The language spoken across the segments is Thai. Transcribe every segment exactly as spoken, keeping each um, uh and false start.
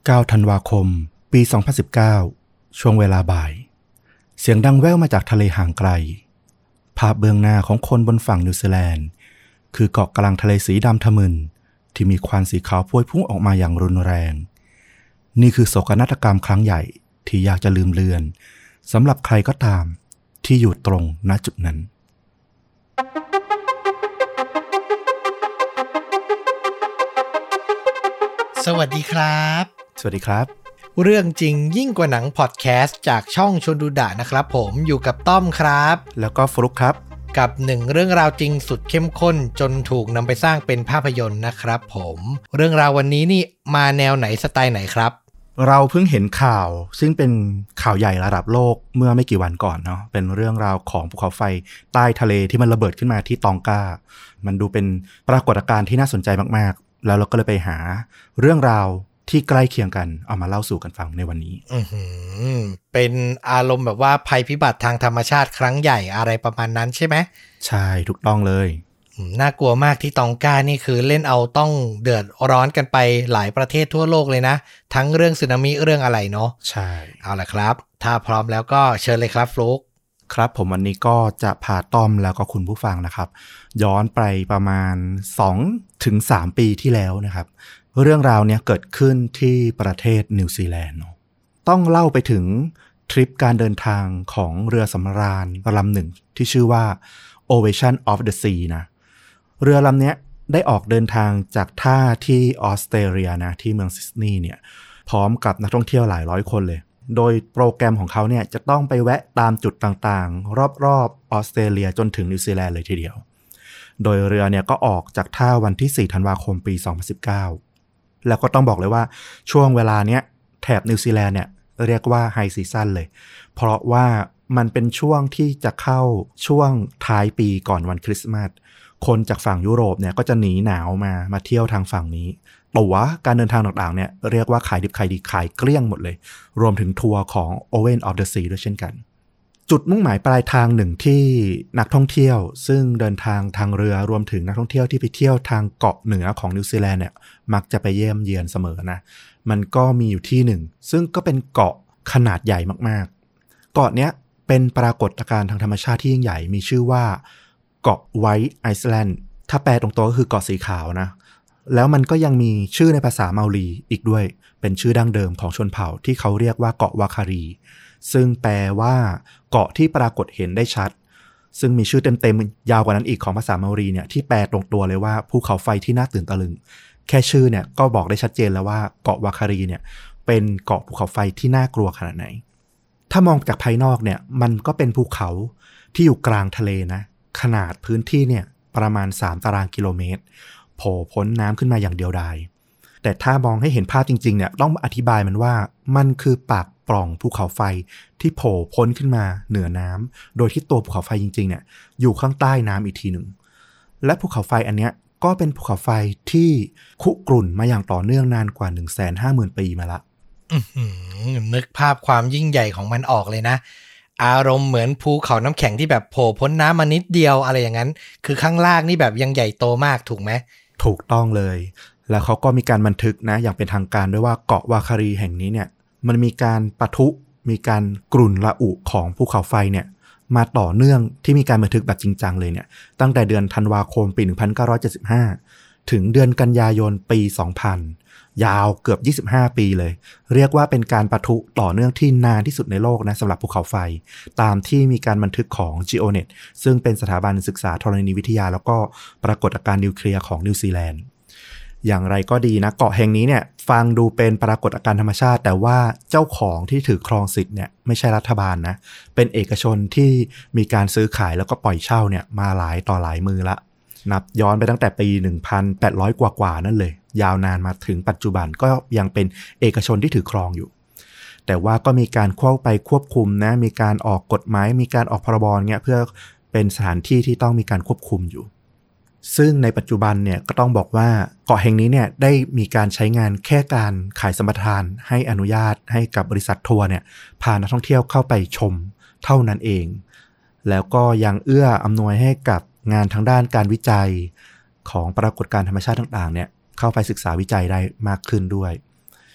เก้าธันวาคมปีสองพันสิบเก้าช่วงเวลาบ่ายเสียงดังแว่วมาจากทะเลห่างไกลภาพเบื้องหน้าของคนบนฝั่งนิวซีแลนด์คือเกาะกลางทะเลสีดำทะมึนที่มีควันสีขาวพวยพุ่งออกมาอย่างรุนแรงนี่คือโศกนาฏกรรมครั้งใหญ่ที่ยากจะลืมเลือนสำหรับใครก็ตามที่อยู่ตรงณจุดนั้นสวัสดีครับสวัสดีครับเรื่องจริงยิ่งกว่าหนังพอดแคสต์จากช่องชวนดูดะนะครับผมอยู่กับต้อมครับแล้วก็ฟลุ๊กครับกับหนึ่งเรื่องราวจริงสุดเข้มข้นจนถูกนำไปสร้างเป็นภาพยนตร์นะครับผมเรื่องราววันนี้นี่มาแนวไหนสไตล์ไหนครับเราเพิ่งเห็นข่าวซึ่งเป็นข่าวใหญ่ระดับโลกเมื่อไม่กี่วันก่อนเนาะเป็นเรื่องราวของภูเขาไฟใต้ทะเลที่มันระเบิดขึ้นมาที่ตองกามันดูเป็นปรากฏการณ์ที่น่าสนใจมากๆแล้วเราก็เลยไปหาเรื่องราวที่ใกล้เคียงกันเอามาเล่าสู่กันฟังในวันนี้อือหือเป็นอารมณ์แบบว่าภัยพิบัติทางธรรมชาติครั้งใหญ่อะไรประมาณนั้นใช่ไหมใช่ถูกต้องเลยน่ากลัวมากที่ตองกานี่คือเล่นเอาต้องเดือดร้อนกันไปหลายประเทศทั่วโลกเลยนะทั้งเรื่องสึนามิเรื่องอะไรเนาะใช่เอาล่ะครับถ้าพร้อมแล้วก็เชิญเลยครับฟลุ๊กครับผมวันนี้ก็จะพาต้อมแล้วก็คุณผู้ฟังนะครับย้อนไปประมาณ สองถึงสาม ปีที่แล้วนะครับเรื่องราวเนี้ยเกิดขึ้นที่ประเทศนิวซีแลนด์เนาะต้องเล่าไปถึงทริปการเดินทางของเรือสำราญลำหนึ่งที่ชื่อว่า Ovation of the Sea นะเรือลำเนี้ยได้ออกเดินทางจากท่าที่ออสเตรเลียนะที่เมืองซิดนีย์เนี่ยพร้อมกับนักท่องเที่ยวหลายร้อยคนเลยโดยโปรแกรมของเขาเนี่ยจะต้องไปแวะตามจุดต่างๆรอบๆออสเตรเลียจนถึงนิวซีแลนด์เลยทีเดียวโดยเรือเนี่ยก็ออกจากท่าวันที่สี่ธันวาคมปีสองพันสิบเก้าแล้วก็ต้องบอกเลยว่าช่วงเวลาเนี้ยแถบนิวซีแลนด์เนี่ยเรียกว่าไฮซีซั่นเลยเพราะว่ามันเป็นช่วงที่จะเข้าช่วงท้ายปีก่อนวันคริสต์มาสคนจากฝั่งยุโรปเนี่ยก็จะหนีหนาวมามาเที่ยวทางฝั่งนี้ตั๋วการเดินทางต่างๆเนี่ยเรียกว่าขายดิบขายดีขายเกลี้ยงหมดเลยรวมถึงทัวร์ของ Owen of the Sea ด้วยเช่นกันจุดมุ่งหมายปลายทางหนึ่งที่นักท่องเที่ยวซึ่งเดินทางทางเรือรวมถึงนักท่องเที่ยวที่ไปเที่ยวทางเกาะเหนือของนิวซีแลนด์เนี่ยมักจะไปเยี่ยมเยียนเสมอนะมันก็มีอยู่ที่หนึ่งซึ่งก็เป็นเกาะขนาดใหญ่มากๆเกาะเนี้ยเป็นปรากฏการณ์ทางธรรมชาติที่ยิ่งใหญ่มีชื่อว่าเกาะไวท์ไอซ์แลนด์ถ้าแปลตรงตัวก็คือเกาะสีขาวนะแล้วมันก็ยังมีชื่อในภาษาเมารีอีกด้วยเป็นชื่อดั้งเดิมของชนเผ่าที่เขาเรียกว่าเกาะวาคารีซึ่งแปลว่าเกาะที่ปรากฏเห็นได้ชัดซึ่งมีชื่อเต็มๆยาวกว่านั้นอีกของภาษาเมารีเนี่ยที่แปลตรงตัวเลยว่าภูเขาไฟที่น่าตื่นตะลึงแค่ชื่อเนี่ยก็บอกได้ชัดเจนแล้วว่าเกาะวาคารีเนี่ยเป็นเกาะภูเขาไฟที่น่ากลัวขนาดไหนถ้ามองจากภายนอกเนี่ยมันก็เป็นภูเขาที่อยู่กลางทะเลนะขนาดพื้นที่เนี่ยประมาณสามตารางกิโลเมตรโผล่พ้นน้ำขึ้นมาอย่างเดียวดายแต่ถ้ามองให้เห็นภาพจริงๆเนี่ยต้องอธิบายมันว่ามันคือปากปล่องภูเขาไฟที่โผล่พ้นขึ้นมาเหนือน้ำโดยที่ตัวภูเขาไฟจริงๆเนี่ยอยู่ข้างใต้น้ำอีกทีหนึ่งและภูเขาไฟอันเนี้ยก็เป็นภูเขาไฟที่คุกรุ่นมาอย่างต่อเนื่องนานกว่า หนึ่งแสนห้าหมื่น ปีมาละนึกภาพความยิ่งใหญ่ของมันออกเลยนะอารมณ์เหมือนภูเขาน้ำแข็งที่แบบโผล่พ้นน้ำมานิดเดียวอะไรอย่างนั้นคือข้างล่างนี่แบบยังใหญ่โตมากถูกไหมถูกต้องเลยแล้วเขาก็มีการบันทึกนะอย่างเป็นทางการด้วยว่าเกาะวาคารีแห่งนี้เนี่ยมันมีการปะทุมีการกรุ่นระอุของภูเขาไฟเนี่ยมาต่อเนื่องที่มีการบันทึกแบบจริงจังเลยเนี่ยตั้งแต่เดือนธันวาคมปีหนึ่งพันเก้าร้อยเจ็ดสิบห้าถึงเดือนกันยายนปีสองพันยาวเกือบยี่สิบห้าปีเลยเรียกว่าเป็นการปะทุต่อเนื่องที่นานที่สุดในโลกนะสำหรับภูเขาไฟตามที่มีการบันทึกของ Geonet ซึ่งเป็นสถาบันศึกษาธรณีวิทยาแล้วก็ปรากฏการณ์นิวเคลียร์ของนิวซีแลนด์อย่างไรก็ดีนะเกาะแห่งนี้เนี่ยฟังดูเป็นปรากฏการณ์ธรรมชาติแต่ว่าเจ้าของที่ถือครองสิทธิ์เนี่ยไม่ใช่รัฐบาลนะเป็นเอกชนที่มีการซื้อขายแล้วก็ปล่อยเช่าเนี่ยมาหลายต่อหลายมือละนับย้อนไปตั้งแต่ปี หนึ่งพันแปดร้อย กว่าๆนั่นเลยยาวนานมาถึงปัจจุบันก็ยังเป็นเอกชนที่ถือครองอยู่แต่ว่าก็มีการเข้าไปควบคุมนะมีการออกกฎหมายมีการออกพรบเนี่ยเพื่อเป็นสถานที่ที่ต้องมีการควบคุมอยู่ซึ่งในปัจจุบันเนี่ยก็ต้องบอกว่าเกาะแห่งนี้เนี่ยได้มีการใช้งานแค่การขายสัมปทานให้อนุญาตให้กับบริษัททัวร์เนี่ยพานักท่องเที่ยวเข้าไปชมเท่านั้นเองแล้วก็ยังเอื้ออำนวยให้กับงานทางด้านการวิจัยของปรากฏการณ์ธรรมชาติต่างๆเนี่ยเข้าไปศึกษาวิจัยได้มากขึ้นด้วย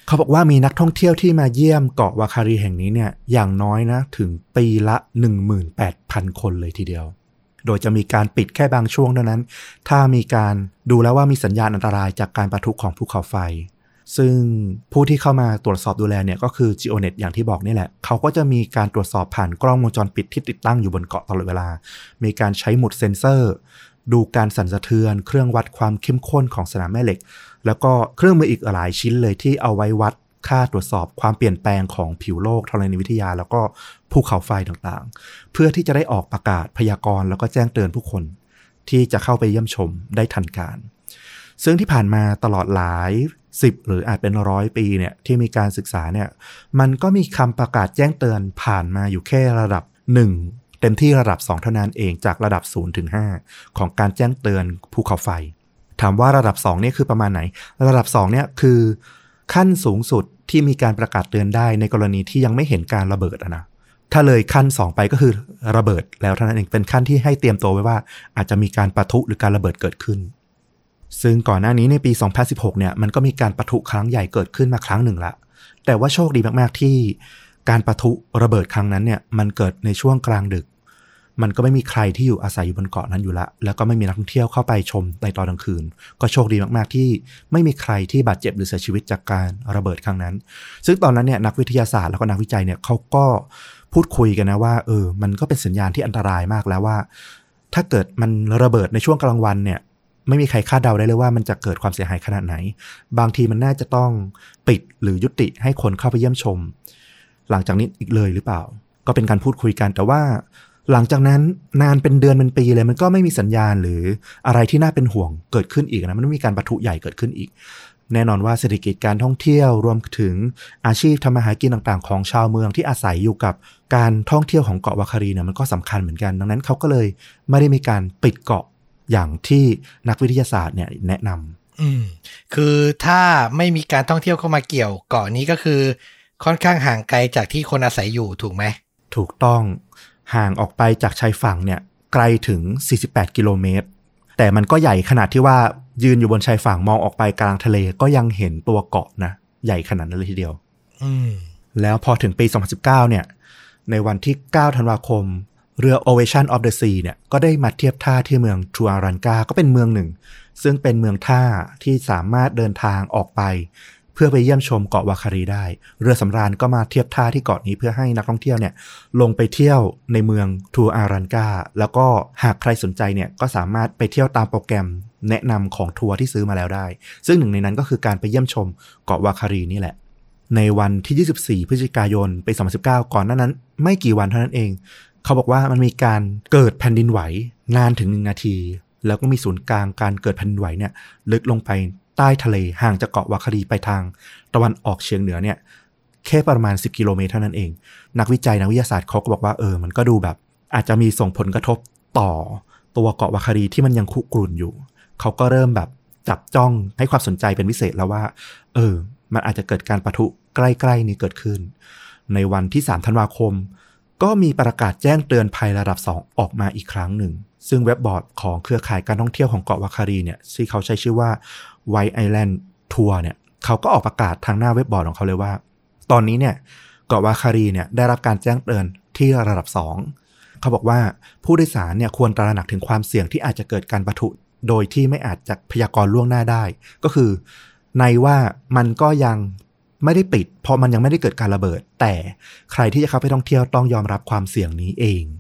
เขาบอกว่ามีนักท่องเที่ยวที่มาเยี่ยมเกาะวาคารีแห่งนี้เนี่ยอย่างน้อยนะถึงปีละ หนึ่งหมื่นแปดพัน คนเลยทีเดียวโดยจะมีการปิดแค่บางช่วงเท่านั้นถ้ามีการดูแล้วว่ามีสัญญาณอันตรายจากการปะทุของภูเขาไฟซึ่งผู้ที่เข้ามาตรวจสอบดูแลเนี่ยก็คือ Geonet อย่างที่บอกนี่แหละเขาก็จะมีการตรวจสอบผ่านกล้องวงจรปิดที่ติดตั้งอยู่บนเกาะตลอดเวลามีการใช้หมุดเซ็นเซอร์ดูการสั่นสะเทือนเครื่องวัดความเข้มข้นของสนามแม่เหล็กแล้วก็เครื่องมืออีกหลายชิ้นเลยที่เอาไว้วัดค่าตรวจสอบความเปลี่ยนแปลงของผิวโลกธรณีวิทยาแล้วก็ภูเขาไฟต่างๆเพื่อที่จะได้ออกประกาศพยากรณ์แล้วก็แจ้งเตือนผู้คนที่จะเข้าไปเยี่ยมชมได้ทันการซึ่งที่ผ่านมาตลอดหลายสิบหรืออาจเป็นร้อยปีเนี่ยที่มีการศึกษาเนี่ยมันก็มีคำประกาศแจ้งเตือนผ่านมาอยู่แค่ระดับหนึ่งเต็มที่ระดับสองเท่านั้นเองจากระดับศูนย์ถึงห้าของการแจ้งเตือนภูเขาไฟถามว่าระดับสองเนี่ยคือประมาณไหนระดับสองเนี่ยคือขั้นสูงสุดที่มีการประกาศเตือนได้ในกรณีที่ยังไม่เห็นการระเบิดอะนะถ้าเลยขั้นสองไปก็คือระเบิดแล้วเท่านั้นเองเป็นขั้นที่ให้เตรียมตัวไว้ว่าอาจจะมีการปะทุหรือการระเบิดเกิดขึ้นซึ่งก่อนหน้านี้ในปีสองพันสิบหกเนี่ยมันก็มีการปะทุครั้งใหญ่เกิดขึ้นมาครั้งหนึ่งละแต่ว่าโชคดีมากๆที่การปะทุระเบิดครั้งนั้นเนี่ยมันเกิดในช่วงกลางดึกมันก็ไม่มีใครที่อยู่อาศัยอยู่บนเกาะนั้นอยู่ละแล้วก็ไม่มีนักท่องเที่ยวเข้าไปชมในตอนกลางคืนก็โชคดีมากๆที่ไม่มีใครที่บาดเจ็บหรือเสียชีวิตจากการระเบิดครั้งนั้นซึ่งตอนนั้นเนี่ยนักวิทยาศาสตร์แล้วก็นักวิจัยเนี่ยเขาก็พูดคุยกันนะว่าเออมันก็เป็นสัญญาณที่อันตรายมากแล้วว่าถ้าเกิดมันระเบิดในช่วงกลางวันเนี่ยไม่มีใครคาดเดาได้เลยว่ามันจะเกิดความเสียหายขนาดไหนบางทีมันน่าจะต้องปิดหรือยุติให้คนเข้าไปเยี่ยมชมหลังจากนี้อีกเลยหรือเปล่าก็เป็นการพูดคุยกันแต่ว่าหลังจากนั้นนานเป็นเดือนเป็นปีเลยมันก็ไม่มีสัญญาณหรืออะไรที่น่าเป็นห่วงเกิดขึ้นอีกนะมันไม่มีการปะทุใหญ่เกิดขึ้นอีกแน่นอนว่าเศรษฐกิจการท่องเที่ยวรวมถึงอาชีพทำมาหากินต่างๆของชาวเมืองที่อาศัยอยู่กับการท่องเที่ยวของเกาะวาคารีเนี่ยมันก็สำคัญเหมือนกันดังนั้นเขาก็เลยไม่ได้มีการปิดเกาะอย่างที่นักวิทยาศาสตร์เนี่ยแนะนำอืมคือถ้าไม่มีการท่องเที่ยวเข้ามาเกี่ยวเกาะนี้ก็คือค่อนข้างห่างไกลจากที่คนอาศัยอยู่ถูกไหมถูกต้องห่างออกไปจากชายฝั่งเนี่ยไกลถึงสี่สิบแปดกิโลเมตรแต่มันก็ใหญ่ขนาดที่ว่ายืนอยู่บนชายฝั่งมองออกไปกลางทะเลก็ยังเห็นตัวเกาะนะใหญ่ขนาดนั้นเลยทีเดียวอืมแล้วพอถึงปีสองพันสิบเก้าเนี่ยในวันที่เก้าธันวาคมเรือ Ovation of the Sea เนี่ยก็ได้มาเทียบท่าที่เมืองทูอารันกาก็เป็นเมืองหนึ่งซึ่งเป็นเมืองท่าที่สามารถเดินทางออกไปเพื่อไปเยี่ยมชมเกาะวาคารีได้เรือสำราญก็มาเทียบท่าที่เกาะนี้เพื่อให้นักท่องเที่ยวเนี่ยลงไปเที่ยวในเมืองทูอารันกาแล้วก็หากใครสนใจเนี่ยก็สามารถไปเที่ยวตามโปรแกรมแนะนำของทัวร์ที่ซื้อมาแล้วได้ซึ่งหนึ่งในนั้นก็คือการไปเยี่ยมชมเกาะวาคารีนี่แหละในวันที่ยี่สิบสี่พฤศจิกายนปีสองพันสิบเก้าก่อนหน้านั้นไม่กี่วันเท่านั้นเองเขาบอกว่ามันมีการเกิดแผ่นดินไหวนานถึงหนึ่งนาทีแล้วก็มีศูนย์กลางการเกิดแผ่นดินไหวเนี่ยลึกลงไปใต้ทะเลห่างจากเกาะวาคารีไปทางตะวันออกเฉียงเหนือเนี่ยแค่ประมาณสิบกิโลเมตรเท่านั้นเองนักวิจัยนักวิทยาศาสตร์เขาก็บอกว่าเออมันก็ดูแบบอาจจะมีส่งผลกระทบต่อตัวเกาะวาคารีที่มันยังคุกรุ่นอยู่เขาก็เริ่มแบบจับจ้องให้ความสนใจเป็นพิเศษแล้วว่าเออมันอาจจะเกิดการปะทุใกล้ๆนี้เกิดขึ้นในวันที่สามธันวาคมก็มีประกาศแจ้งเตือนภัยระดับสองออกมาอีกครั้งหนึ่งซึ่งเว็บบอร์ดของเครือข่ายการท่องเที่ยวของเกาะวาคารีเนี่ยที่เขาใช้ชื่อว่า White Island Tour เนี่ยเขาก็ออกประกาศทางหน้าเว็บบอร์ดของเขาเลยว่าตอนนี้เนี่ยเกาะวาคารีเนี่ยได้รับการแจ้งเตือนที่ระดับสองเขาบอกว่าผู้โดยสารเนี่ยควรตระหนักถึงความเสี่ยงที่อาจจะเกิดการปะทุโดยที่ไม่อาจจะพยากรณ์ล่วงหน้าได้ก็คือในว่ามันก็ยังไม่ได้ปิดเพราะมันยังไม่ได้เกิดการระเบิดแต่ใครที่จะเข้าไปท่องเที่ยวต้องยอมรับความเสี่ยงนี้เอง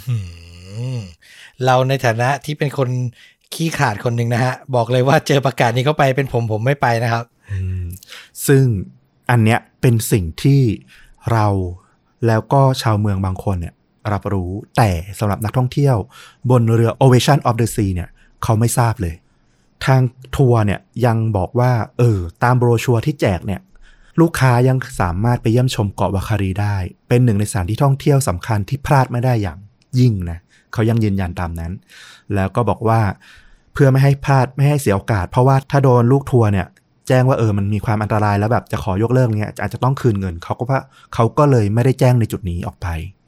เราในฐานะที่เป็นคนขี้ขลาดคนหนึ่งนะฮะบอกเลยว่าเจอประกาศนี้เข้าไปเป็นผมผมไม่ไปนะครับซึ่งอันเนี้ยเป็นสิ่งที่เราแล้วก็ชาวเมืองบางคนเนี่ยรับรู้แต่สำหรับนักท่องเที่ยวบนเรือ Ovation of the Sea เนี่ยเขาไม่ทราบเลยทางทัวร์เนี่ยยังบอกว่าเออตามโบรชัวร์ที่แจกเนี่ยลูกค้ายังสามารถไปเยี่ยมชมเกาะวาคารีได้เป็นหนึ่งในสถานที่ท่องเที่ยวสำคัญที่พลาดไม่ได้อย่างยิ่งนะเขายังยืนยันตามนั้นแล้วก็บอกว่าเพื่อไม่ให้พลาดไม่ให้เสียโอกาสเพราะว่าถ้าโดนลูกทัวร์เนี่ยแจ้งว่าเออมันมีความอันตรายแล้วแบบจะขอยกเลิกเงี้ยอาจจะต้องคืนเงินเขาก็ว่าเขาก็เลยไม่ได้แจ้งในจุดนี้ออกไป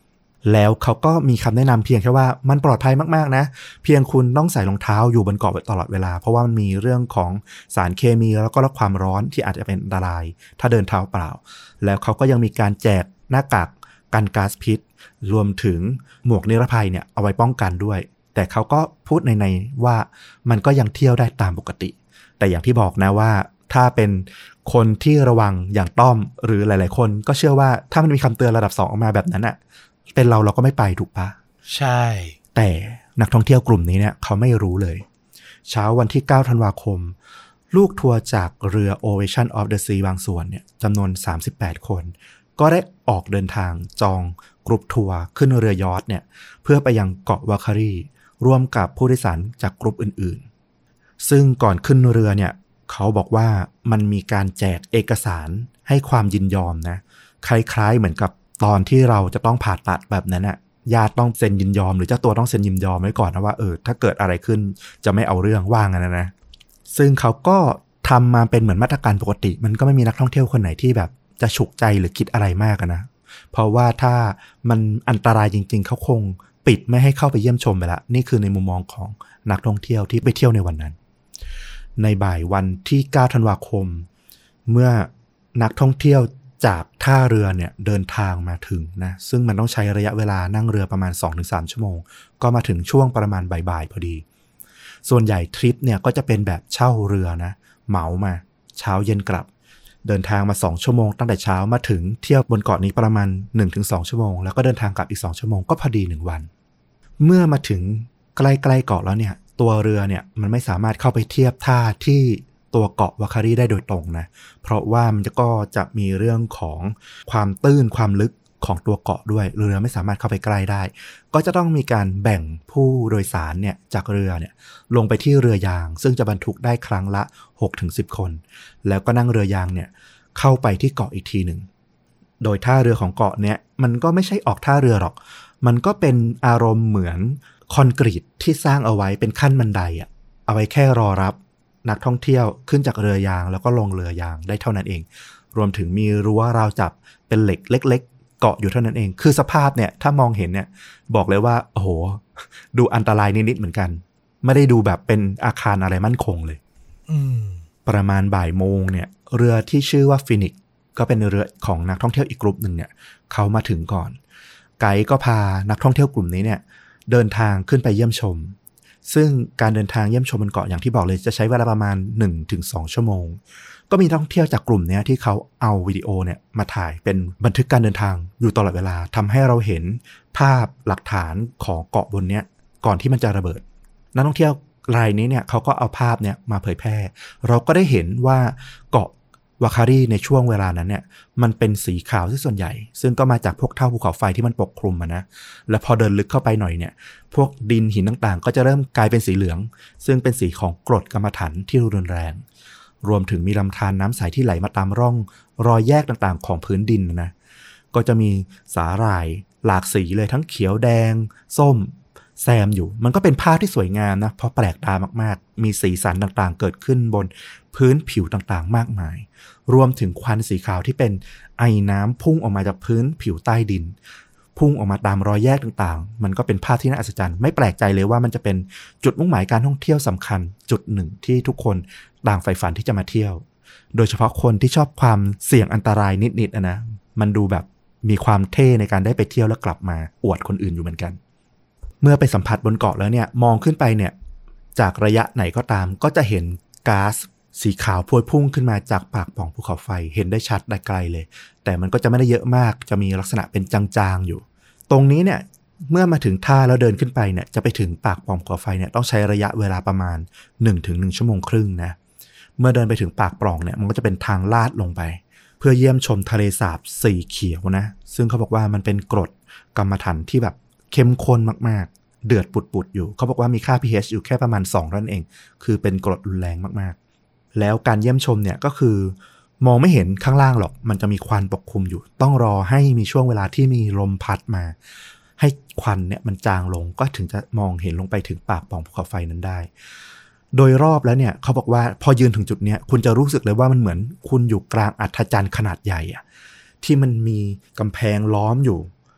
แล้วเขาก็มีคำแนะนำเพียงแค่ว่ามันปลอดภัยมากๆนะเพียงคุณต้องใส่รองเท้าอยู่บนเกาะตลอดเวลาเพราะว่ามันมีเรื่องของสารเคมีแล้วก็ความร้อนที่อาจจะเป็นอันตรายถ้าเดินเท้าเปล่าแล้วเขาก็ยังมีการแจกหน้ากากกันก๊าซพิษรวมถึงหมวกนิรภัยเนี่ยเอาไว้ป้องกันด้วยแต่เขาก็พูดในๆว่ามันก็ยังเที่ยวได้ตามปกติแต่อย่างที่บอกนะว่าถ้าเป็นคนที่ระวังอย่างต้อมหรือหลายๆคนก็เชื่อว่าถ้ามันมีคำเตือนระดับสองออกมาแบบนั้นอ่ะเป็นเราเราก็ไม่ไปถูกปะใช่แต่นักท่องเที่ยวกลุ่มนี้เนี่ยเขาไม่รู้เลยเช้าวันที่เก้าธันวาคมลูกทัวร์จากเรือ Ocean of the Sea บางส่วนเนี่ยจำนวนสามสิบแปดคนก็ได้ออกเดินทางจองกรุ๊ปทัวร์ขึ้นเรือยอชท์เนี่ยเพื่อไปยังเกาะวาคารีร่วมกับผู้โดยสารจากกรุ๊ปอื่นๆซึ่งก่อนขึ้นเรือเนี่ยเขาบอกว่ามันมีการแจกเอกสารให้ความยินยอมนะคล้ายๆเหมือนกับตอนที่เราจะต้องผ่าตัดแบบนั้นน่ะญาติต้องเซ็นยินยอมหรือเจ้าตัวต้องเซ็นยินยอมไว้ก่อนนะว่าเออถ้าเกิดอะไรขึ้นจะไม่เอาเรื่องว่างั้นนะนะซึ่งเขาก็ทำมาเป็นเหมือนมาตรการปกติมันก็ไม่มีนักท่องเที่ยวคนไหนที่แบบจะฉุกใจหรือคิดอะไรมากนะเพราะว่าถ้ามันอันตรายจริงๆเขาคงปิดไม่ให้เข้าไปเยี่ยมชมไปละนี่คือในมุมมองของนักท่องเที่ยวที่ไปเที่ยวในวันนั้นในบ่ายวันที่เก้าธันวาคมเมื่อนักท่องเที่ยวจากท่าเรือเนี่ยเดินทางมาถึงนะซึ่งมันต้องใช้ระยะเวลานั่งเรือประมาณ สองถึงสาม ชั่วโมงก็มาถึงช่วงประมาณบ่ายๆพอดีส่วนใหญ่ทริปเนี่ยก็จะเป็นแบบเช่าเรือนะเหมามาเช้าเย็นกลับเดินทางมาสองชั่วโมงตั้งแต่เช้ามาถึงเที่ยวบนเกาะนี้ประมาณ หนึ่งถึงสอง ชั่วโมงแล้วก็เดินทางกลับอีกสองชั่วโมงก็พอดีหนึ่งวันเมื่อมาถึงใกล้ๆเกาะแล้วเนี่ยตัวเรือเนี่ยมันไม่สามารถเข้าไปเทียบท่าที่ตัวเกาะวาคารีได้โดยตรงนะเพราะว่ามันก็จะมีเรื่องของความตื้นความลึกของตัวเกาะด้วยเรือไม่สามารถเข้าไปใกล้ได้ก็จะต้องมีการแบ่งผู้โดยสารเนี่ยจากเรือเนี่ยลงไปที่เรือยางซึ่งจะบรรทุกได้ครั้งละ หกถึงสิบ คนแล้วก็นั่งเรือยางเนี่ยเข้าไปที่เกาะอีกทีหนึ่งโดยท่าเรือของเกาะเนี่ยมันก็ไม่ใช่ออกท่าเรือหรอกมันก็เป็นอารมณ์เหมือนคอนกรีตที่สร้างเอาไว้เป็นขั้นบันไดอะเอาไว้แค่รอรับนักท่องเที่ยวขึ้นจากเรือยางแล้วก็ลงเรือยางได้เท่านั้นเองรวมถึงมีรั้วราวจับเป็นเหล็กเล็กๆเกาะอยู่เท่านั้นเองคือสภาพเนี่ยถ้ามองเห็นเนี่ยบอกเลยว่าโอ้โหดูอันตรายนิดๆเหมือนกันไม่ได้ดูแบบเป็นอาคารอะไรมั่นคงเลยประมาณบ่ายโมงเนี่ยเรือที่ชื่อว่าฟินิกซ์ก็เป็นเรือของนักท่องเที่ยวอีกกลุ่มหนึ่งเนี่ยเขามาถึงก่อนไกด์ก็พานักท่องเที่ยวกลุ่มนี้เนี่ยเดินทางขึ้นไปเยี่ยมชมซึ่งการเดินทางเยี่ยมชมบนเกาะอย่างที่บอกเลยจะใช้เวลาประมาณ หนึ่งถึงสอง ชั่วโมงก็มีนักท่องเที่ยวจากกลุ่มนี้ที่เขาเอาวิดีโอเนี่ยมาถ่ายเป็นบันทึกการเดินทางอยู่ตลอดเวลาทำให้เราเห็นภาพหลักฐานของเกาะบนเนี้ยก่อนที่มันจะระเบิดนักท่องเที่ยวรายนี้เนี่ยเขาก็เอาภาพเนี่ยมาเผยแพร่เราก็ได้เห็นว่าเกาะวาคารีในช่วงเวลานั้นเนี่ยมันเป็นสีขาวที่ส่วนใหญ่ซึ่งก็มาจากพวกเท่าภูเขาไฟที่มันปกคลุมมานะแล้วพอเดินลึกเข้าไปหน่อยเนี่ยพวกดินหินต่างๆก็จะเริ่มกลายเป็นสีเหลืองซึ่งเป็นสีของกรดกัมมันถันที่รุนแรงรวมถึงมีลำธารน้ำใสที่ไหลมาตามร่องรอยแยกต่างๆของพื้นดินนะก็จะมีสาหร่ายหลากสีเลยทั้งเขียวแดงส้มแซมอยู่มันก็เป็นภาพที่สวยงามนะเพราะแปลกตามากๆมีสีสันต่างๆเกิดขึ้นบนพื้นผิวต่างๆมากมายรวมถึงควันสีขาวที่เป็นไอน้ำพุ่งออกมาจากพื้นผิวใต้ดินพุ่งออกมาตามรอยแยกต่างๆมันก็เป็นภาพที่น่าอัศจรรย์ไม่แปลกใจเลยว่ามันจะเป็นจุดมุ่งหมายการท่องเที่ยวสำคัญจุดหนึ่งที่ทุกคนต่างใฝ่ฝันที่จะมาเที่ยวโดยเฉพาะคนที่ชอบความเสี่ยงอันตรายนิดๆนะมันดูแบบมีความเท่ในการได้ไปเที่ยวแล้วกลับมาอวดคนอื่นอยู่เหมือนกันเมื่อไปสัมผัสบนเกาะแล้วเนี่ยมองขึ้นไปเนี่ยจากระยะไหนก็ตามก็จะเห็นก๊าซสีขาวพวยพุ่งขึ้นมาจากปากปล่องภูเขาไฟเห็นได้ชัดได้ไกลเลยแต่มันก็จะไม่ได้เยอะมากจะมีลักษณะเป็นจางๆอยู่ตรงนี้เนี่ยเมื่อมาถึงท่าแล้วเดินขึ้นไปเนี่ยจะไปถึงปากปล่องภูเขาไฟเนี่ยต้องใช้ระยะเวลาประมาณ หนึ่งถึงหนึ่ง ชั่วโมงครึ่งนะเมื่อเดินไปถึงปากปล่องเนี่ยมันก็จะเป็นทางลาดลงไปเพื่อเยี่ยมชมทะเลสาบสีเขียวนะซึ่งเขาบอกว่ามันเป็นกรดกัมมันถันที่แบบเข้มข้นมากๆเดือดปุดๆอยู่เขาบอกว่ามีค่า pH อยู่แค่ประมาณสองนั่นเองคือเป็นกรดรุนแรงมากๆแล้วการเยี่ยมชมเนี่ยก็คือมองไม่เห็นข้างล่างหรอกมันจะมีควันปกคลุมอยู่ต้องรอให้มีช่วงเวลาที่มีลมพัดมาให้ควันเนี่ยมันจางลงก็ถึงจะมองเห็นลงไปถึงปากปล่องภูเขาไฟนั้นได้โดยรอบแล้วเนี่ยเขาบอกว่าพอยืนถึงจุดเนี้ยคุณจะรู้สึกเลยว่ามันเหมือนคุณอยู่กลางอัฐจันทร์ขนาดใหญ่อะที่มันมีกำแพงล้อมอยู่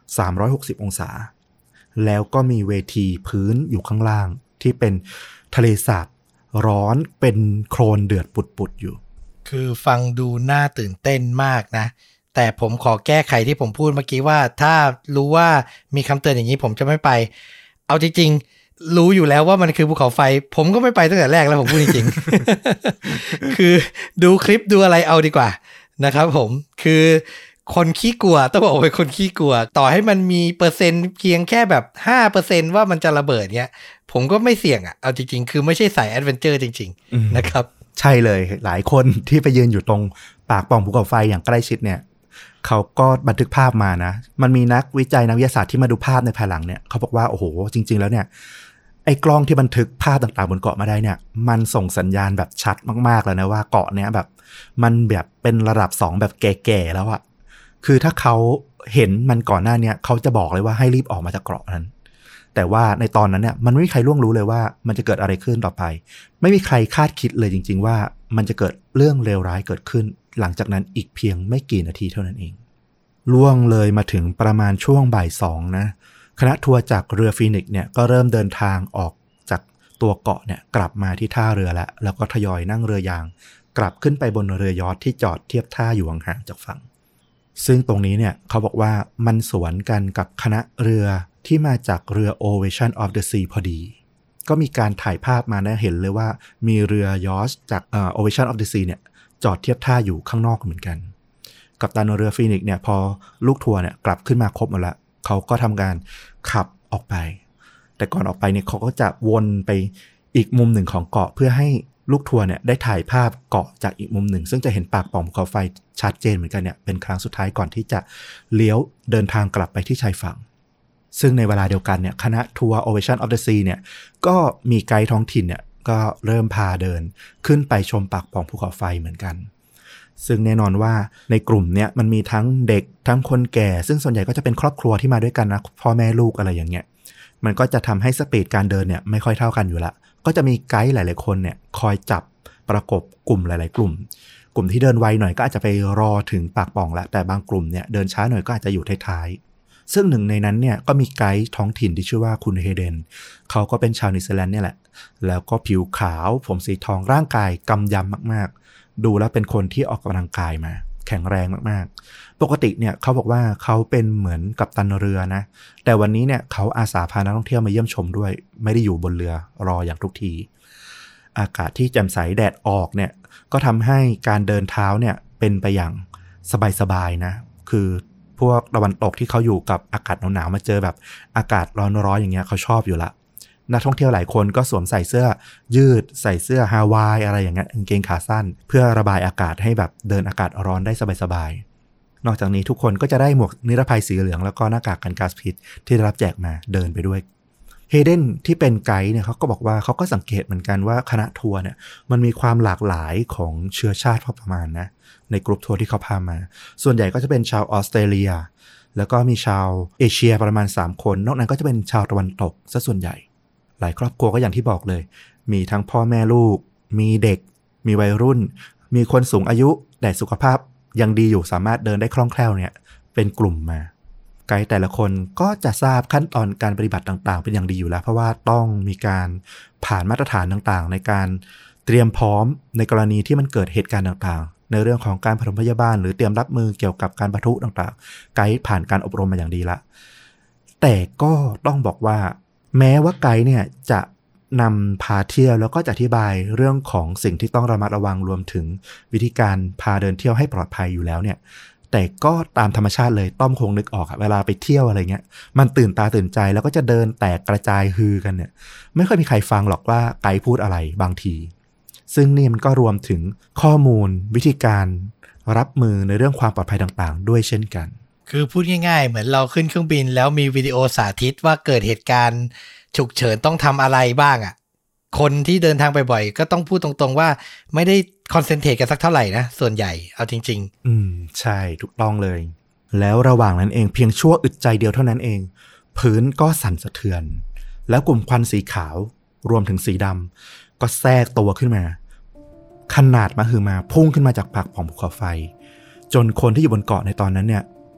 สามร้อยหกสิบองศาแล้วก็มีเวทีพื้นอยู่ข้างล่างที่เป็นทะเลสาบร้อนเป็นโคลนเดือดปุดๆอยู่คือฟังดูน่าตื่นเต้นมากนะแต่ผมขอแก้ไขที่ผมพูดเมื่อกี้ว่าถ้ารู้ว่ามีคำเตือนอย่างนี้ผมจะไม่ไปเอาจริงๆรู้อยู่แล้วว่ามันคือภูเขาไฟผมก็ไม่ไปตั้งแต่แรกแล้วผมพูดจริงๆ คือดูคลิปดูอะไรเอาดีกว่านะครับผมคือคนขี้กลัวต้องบอกเป็นคนขี้กลัวต่อให้มันมีเปอร์เซ็นต์เพียงแค่แบบ ห้าเปอร์เซ็นต์ ว่ามันจะระเบิดเงี้ยผมก็ไม่เสี่ยงอ่ะเอาจริงๆคือไม่ใช่สายแอดเวนเจอร์จริงๆนะครับใช่เลยหลายคนที่ไปยืนอยู่ตรงปากปล่องภูเขาไฟอย่างใกล้ชิดเนี่ยเขาก็บันทึกภาพมานะมันมีนักวิจัยนักวิทยาศาสตร์ที่มาดูภาพในภายหลังเนี่ยเขาบอกว่าโอ้โหจริงๆแล้วเนี่ยไอ้กล้องที่บันทึกภาพต่างๆบนเกาะมาได้เนี่ยมันส่งสัญญาณแบบชัดมากๆแล้วนะว่าเกาะเนี้ยแบบมันแบบเป็นระดับสองแบบแก่ๆแล้วอะคือถ้าเขาเห็นมันก่อนหน้านี้เขาจะบอกเลยว่าให้รีบออกมาจากเกาะนั้นแต่ว่าในตอนนั้นเนี่ยมันไม่มีใครล่วงรู้เลยว่ามันจะเกิดอะไรขึ้นต่อไปไม่มีใครคาดคิดเลยจริงๆว่ามันจะเกิดเรื่องเลวร้ายเกิดขึ้นหลังจากนั้นอีกเพียงไม่กี่นาทีเท่านั้นเองล่วงเลยมาถึงประมาณช่วงบ่ายสองนะคณะทัวร์จากเรือฟีนิกซ์เนี่ยก็เริ่มเดินทางออกจากตัวเกาะเนี่ยกลับมาที่ท่าเรือแล้วแล้วก็ทยอยนั่งเรือยางกลับขึ้นไปบนเรือยอชท์ที่จอดเทียบท่าอยู่ห่างๆจากฝั่งซึ่งตรงนี้เนี่ยเขาบอกว่ามันสวนกันกับคณะเรือที่มาจากเรือ Ovation of the Sea พอดีก็มีการถ่ายภาพมานะเห็นเลยว่ามีเรือยอชท์จากเอ่อ Ovation of the Sea เนี่ยจอดเทียบท่าอยู่ข้างนอกเหมือนกันกัปตันเรือฟีนิกซ์เนี่ยพอลูกทัวร์เนี่ยกลับขึ้นมาครบหมดแล้วเขาก็ทำการขับออกไปแต่ก่อนออกไปเนี่ยเขาก็จะวนไปอีกมุมหนึ่งของเกาะเพื่อให้ลูกทัวร์เนี่ยได้ถ่ายภาพเกาะจากอีกมุมหนึ่งซึ่งจะเห็นปากปล่องภูเขาไฟชัดเจนเหมือนกันเนี่ยเป็นครั้งสุดท้ายก่อนที่จะเลี้ยวเดินทางกลับไปที่ชายฝั่งซึ่งในเวลาเดียวกันเนี่ยคณะทัวร์ Ovation of the Sea เนี่ยก็มีไกด์ท้องถิ่นเนี่ยก็เริ่มพาเดินขึ้นไปชมปากปล่องภูเขาไฟเหมือนกันซึ่งแน่นอนว่าในกลุ่มเนี่ยมันมีทั้งเด็กทั้งคนแก่ซึ่งส่วนใหญ่ก็จะเป็นครอบครัวที่มาด้วยกันนะพ่อแม่ลูกอะไรอย่างเงี้ยมันก็จะทำให้สปีดการเดินเนี่ยไม่ค่อยเท่ากันอยู่ละก็จะมีไกด์หลายๆคนเนี่ยคอยจับประกบกลุ่มหลายๆกลุ่มกลุ่มที่เดินไวหน่อยก็อาจจะไปรอถึงปากปล่องละแต่บางกลุ่มเนี่ยเดินช้าหน่อยก็อาจจะอยู่ท้ายๆซึ่งหนึ่งในนั้นเนี่ยก็มีไกด์ท้องถิ่นที่ชื่อว่าคุณเฮเดนเขาก็เป็นชาวนิวซีแลนด์เนี่ยแหละแล้วก็ผิวขาวผมสีทองร่างกายกำยำมากๆดูแล้วเป็นคนที่ออกกำลังกายมาแข็งแรงมากๆปกติเนี่ยเขาบอกว่าเขาเป็นเหมือนกัปตันเรือนะแต่วันนี้เนี่ยเขาอาสาพานักท่องเที่ยวมาเยี่ยมชมด้วยไม่ได้อยู่บนเรือรออย่างทุกทีอากาศที่แจ่มใสแดดออกเนี่ยก็ทำให้การเดินเท้าเนี่ยเป็นไปอย่างสบายๆนะคือพวกตะวันตกที่เขาอยู่กับอากาศหนาวๆมาเจอแบบอากาศร้อนๆอย่างเงี้ยเขาชอบอยู่ละนักท่องเที่ยวหลายคนก็สวมใส่เสื้อยืดใส่เสื้อฮาวายอะไรอย่างเงี้ยกางเกงขาสั้นเพื่อระบายอากาศให้แบบเดินอากาศร้อนได้สบายๆนอกจากนี้ทุกคนก็จะได้หมวกนิรภัยสีเหลืองแล้วก็หน้ากากกันก๊าซพิษที่ได้รับแจกมาเดินไปด้วยเฮเดนที่เป็นไกด์เนี่ยเขาก็บอกว่าเขาก็สังเกตเหมือนกันว่าคณะทัวร์เนี่ยมันมีความหลากหลายของเชื้อชาติพอประมาณนะในกลุ่มทัวร์ที่เขาพามาส่วนใหญ่ก็จะเป็นชาวออสเตรเลียแล้วก็มีชาวเอเชียประมาณสามคนนอกนั้นก็จะเป็นชาวตะวันตกซะส่วนใหญ่หลายครอบครัวก็อย่างที่บอกเลยมีทั้งพ่อแม่ลูกมีเด็กมีวัยรุ่นมีคนสูงอายุแต่สุขภาพยังดีอยู่สามารถเดินได้คล่องแคล่วเนี่ยเป็นกลุ่มมาไกด์แต่ละคนก็จะทราบขั้นตอนการปฏิบัติต่างๆเป็นอย่างดีอยู่แล้วเพราะว่าต้องมีการผ่านมาตรฐานต่างๆในการเตรียมพร้อมในกรณีที่มันเกิดเหตุการณ์ต่างๆในเรื่องของการปฐมพยาบาลหรือเตรียมรับมือเกี่ยวกับการปะทุต่างๆไกด์ผ่านการอบรมมาอย่างดีละแต่ก็ต้องบอกว่าแม้ว่าไกด์เนี่ยจะนำพาเที่ยวแล้วก็จะอธิบายเรื่องของสิ่งที่ต้องระมัดระวังรวมถึงวิธีการพาเดินเที่ยวให้ปลอดภัยอยู่แล้วเนี่ยแต่ก็ตามธรรมชาติเลยต้อมคงนึกออกอะเวลาไปเที่ยวอะไรเงี้ยมันตื่นตาตื่นใจแล้วก็จะเดินแตกกระจายฮือกันเนี่ยไม่ค่อยมีใครฟังหรอกว่าไกด์พูดอะไรบางทีซึ่งนี่มันก็รวมถึงข้อมูลวิธีการรับมือในเรื่องความปลอดภัยต่างๆด้วยเช่นกันคือพูดง่ายๆเหมือนเราขึ้นเครื่องบินแล้วมีวิดีโอสาธิตว่าเกิดเหตุการณ์ฉุกเฉินต้องทำอะไรบ้างอ่ะคนที่เดินทางไปบ่อยก็ต้องพูดตรงๆว่าไม่ได้คอนเซนเทรตกันสักเท่าไหร่นะส่วนใหญ่เอาจริงๆอืมใช่ถูกต้องเลยแล้วระหว่างนั้นเองเพียงชั่วอึดใจเดียวเท่านั้นเองพื้นก็สั่นสะเทือนแล้วกลุ่มควันสีขาวรวมถึงสีดำก็แทรกตัวขึ้นมาขนาดมหึมาพุ่งขึ้นมาจากปากปล่องภูเขาไฟจนคนที่อยู่บนเกาะในตอนนั้นเนี่ย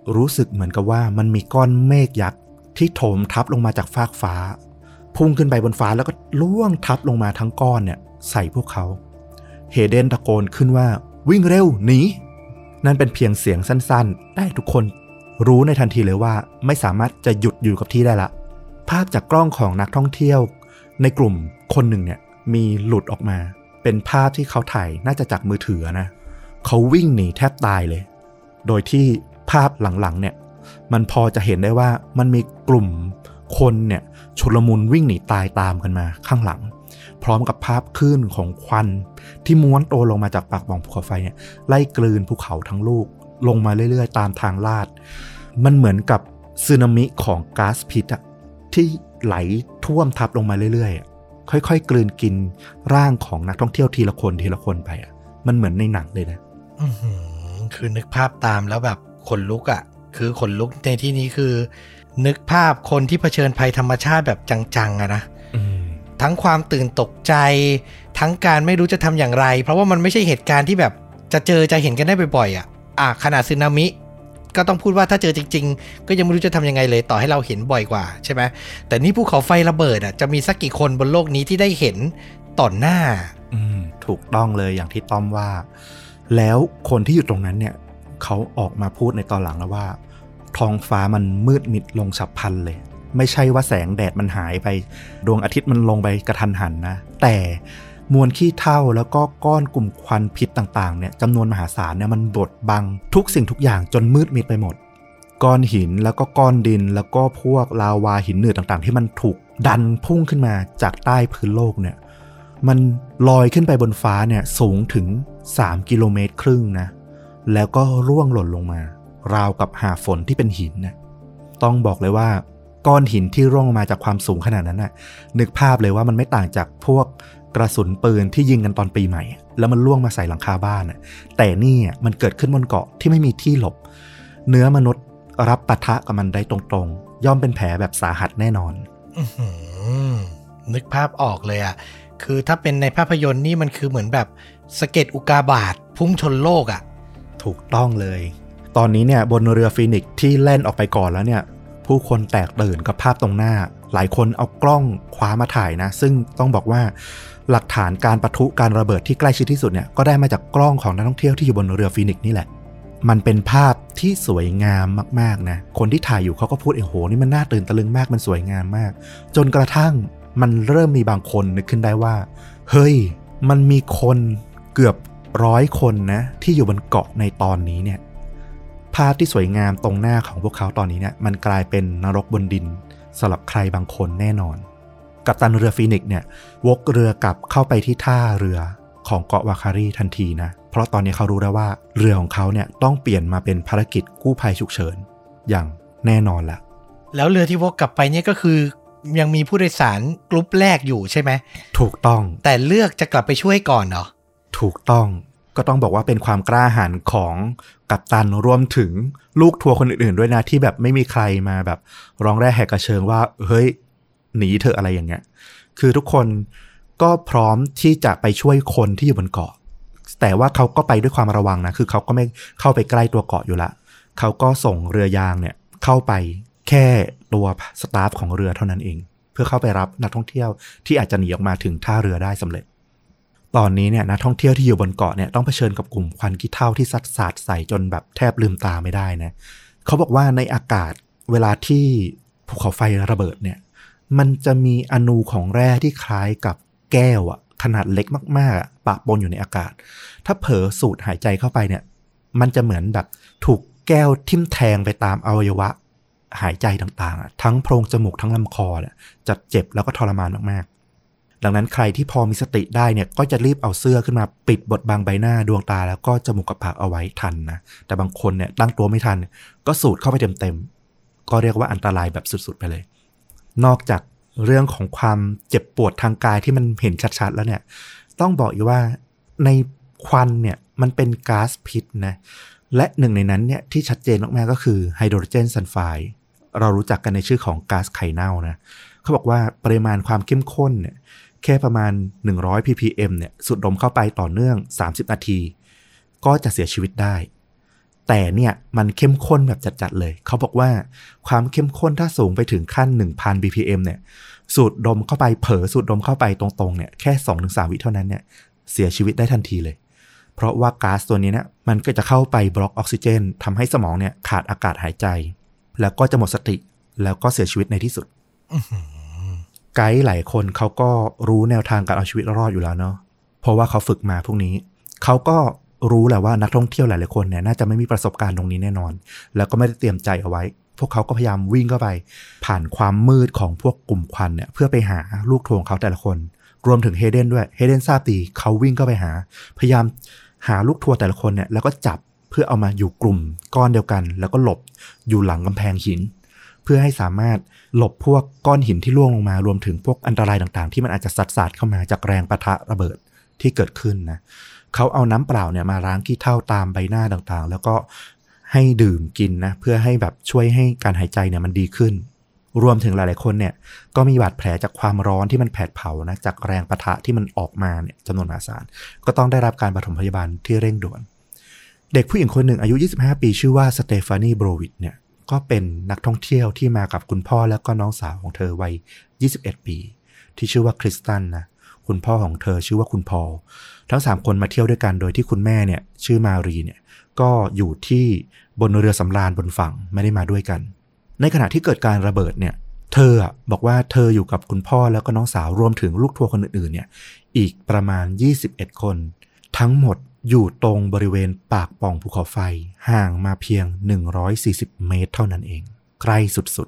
รู้สึกเหมือนกับว่ามันมีก้อนเมฆยักษ์ที่โถมทับลงมาจากฟากฟ้าพุ่งขึ้นไปบนฟ้าแล้วก็ล่วงทับลงมาทั้งก้อนเนี่ยใส่พวกเขาเฮเดนตะโกนขึ้นว่าวิ่งเร็วหนีนั่นเป็นเพียงเสียงสั้นๆแต่ทุกคนรู้ในทันทีเลยว่าไม่สามารถจะหยุดอยู่กับที่ได้ละภาพจากกล้องของนักท่องเที่ยวในกลุ่มคนหนึ่งเนี่ยมีหลุดออกมาเป็นภาพที่เขาถ่ายน่าจะจากมือถือนะเขาวิ่งหนีแทบตายเลยโดยที่ภาพหลังๆเนี่ยมันพอจะเห็นได้ว่ามันมีกลุ่มคนเนี่ยชุลมุนวิ่งหนีตายตามกันมาข้างหลังพร้อมกับภาพคลื่นของควันที่ม้วนตัวลงมาจากปากปล่องภูเขาไฟเนี่ยไล่กลืนภูเขาทั้งลูกลงมาเรื่อยๆตามทางลาดมันเหมือนกับสึนามิของก๊าซพิษอะที่ไหลท่วมทับลงมาเรื่อยๆค่อยๆกลืนกินร่างของนักท่องเที่ยวทีละคนทีละคนไปอะมันเหมือนในหนังเลยนะคือนึกภาพตามแล้วแบบขนลุกอะคือขนลุกในที่นี้คือนึกภาพคนที่เผชิญภัยธรรมชาติแบบจังๆอะนะทั้งความตื่นตกใจทั้งการไม่รู้จะทำอย่างไรเพราะว่ามันไม่ใช่เหตุการณ์ที่แบบจะเจอจะเห็นกันได้บ่อยๆอ่ะอ่ะขนาดสึนามิก็ต้องพูดว่าถ้าเจอจริงๆก็ยังไม่รู้จะทำยังไงเลยต่อให้เราเห็นบ่อยกว่าใช่ไหมแต่นี่ภูเขาไฟระเบิดอ่ะจะมีสักกี่คนบนโลกนี้ที่ได้เห็นต่อหน้าอืมถูกต้องเลยอย่างที่ต้อมว่าแล้วคนที่อยู่ตรงนั้นเนี่ยเขาออกมาพูดในตอนหลังแล้วว่าท้องฟ้ามันมืดมิดลงฉับพลันเลยไม่ใช่ว่าแสงแดดมันหายไปดวงอาทิตย์มันลงไปกระทันหันนะแต่มวลขี้เถ้าแล้วก็ก้อนกลุ่มควันพิษต่างๆเนี่ยจำนวนมหาศาลเนี่ยมันบดบังทุกสิ่งทุกอย่างจนมืดมิดไปหมดก้อนหินแล้วก็ก้อนดินแล้วก็พวกลาวาหินหนืดต่างๆที่มันถูกดันพุ่งขึ้นมาจากใต้พื้นโลกเนี่ยมันลอยขึ้นไปบนฟ้าเนี่ยสูงถึงสามกิโลเมตรครึ่งนะแล้วก็ร่วงหล่นลงมาราวกับหาฝนที่เป็นหินนะต้องบอกเลยว่าก้อนหินที่ร่วงมาจากความสูงขนาดนั้นน่ะนึกภาพเลยว่ามันไม่ต่างจากพวกกระสุนปืนที่ยิงกันตอนปีใหม่แล้วมันล่วงมาใส่หลังคาบ้านน่ะแต่นี่มันเกิดขึ้นบนเกาะที่ไม่มีที่หลบเนื้อมนุษย์รับปะทะกับมันได้ตรงๆย่อมเป็นแผลแบบสาหัสแน่นอนนึกภาพออกเลยอ่ะคือถ้าเป็นในภาพยนตร์นี่มันคือเหมือนแบบสะเก็ดอุกาบาตพุ่งชนโลกอ่ะถูกต้องเลยตอนนี้เนี่ยบนเรือฟีนิกซ์ที่แล่นออกไปก่อนแล้วเนี่ยผู้คนแตกตื่นกับภาพตรงหน้าหลายคนเอากล้องคว้ามาถ่ายนะซึ่งต้องบอกว่าหลักฐานการปะทุการระเบิดที่ใกล้ชิดที่สุดเนี่ยก็ได้มาจากกล้องของนักท่องเที่ยวที่อยู่บนเรือฟีนิกซ์นี่แหละมันเป็นภาพที่สวยงามมากๆนะคนที่ถ่ายอยู่เขาก็พูดโอ้โหนี่มันน่าตื่นตะลึงมากมันสวยงามมากจนกระทั่งมันเริ่มมีบางคนนึกขึ้นได้ว่าเฮ้ยมันมีคนเกือบร้อยคนนะที่อยู่บนเกาะในตอนนี้เนี่ยภาพที่สวยงามตรงหน้าของพวกเขาตอนนี้เนี่ยมันกลายเป็นนรกบนดินสำหรับใครบางคนแน่นอนกัปตันเรือฟีนิกซ์เนี่ยวกเรือกลับเข้าไปที่ท่าเรือของเกาะวาคารีทันทีนะเพราะตอนนี้เขารู้แล้วว่าเรือของเขาเนี่ยต้องเปลี่ยนมาเป็นภารกิจกู้ภัยฉุกเฉินอย่างแน่นอนละแล้วเรือที่วกกลับไปเนี่ยก็คือยังมีผู้โดยสารกลุ่มแรกอยู่ใช่ไหมถูกต้องแต่เลือกจะกลับไปช่วยก่อนเหรอถูกต้องก็ต้องบอกว่าเป็นความกล้าหาญของกัปตันรวมถึงลูกทัวร์คนอื่นๆด้วยนะที่แบบไม่มีใครมาแบบร้องแร่แหกกระเชิงว่าเฮ้ยหนีเถอะอะไรอย่างเงี้ยคือทุกคนก็พร้อมที่จะไปช่วยคนที่อยู่บนเกาะแต่ว่าเขาก็ไปด้วยความระวังนะคือเขาก็ไม่เข้าไปใกล้ตัวเกาะอยู่ละเขาก็ส่งเรือยางเนี่ยเข้าไปแค่ตัวสตาฟของเรือเท่านั้นเองเพื่อเข้าไปรับนักท่องเที่ยวที่อาจจะหนีออกมาถึงท่าเรือได้สำเร็จตอนนี้เนี่ยนักท่องเที่ยวที่อยู่บนเกาะเนี่ยต้องเผชิญกับกลุ่มควันขี้เถ้าที่ซัดสาดใส่จนแบบแทบลืมตาไม่ได้นะเขาบอกว่าในอากาศเวลาที่ภูเขาไฟระเบิดเนี่ยมันจะมีอนูของแร่ที่คล้ายกับแก้วอะขนาดเล็กมากๆปะปนอยู่ในอากาศถ้าเผลอสูดหายใจเข้าไปเนี่ยมันจะเหมือนแบบถูกแก้วทิ่มแทงไปตามอวัยวะหายใจต่างๆทั้งโพรงจมูกทั้งลำคอเนี่ยจะเจ็บแล้วก็ทรมานมากๆดังนั้นใครที่พอมีสติได้เนี่ยก็จะรีบเอาเสื้อขึ้นมาปิดบดบังใบหน้าดวงตาแล้วก็จมูกกับปากเอาไว้ทันนะแต่บางคนเนี่ยตั้งตัวไม่ทันก็สูดเข้าไปเต็มๆก็เรียกว่าอันตรายแบบสุดๆไปเลยนอกจากเรื่องของความเจ็บปวดทางกายที่มันเห็นชัดๆแล้วเนี่ยต้องบอกอยู่ว่าในควันเนี่ยมันเป็นก๊าซพิษนะและหนึ่งในนั้นเนี่ยที่ชัดเจนมากๆก็คือไฮโดรเจนซัลไฟด์เรารู้จักกันในชื่อของก๊าซไข่เน่านะเขาบอกว่าปริมาณความเข้มข้นเนี่ยแค่ประมาณหนึ่งร้อย พี พี เอ็ม เนี่ยสูดดมเข้าไปต่อเนื่องสามสิบนาทีก็จะเสียชีวิตได้แต่เนี่ยมันเข้มข้นแบบจัดๆเลยเขาบอกว่าความเข้มข้นถ้าสูงไปถึงขั้น หนึ่งพัน บี พี เอ็ม เนี่ยสูดดมเข้าไปเผลอสูดดมเข้าไปตรงๆเนี่ยแค่ สองถึงสาม วิเท่านั้นเนี่ยเสียชีวิตได้ทันทีเลยเพราะว่าก๊าซตัวนี้เนี่ยมันก็จะเข้าไปบล็อกออกซิเจนทำให้สมองเนี่ยขาดอากาศหายใจแล้วก็จะหมดสติแล้วก็เสียชีวิตในที่สุดไกด์หลายคนเขาก็รู้แนวทางการเอาชีวิตรอดอยู่แล้วเนาะเพราะว่าเขาฝึกมาพวกนี้เขาก็รู้แหละว่านักท่องเที่ยวหลายๆคนเนี่ยน่าจะไม่มีประสบการณ์ตรงนี้แน่นอนแล้วก็ไม่ได้เตรียมใจเอาไว้พวกเขาก็พยายามวิ่งเข้าไปผ่านความมืดของพวกกลุ่มควันเนี่ยเพื่อไปหาลูกทัวร์ของเขาแต่ละคนรวมถึงเฮเดนด้วยเฮเดนทราบดีเขาวิ่งเข้าไปหาพยายามหาลูกทัวร์แต่ละคนเนี่ยแล้วก็จับเพื่อเอามาอยู่กลุ่มก้อนเดียวกันแล้วก็หลบอยู่หลังกำแพงหินเพื่อให้สามารถหลบพวกก้อนหินที่ร่วงลงมารวมถึงพวกอันตรายต่างๆที่มันอาจจะสัดสาดเข้ามาจากแรงปะทะระเบิดที่เกิดขึ้นนะเขาเอาน้ำเปล่าเนี่ยมาล้างขี้เถ้าตามใบหน้าต่างๆแล้วก็ให้ดื่มกินนะเพื่อให้แบบช่วยให้การหายใจเนี่ยมันดีขึ้นรวมถึงหลายๆคนเนี่ยก็มีบาดแผลจากความร้อนที่มันแผดเผานะจากแรงปะทะที่มันออกมาเนี่ยจำนวนมหาศาลก็ต้องได้รับการปฐมพยาบาลที่เร่งด่วนเด็กผู้หญิงคนหนึ่งอายุยี่สิบห้าปีชื่อว่าสเตฟานีโบรวิชเนี่ยก็เป็นนักท่องเที่ยวที่มากับคุณพ่อแล้วก็น้องสาวของเธอวัยยี่สิบเอ็ดปีที่ชื่อว่าคริสตันนะคุณพ่อของเธอชื่อว่าคุณพอลทั้งสามคนมาเที่ยวด้วยกันโดยที่คุณแม่เนี่ยชื่อมารีเนี่ยก็อยู่ที่บนเรือสำราญบนฝั่งไม่ได้มาด้วยกันในขณะที่เกิดการระเบิดเนี่ยเธอบอกว่าเธออยู่กับคุณพ่อแล้วก็น้องสาวรวมถึงลูกทัวร์คนอื่นๆเนี่ยอีกประมาณยี่สิบเอ็ดคนทั้งหมดอยู่ตรงบริเวณปากปล่องภูเขาไฟห่างมาเพียงหนึ่งร้อยสี่สิบเมตรเท่านั้นเองใกล้สุด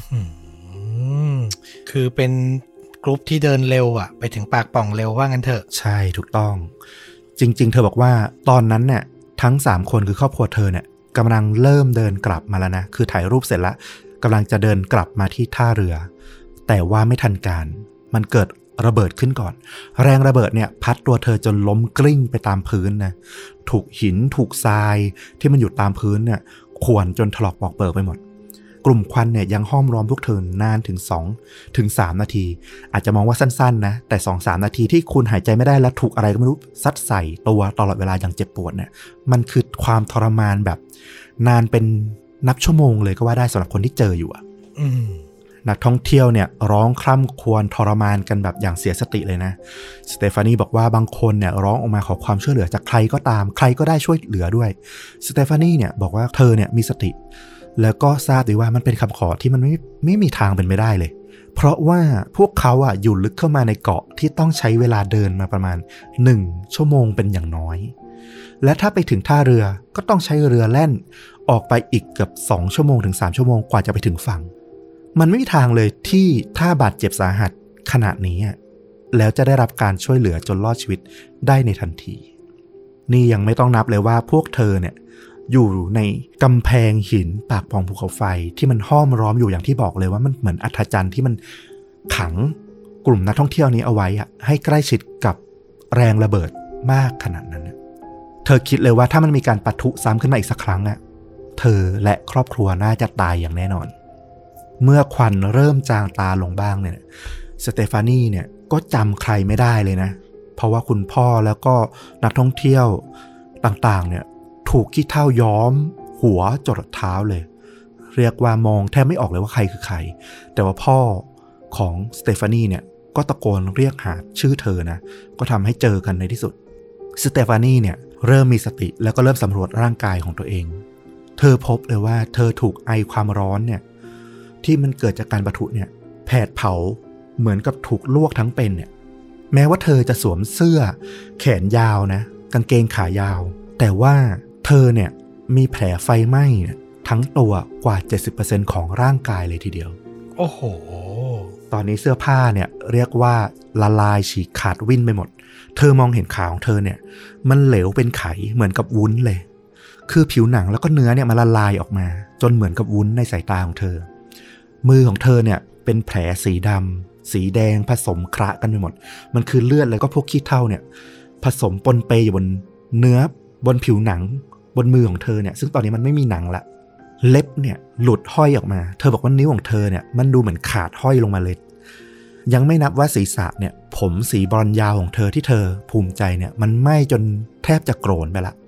ๆคือเป็นกรุ๊ปที่เดินเร็วอะไปถึงปากปล่องเร็วว่างั้นเถอะใช่ถูกต้องจริงๆเธอบอกว่าตอนนั้นเนี่ยทั้งสามคนคือครอบครัวเธอเนี่ยกำลังเริ่มเดินกลับมาแล้วนะคือถ่ายรูปเสร็จแล้วกำลังจะเดินกลับมาที่ท่าเรือแต่ว่าไม่ทันการมันเกิดระเบิดขึ้นก่อนแรงระเบิดเนี่ยพัดตัวเธอจนล้มกลิ้งไปตามพื้นนะถูกหินถูกทรายที่มันอยู่ตามพื้นเนี่ยข่วนจนถลอกปอกเปิกไปหมดกลุ่มควันเนี่ยยังห้อมล้อมพวกเธอนานถึงสองถึงสามนาทีอาจจะมองว่าสั้นๆนะแต่ สองถึงสาม นาทีที่คุณหายใจไม่ได้และถูกอะไรก็ไม่รู้ซัดใส่ตัวตลอดเวลาอย่างเจ็บปวดเนี่ยมันคือความทรมานแบบนานเป็นนับชั่วโมงเลยก็ว่าได้สำหรับคนที่เจออยู่อ่ะนักท่องเที่ยวเนี่ยร้องคร่ำครวญทรมานกันแบบอย่างเสียสติเลยนะสเตฟานีบอกว่าบางคนเนี่ยร้องออกมาขอความช่วยเหลือจากใครก็ตามใครก็ได้ช่วยเหลือด้วยสเตฟานีเนี่ยบอกว่าเธอเนี่ยมีสติแล้วก็ทราบดีว่ามันเป็นคำขอที่มันไม่ไม่มีทางเป็นไปได้เลยเพราะว่าพวกเขาอ่ะอยู่ลึกเข้ามาในเกาะที่ต้องใช้เวลาเดินมาประมาณหนึ่งชั่วโมงเป็นอย่างน้อยและถ้าไปถึงท่าเรือก็ต้องใช้เรือแล่นออกไปอีกเกือบสองชั่วโมงถึงสามชั่วโมงกว่าจะไปถึงฝั่งมันไม่มีทางเลยที่ถ้าบาดเจ็บสาหัสขนาดนี้แล้วจะได้รับการช่วยเหลือจนรอดชีวิตได้ในทันทีนี่ยังไม่ต้องนับเลยว่าพวกเธอเนี่ยอยู่ในกำแพงหินปากปล่องภูเขาไฟที่มันห้อมล้อมอยู่อย่างที่บอกเลยว่ามันเหมือนอัศจรรย์ที่มันขังกลุ่มนักท่องเที่ยวนี้เอาไว้ให้ใกล้ชิดกับแรงระเบิดมากขนาดนั้นเธอคิดเลยว่าถ้ามันมีการปะทุซ้ำขึ้นมาอีกสักครั้งอ่ะเธอและครอบครัวน่าจะตายอย่างแน่นอนเมื่อควันเริ่มจางตาลงบ้างเนี่ยสเตฟานีเนี่ยก็จำใครไม่ได้เลยนะเพราะว่าคุณพ่อแล้วก็นักท่องเที่ยวต่างๆเนี่ยถูกขี้เถ้าย้อมหัวจรดเท้าเลยเรียกว่ามองแทบไม่ออกเลยว่าใครคือใครแต่ว่าพ่อของสเตฟานีเนี่ยก็ตะโกนเรียกหาชื่อเธอนะก็ทำให้เจอกันในที่สุดสเตฟานีเนี่ยเริ่มมีสติแล้วก็เริ่มสำรวจร่างกายของตัวเองเธอพบเลยว่าเธอถูกไอความร้อนเนี่ยที่มันเกิดจากการปะทุเนี่ยแผดเผาเหมือนกับถูกลวกทั้งเป็นเนี่ยแม้ว่าเธอจะสวมเสื้อแขนยาวนะกางเกงขายาวแต่ว่าเธอเนี่ยมีแผลไฟไหม้ทั้งตัวกว่า เจ็ดสิบเปอร์เซ็นต์ ของร่างกายเลยทีเดียวโอ้โหตอนนี้เสื้อผ้าเนี่ยเรียกว่าละลายฉีกขาดวิ่นไปหมดเธอมองเห็นขาของเธอเนี่ยมันเหลวเป็นไขเหมือนกับวุ้นเลยคือผิวหนังแล้วก็เนื้อเนี่ยมันละลายออกมาจนเหมือนกับวุ้นในสายตาของเธอมือของเธอเนี่ยเป็นแผลสีดำสีแดงผสมคระกันไปหมดมันคือเลือดแล้วก็พวกขี้เถ้าเนี่ยผสมปนเปอยู่บนเนื้อบนผิวหนังบนมือของเธอเนี่ยซึ่งตอนนี้มันไม่มีหนังละเล็บเนี่ยหลุดห้อยออกมาเธอบอกว่านิ้วของเธอเนี่ยมันดูเหมือนขาดห้อยลงมาเลยยังไม่นับว่าศีรษะเนี่ยผมสีบรอนซ์ยาวของเธอที่เธอภูมิใจเนี่ยมันไหม้จนแทบจะโกรนไปละ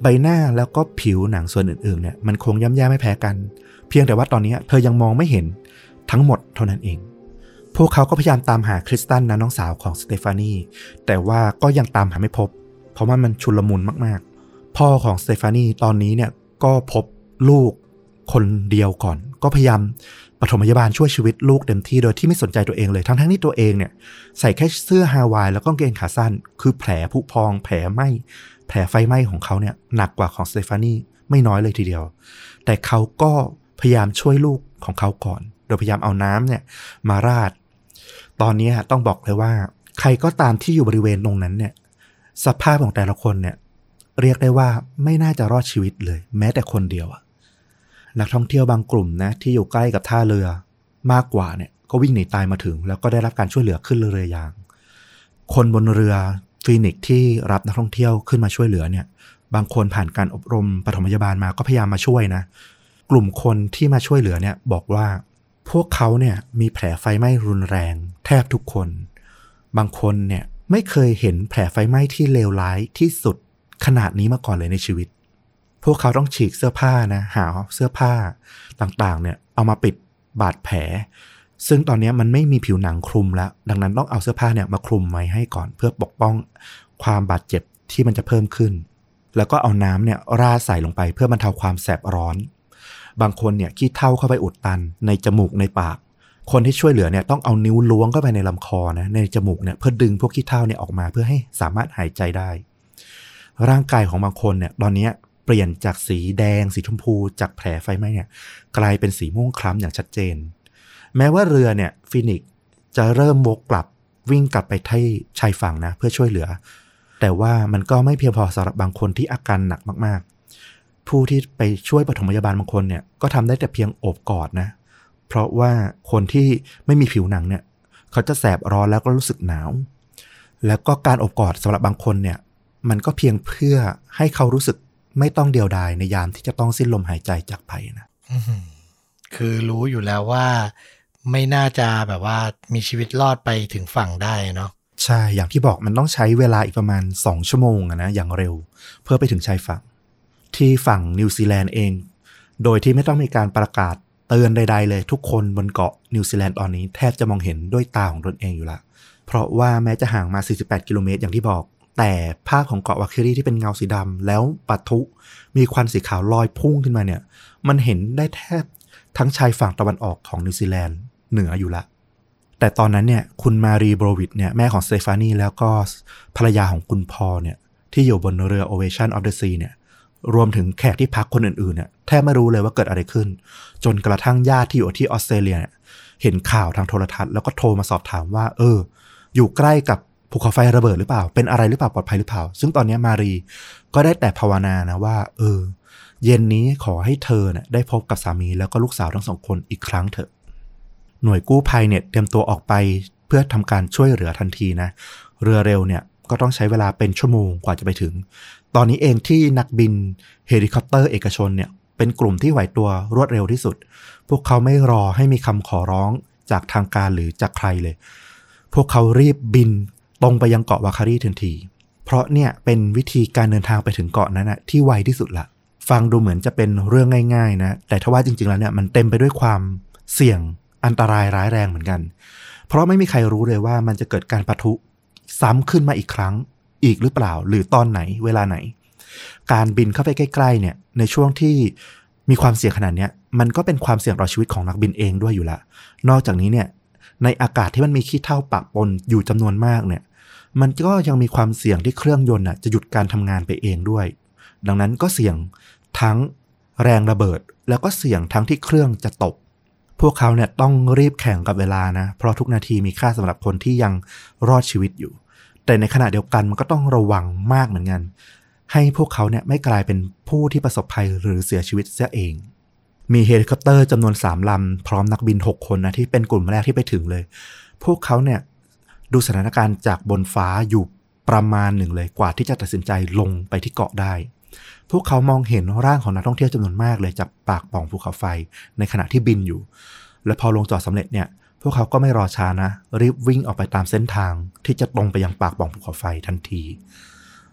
ใบหน้าแล้วก็ผิวหนังส่วนอื่นๆเนี่ยมันคงย่ำแย่ไม่แพ้กันเพียงแต่ว่าตอนนี้เธอยังมองไม่เห็นทั้งหมดเท่านั้นเองพวกเขาก็พยายามตามหาคริสตันนะน้องสาวของสเตฟานีแต่ว่าก็ยังตามหาไม่พบเพราะว่ามันชุลมุนมากๆพ่อของสเตฟานีตอนนี้เนี่ยก็พบลูกคนเดียวก่อนก็พยายามปฐมพยาบาลช่วยชีวิตลูกเต็มที่โดยที่ไม่สนใจตัวเองเลยทั้งๆที่ตัวเองเนี่ยใส่แค่เสื้อฮาวายแล้วก็กางเกงขาสั้นคือแผลผุพองแผลไหม้แผลไฟไหม้ของเขาเนี่ยหนักกว่าของสเตฟานีไม่น้อยเลยทีเดียวแต่เขาก็พยายามช่วยลูกของเขาก่อนโดยพยายามเอาน้ำเนี่ยมาราดตอนนี้ต้องบอกเลยว่าใครก็ตามที่อยู่บริเวณตรงนั้นเนี่ยสภาพของแต่ละคนเนี่ยเรียกได้ว่าไม่น่าจะรอดชีวิตเลยแม้แต่คนเดียวนักท่องเที่ยวบางกลุ่มนะที่อยู่ใกล้กับท่าเรือมากกว่าเนี่ยก็วิ่งหนีตายมาถึงแล้วก็ได้รับการช่วยเหลือขึ้นเรือยางคนบนเรือฟีนิกซ์ที่รับนักท่องเที่ยวขึ้นมาช่วยเหลือเนี่ยบางคนผ่านการอบรมปฐมพยาบาลมาก็พยายามมาช่วยนะกลุ่มคนที่มาช่วยเหลือเนี่ยบอกว่าพวกเขาเนี่ยมีแผลไฟไหม้รุนแรงแทบทุกคนบางคนเนี่ยไม่เคยเห็นแผลไฟไหม้ที่เลวร้ายที่สุดขนาดนี้มาก่อนเลยในชีวิตพวกเขาต้องฉีกเสื้อผ้านะหาเสื้อผ้าต่างๆเนี่ยเอามาปิดบาดแผลซึ่งตอนนี้มันไม่มีผิวหนังคลุมแล้วดังนั้นต้องเอาเสื้อผ้าเนี่ยมาคลุมไว้ให้ก่อนเพื่อปกป้องความบาดเจ็บที่มันจะเพิ่มขึ้นแล้วก็เอาน้ำเนี่ยราดใส่ลงไปเพื่อบรรเทาความแสบร้อนบางคนเนี่ยขี้เถ้าเข้าไปอุดตันในจมูกในปากคนที่ช่วยเหลือเนี่ยต้องเอานิ้วล้วงเข้าไปในลำคอนะในจมูกเนี่ยเพื่อดึงพวกขี้เถ้าเนี่ยออกมาเพื่อให้สามารถหายใจได้ร่างกายของบางคนเนี่ยตอนนี้เปลี่ยนจากสีแดงสีชมพูจากแผลไฟไหม้เนี่ยกลายเป็นสีม่วงคล้ำอย่างชัดเจนแม้ว่าเรือเนี่ยฟีนิกซ์จะเริ่มวกกลับวิ่งกลับไปที่ชายฝั่งนะเพื่อช่วยเหลือแต่ว่ามันก็ไม่เพียงพอสำหรับบางคนที่อาการหนักมากๆผู้ที่ไปช่วยปฐมพยาบาลบางคนเนี่ยก็ทำได้แต่เพียงโอบกอดนะเพราะว่าคนที่ไม่มีผิวหนังเนี่ยเขาจะแสบร้อนแล้วก็รู้สึกหนาวแล้วก็การโอบกอดสำหรับบางคนเนี่ยมันก็เพียงเพื่อให้เขารู้สึกไม่ต้องเดียวดายในยามที่จะต้องสิ้นลมหายใจจากไปนะคือรู้อยู่แล้วว่าไม่น่าจะแบบว่ามีชีวิตรอดไปถึงฝั่งได้เนาะใช่อย่างที่บอกมันต้องใช้เวลาอีกประมาณสองชั่วโมงนะอย่างเร็วเพื่อไปถึงชายฝั่งที่ฝั่งนิวซีแลนด์เองโดยที่ไม่ต้องมีการประกาศเตือนใดๆเลยทุกคนบนเกาะนิวซีแลนด์ตอนนี้แทบจะมองเห็นด้วยตาของตนเองอยู่ละเพราะว่าแม้จะห่างมาสี่สิบแปดกิโลเมตรอย่างที่บอกแต่ภาพของเกาะวาคิรีที่เป็นเงาสีดำแล้วปะทุมีควันสีขาวลอยพุ่งขึ้นมาเนี่ยมันเห็นได้แทบทั้งชายฝั่งตะวันออกของนิวซีแลนด์เหนืออยู่ละแต่ตอนนั้นเนี่ยคุณมารีโบรวิชเนี่ยแม่ของสเตฟานีแล้วก็ภรรยาของคุณพอเนี่ยที่อยู่บนเรือ Ovation of the Sea เนี่ยรวมถึงแขกที่พักคนอื่นๆเนี่ยแทบไม่รู้เลยว่าเกิดอะไรขึ้นจนกระทั่งญาติที่อยู่ที่ออสเตรเลียเนี่ยเห็นข่าวทางโทรทัศน์แล้วก็โทรมาสอบถามว่าเอออยู่ใกล้กับภูเขาไฟระเบิดหรือเปล่าเป็นอะไรหรือเปล่าปลอดภัยหรือเปล่าซึ่งตอนนี้มารีก็ได้แต่ภาวนานะว่าเออเย็นนี้ขอให้เธอเนี่ยได้พบกับสามีแล้วก็ลูกสาวทั้งสองคนอีกครั้งเถอะหน่วยกู้ภัยเนี่ยเตรียมตัวออกไปเพื่อทำการช่วยเหลือทันทีนะเรือเร็วเนี่ยก็ต้องใช้เวลาเป็นชั่วโมงกว่าจะไปถึงตอนนี้เองที่นักบินเฮลิคอปเตอร์เอกชนเนี่ยเป็นกลุ่มที่ไหวตัวรวดเร็วที่สุดพวกเขาไม่รอให้มีคำขอร้องจากทางการหรือจากใครเลยพวกเขารีบบินตรงไปยังเกาะวาคารีทันทีเพราะเนี่ยเป็นวิธีการเดินทางไปถึงเกาะนั้นนะที่ไวที่สุดละฟังดูเหมือนจะเป็นเรื่องง่ายๆนะแต่ถ้าว่าจริงๆแล้วเนี่ยมันเต็มไปด้วยความเสี่ยงอันตรายร้ายแรงเหมือนกันเพราะไม่มีใครรู้เลยว่ามันจะเกิดการปะทุซ้ำขึ้นมาอีกครั้งอีกหรือเปล่าหรือตอนไหนเวลาไหนการบินเข้าไปใกล้ๆเนี่ยในช่วงที่มีความเสี่ยงขนาดนี้มันก็เป็นความเสี่ยงต่อชีวิตของนักบินเองด้วยอยู่ละนอกจากนี้เนี่ยในอากาศที่มันมีขี้เถ้าปะปนอยู่จำนวนมากเนี่ยมันก็ยังมีความเสี่ยงที่เครื่องยนต์น่ะจะหยุดการทำงานไปเองด้วยดังนั้นก็เสี่ยงทั้งแรงระเบิดแล้วก็เสี่ยงทั้งที่เครื่องจะตกพวกเขาเนี่ยต้องรีบแข่งกับเวลานะเพราะทุกนาทีมีค่าสำหรับคนที่ยังรอดชีวิตอยู่แต่ในขณะเดียวกันมันก็ต้องระวังมากเหมือนกันให้พวกเขาเนี่ยไม่กลายเป็นผู้ที่ประสบภัยหรือเสียชีวิตเสียเองมีเฮลิคอปเตอร์จำนวนสามลำพร้อมนักบินหกคนนะที่เป็นกลุ่มแรกที่ไปถึงเลยพวกเขาเนี่ยดูสถานการณ์จากบนฟ้าอยู่ประมาณหนึ่งเลยกว่าที่จะตัดสินใจลงไปที่เกาะได้พวกเขามองเห็นร่างของนักท่องเที่ยวจำนวนมากเลยจากปากปล่องภูเขาไฟในขณะที่บินอยู่และพอลงจอดสำเร็จเนี่ยพวกเขาก็ไม่รอช้านะรีบวิ่งออกไปตามเส้นทางที่จะตรงไปยังปากปล่องภูเขาไฟทันที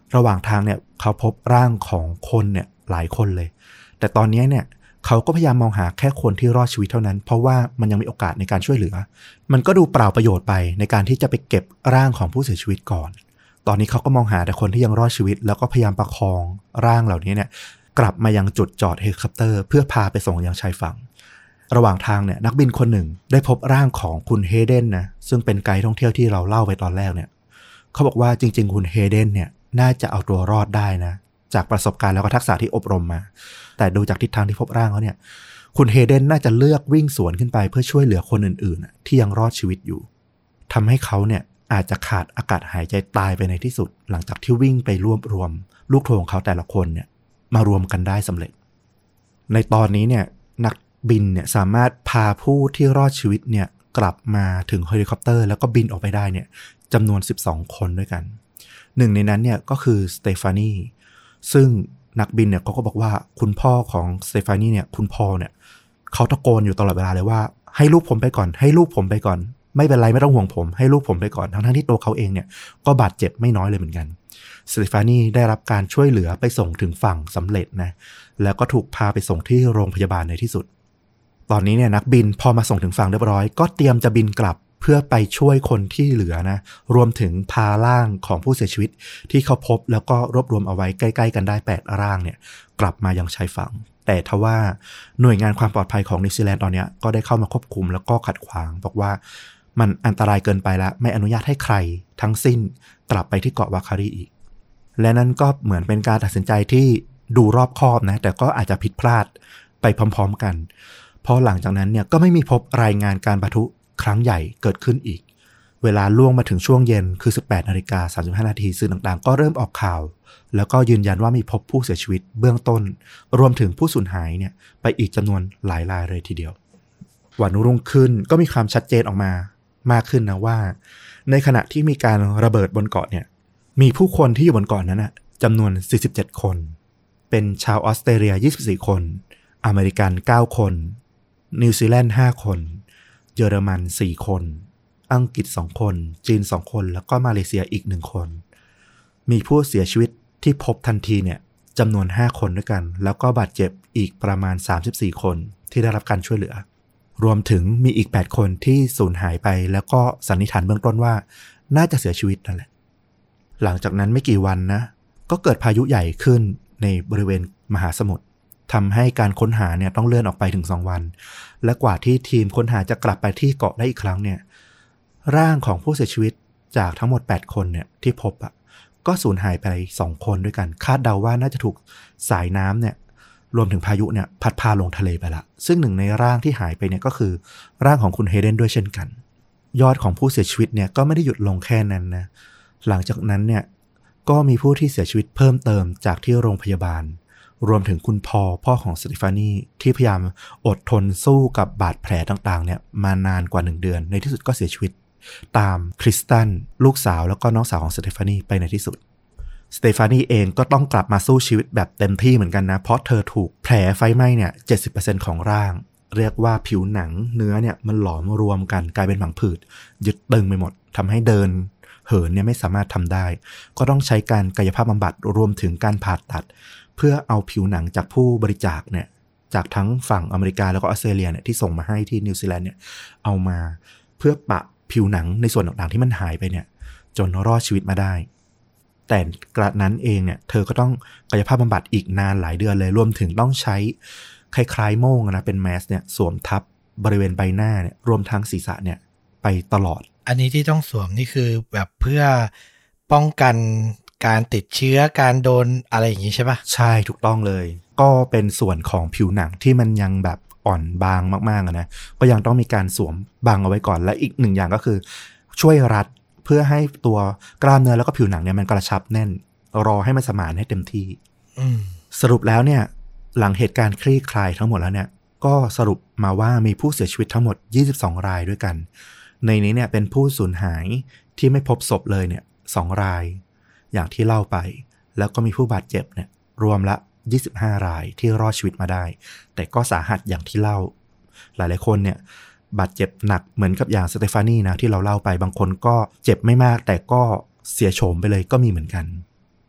ระหว่างทางเนี่ยเขาพบร่างของคนเนี่ยหลายคนเลยแต่ตอนนี้เนี่ยเขาก็พยายามมองหาแค่คนที่รอดชีวิตเท่านั้นเพราะว่ามันยังมีโอกาสในการช่วยเหลือมันก็ดูเปล่าประโยชน์ไปในการที่จะไปเก็บร่างของผู้เสียชีวิตก่อนตอนนี้เขาก็มองหาแต่คนที่ยังรอดชีวิตแล้วก็พยายามประคองร่างเหล่านี้เนี่ยกลับมายังจุดจอดเฮลิคอปเตอร์เพื่อพาไปส่งยังชายฝั่งระหว่างทางเนี่ยนักบินคนหนึ่งได้พบร่างของคุณเฮเดนนะซึ่งเป็นไกด์ท่องเที่ยวที่เราเล่าไปตอนแรกเนี่ยเขาบอกว่าจริงๆคุณเฮเดนเนี่ยน่าจะเอาตัวรอดได้นะจากประสบการณ์แล้วก็ทักษะที่อบรมมาแต่ดูจากทิศทางที่พบร่างเขาเนี่ยคุณเฮเดนน่าจะเลือกวิ่งสวนขึ้นไปเพื่อช่วยเหลือคนอื่นๆที่ยังรอดชีวิตอยู่ทำให้เขาเนี่ยอาจจะขาดอากาศหายใจตายไปในที่สุดหลังจากที่วิ่งไปรวบรวมลูกโทของเขาแต่ละคนเนี่ยมารวมกันได้สำเร็จในตอนนี้เนี่ยนักบินเนี่ยสามารถพาผู้ที่รอดชีวิตเนี่ยกลับมาถึงเฮลิคอปเตอร์แล้วก็บินออกไปได้เนี่ยจำนวนสิบสองคนด้วยกันหนึ่งในนั้นเนี่ยก็คือสเตฟานีซึ่งนักบินเนี่ยเขาก็บอกว่าคุณพ่อของสเตฟานีเนี่ยคุณพ่อเนี่ยเขาตะโกนอยู่ตลอดเวลาเลยว่าให้ลูกผมไปก่อนให้ลูกผมไปก่อนไม่เป็นไรไม่ต้องห่วงผมให้ลูกผมไปก่อนทั้งๆที่ตัวเขาเองเนี่ยก็บาดเจ็บไม่น้อยเลยเหมือนกันสเตฟานีได้รับการช่วยเหลือไปส่งถึงฝั่งสำเร็จนะแล้วก็ถูกพาไปส่งที่โรงพยาบาลในที่สุดตอนนี้เนี่ยนักบินพอมาส่งถึงฝั่งเรียบร้อยก็เตรียมจะบินกลับเพื่อไปช่วยคนที่เหลือนะรวมถึงพาร่างของผู้เสียชีวิตที่เขาพบแล้วก็รวบรวมเอาไว้ใกล้ๆกันได้แปดร่างเนี่ยกลับมายังชายฝั่งแต่ทว่าหน่วยงานความปลอดภัยของนิวซีแลนด์ตอนนี้ก็ได้เข้ามาควบคุมแล้วก็ขัดขวางบอกว่ามันอันตรายเกินไปแล้วไม่อนุญาตให้ใครทั้งสิ้นกลับไปที่เกาะวาคารีอีกและนั่นก็เหมือนเป็นการตัดสินใจที่ดูรอบคอบนะแต่ก็อาจจะผิดพลาดไปพร้อมๆกันเพราะหลังจากนั้นเนี่ยก็ไม่มีพบรายงานการปะทุครั้งใหญ่เกิดขึ้นอีกเวลาล่วงมาถึงช่วงเย็นคือ สิบแปดนาฬิกาสามสิบห้านาทีสื่อต่างๆก็เริ่มออกข่าวแล้วก็ยืนยันว่ามีพบผู้เสียชีวิตเบื้องต้นรวมถึงผู้สูญหายเนี่ยไปอีกจำนวนหลายรายเลยทีเดียววันรุ่งขึ้นก็มีความชัดเจนออกมามากขึ้นนะว่าในขณะที่มีการระเบิดบนเกาะเนี่ยมีผู้คนที่อยู่บนเกาะนั้นนะจำนวนสี่สิบเจ็ดคนเป็นชาวออสเตรเลียยี่สิบสี่คนอเมริกันเก้าคนนิวซีแลนด์ห้าคนเยอรมันสี่คนอังกฤษสองคนจีนสองคนแล้วก็มาเลเซียอีกหนึ่งคนมีผู้เสียชีวิตที่พบทันทีเนี่ยจำนวนห้าคนด้วยกันแล้วก็บาดเจ็บอีกประมาณสามสิบสี่คนที่ได้รับการช่วยเหลือรวมถึงมีอีกแปดคนที่สูญหายไปแล้วก็สันนิษฐานเบื้องต้นว่าน่าจะเสียชีวิตนั่นแหละหลังจากนั้นไม่กี่วันนะก็เกิดพายุใหญ่ขึ้นในบริเวณมหาสมุทรทำให้การค้นหาเนี่ยต้องเลื่อนออกไปถึงสองวันและกว่าที่ทีมค้นหาจะกลับไปที่เกาะได้อีกครั้งเนี่ยร่างของผู้เสียชีวิตจากทั้งหมดแปดคนเนี่ยที่พบอ่ะก็สูญหายไปสองคนด้วยกันคาดเดาว่าน่าจะถูกสายน้ำเนี่ยรวมถึงพายุเนี่ยพัดพาลงทะเลไปละซึ่งหนึ่งในร่างที่หายไปเนี่ยก็คือร่างของคุณเฮเดนด้วยเช่นกันยอดของผู้เสียชีวิตเนี่ยก็ไม่ได้หยุดลงแค่นั้นนะหลังจากนั้นเนี่ยก็มีผู้ที่เสียชีวิตเพิ่มเติมจากที่โรงพยาบาลรวมถึงคุณพอพ่อของสเตฟานีที่พยายามอดทนสู้กับบาดแผลต่างๆเนี่ยมานานกว่าหนึ่งเดือนในที่สุดก็เสียชีวิตตามคริสตันลูกสาวแล้วก็น้องสาวของสเตฟานีไปในที่สุดสเตฟานีเองก็ต้องกลับมาสู้ชีวิตแบบเต็มที่เหมือนกันนะเพราะเธอถูกแผลไฟไหม้เนี่ย เจ็ดสิบเปอร์เซ็นต์ ของร่างเรียกว่าผิวหนังเนื้อเนี่ยมันหลอมรวมกันกลายเป็นผังผืดยึดตึงไปหมดทำให้เดินเหินเนี่ยไม่สามารถทำได้ก็ต้องใช้การกายภาพบำบัดรวมถึงการผ่าตัดเพื่อเอาผิวหนังจากผู้บริจาคเนี่ยจากทั้งฝั่งอเมริกาแล้วก็ออสเตรเลียเนี่ยที่ส่งมาให้ที่นิวซีแลนด์เนี่ยเอามาเพื่อปะผิวหนังในส่วนต่างๆที่มันหายไปเนี่ยจนรอดชีวิตมาได้แต่กระนั้นเองเนี่ยเธอก็ต้องกายภาพบำบัดอีกนานหลายเดือนเลยรวมถึงต้องใช้คล้ายๆโม่งนะเป็นแมสเนี่ยสวมทับบริเวณใบหน้าเนี่ยรวมทั้งศีรษะเนี่ยไปตลอดอันนี้ที่ต้องสวมนี่คือแบบเพื่อป้องกันการติดเชื้อการโดนอะไรอย่างนี้ใช่ปะใช่ถูกต้องเลยก็เป็นส่วนของผิวหนังที่มันยังแบบอ่อนบางมากๆนะก็ยังต้องมีการสวมบังเอาไว้ก่อนและอีกหนึ่งอย่างก็คือช่วยรัดเพื่อให้ตัวกล้ามเนื้อแล้วก็ผิวหนังเนี่ยมันกระชับแน่นรอให้มันสมานให้เต็มที่สรุปแล้วเนี่ยหลังเหตุการณ์คลี่คลายทั้งหมดแล้วเนี่ยก็สรุปมาว่ามีผู้เสียชีวิตทั้งหมดยี่สิบสองรายด้วยกันในนี้เนี่ยเป็นผู้สูญหายที่ไม่พบศพเลยเนี่ยสองรายอย่างที่เล่าไปแล้วก็มีผู้บาดเจ็บเนี่ยรวมละยี่สิบห้ารายที่รอดชีวิตมาได้แต่ก็สาหัสอย่างที่เล่าหลายๆคนเนี่ยบาดเจ็บหนักเหมือนกับอย่างสเตฟานีนะที่เราเล่าไปบางคนก็เจ็บไม่มากแต่ก็เสียโฉมไปเลยก็มีเหมือนกัน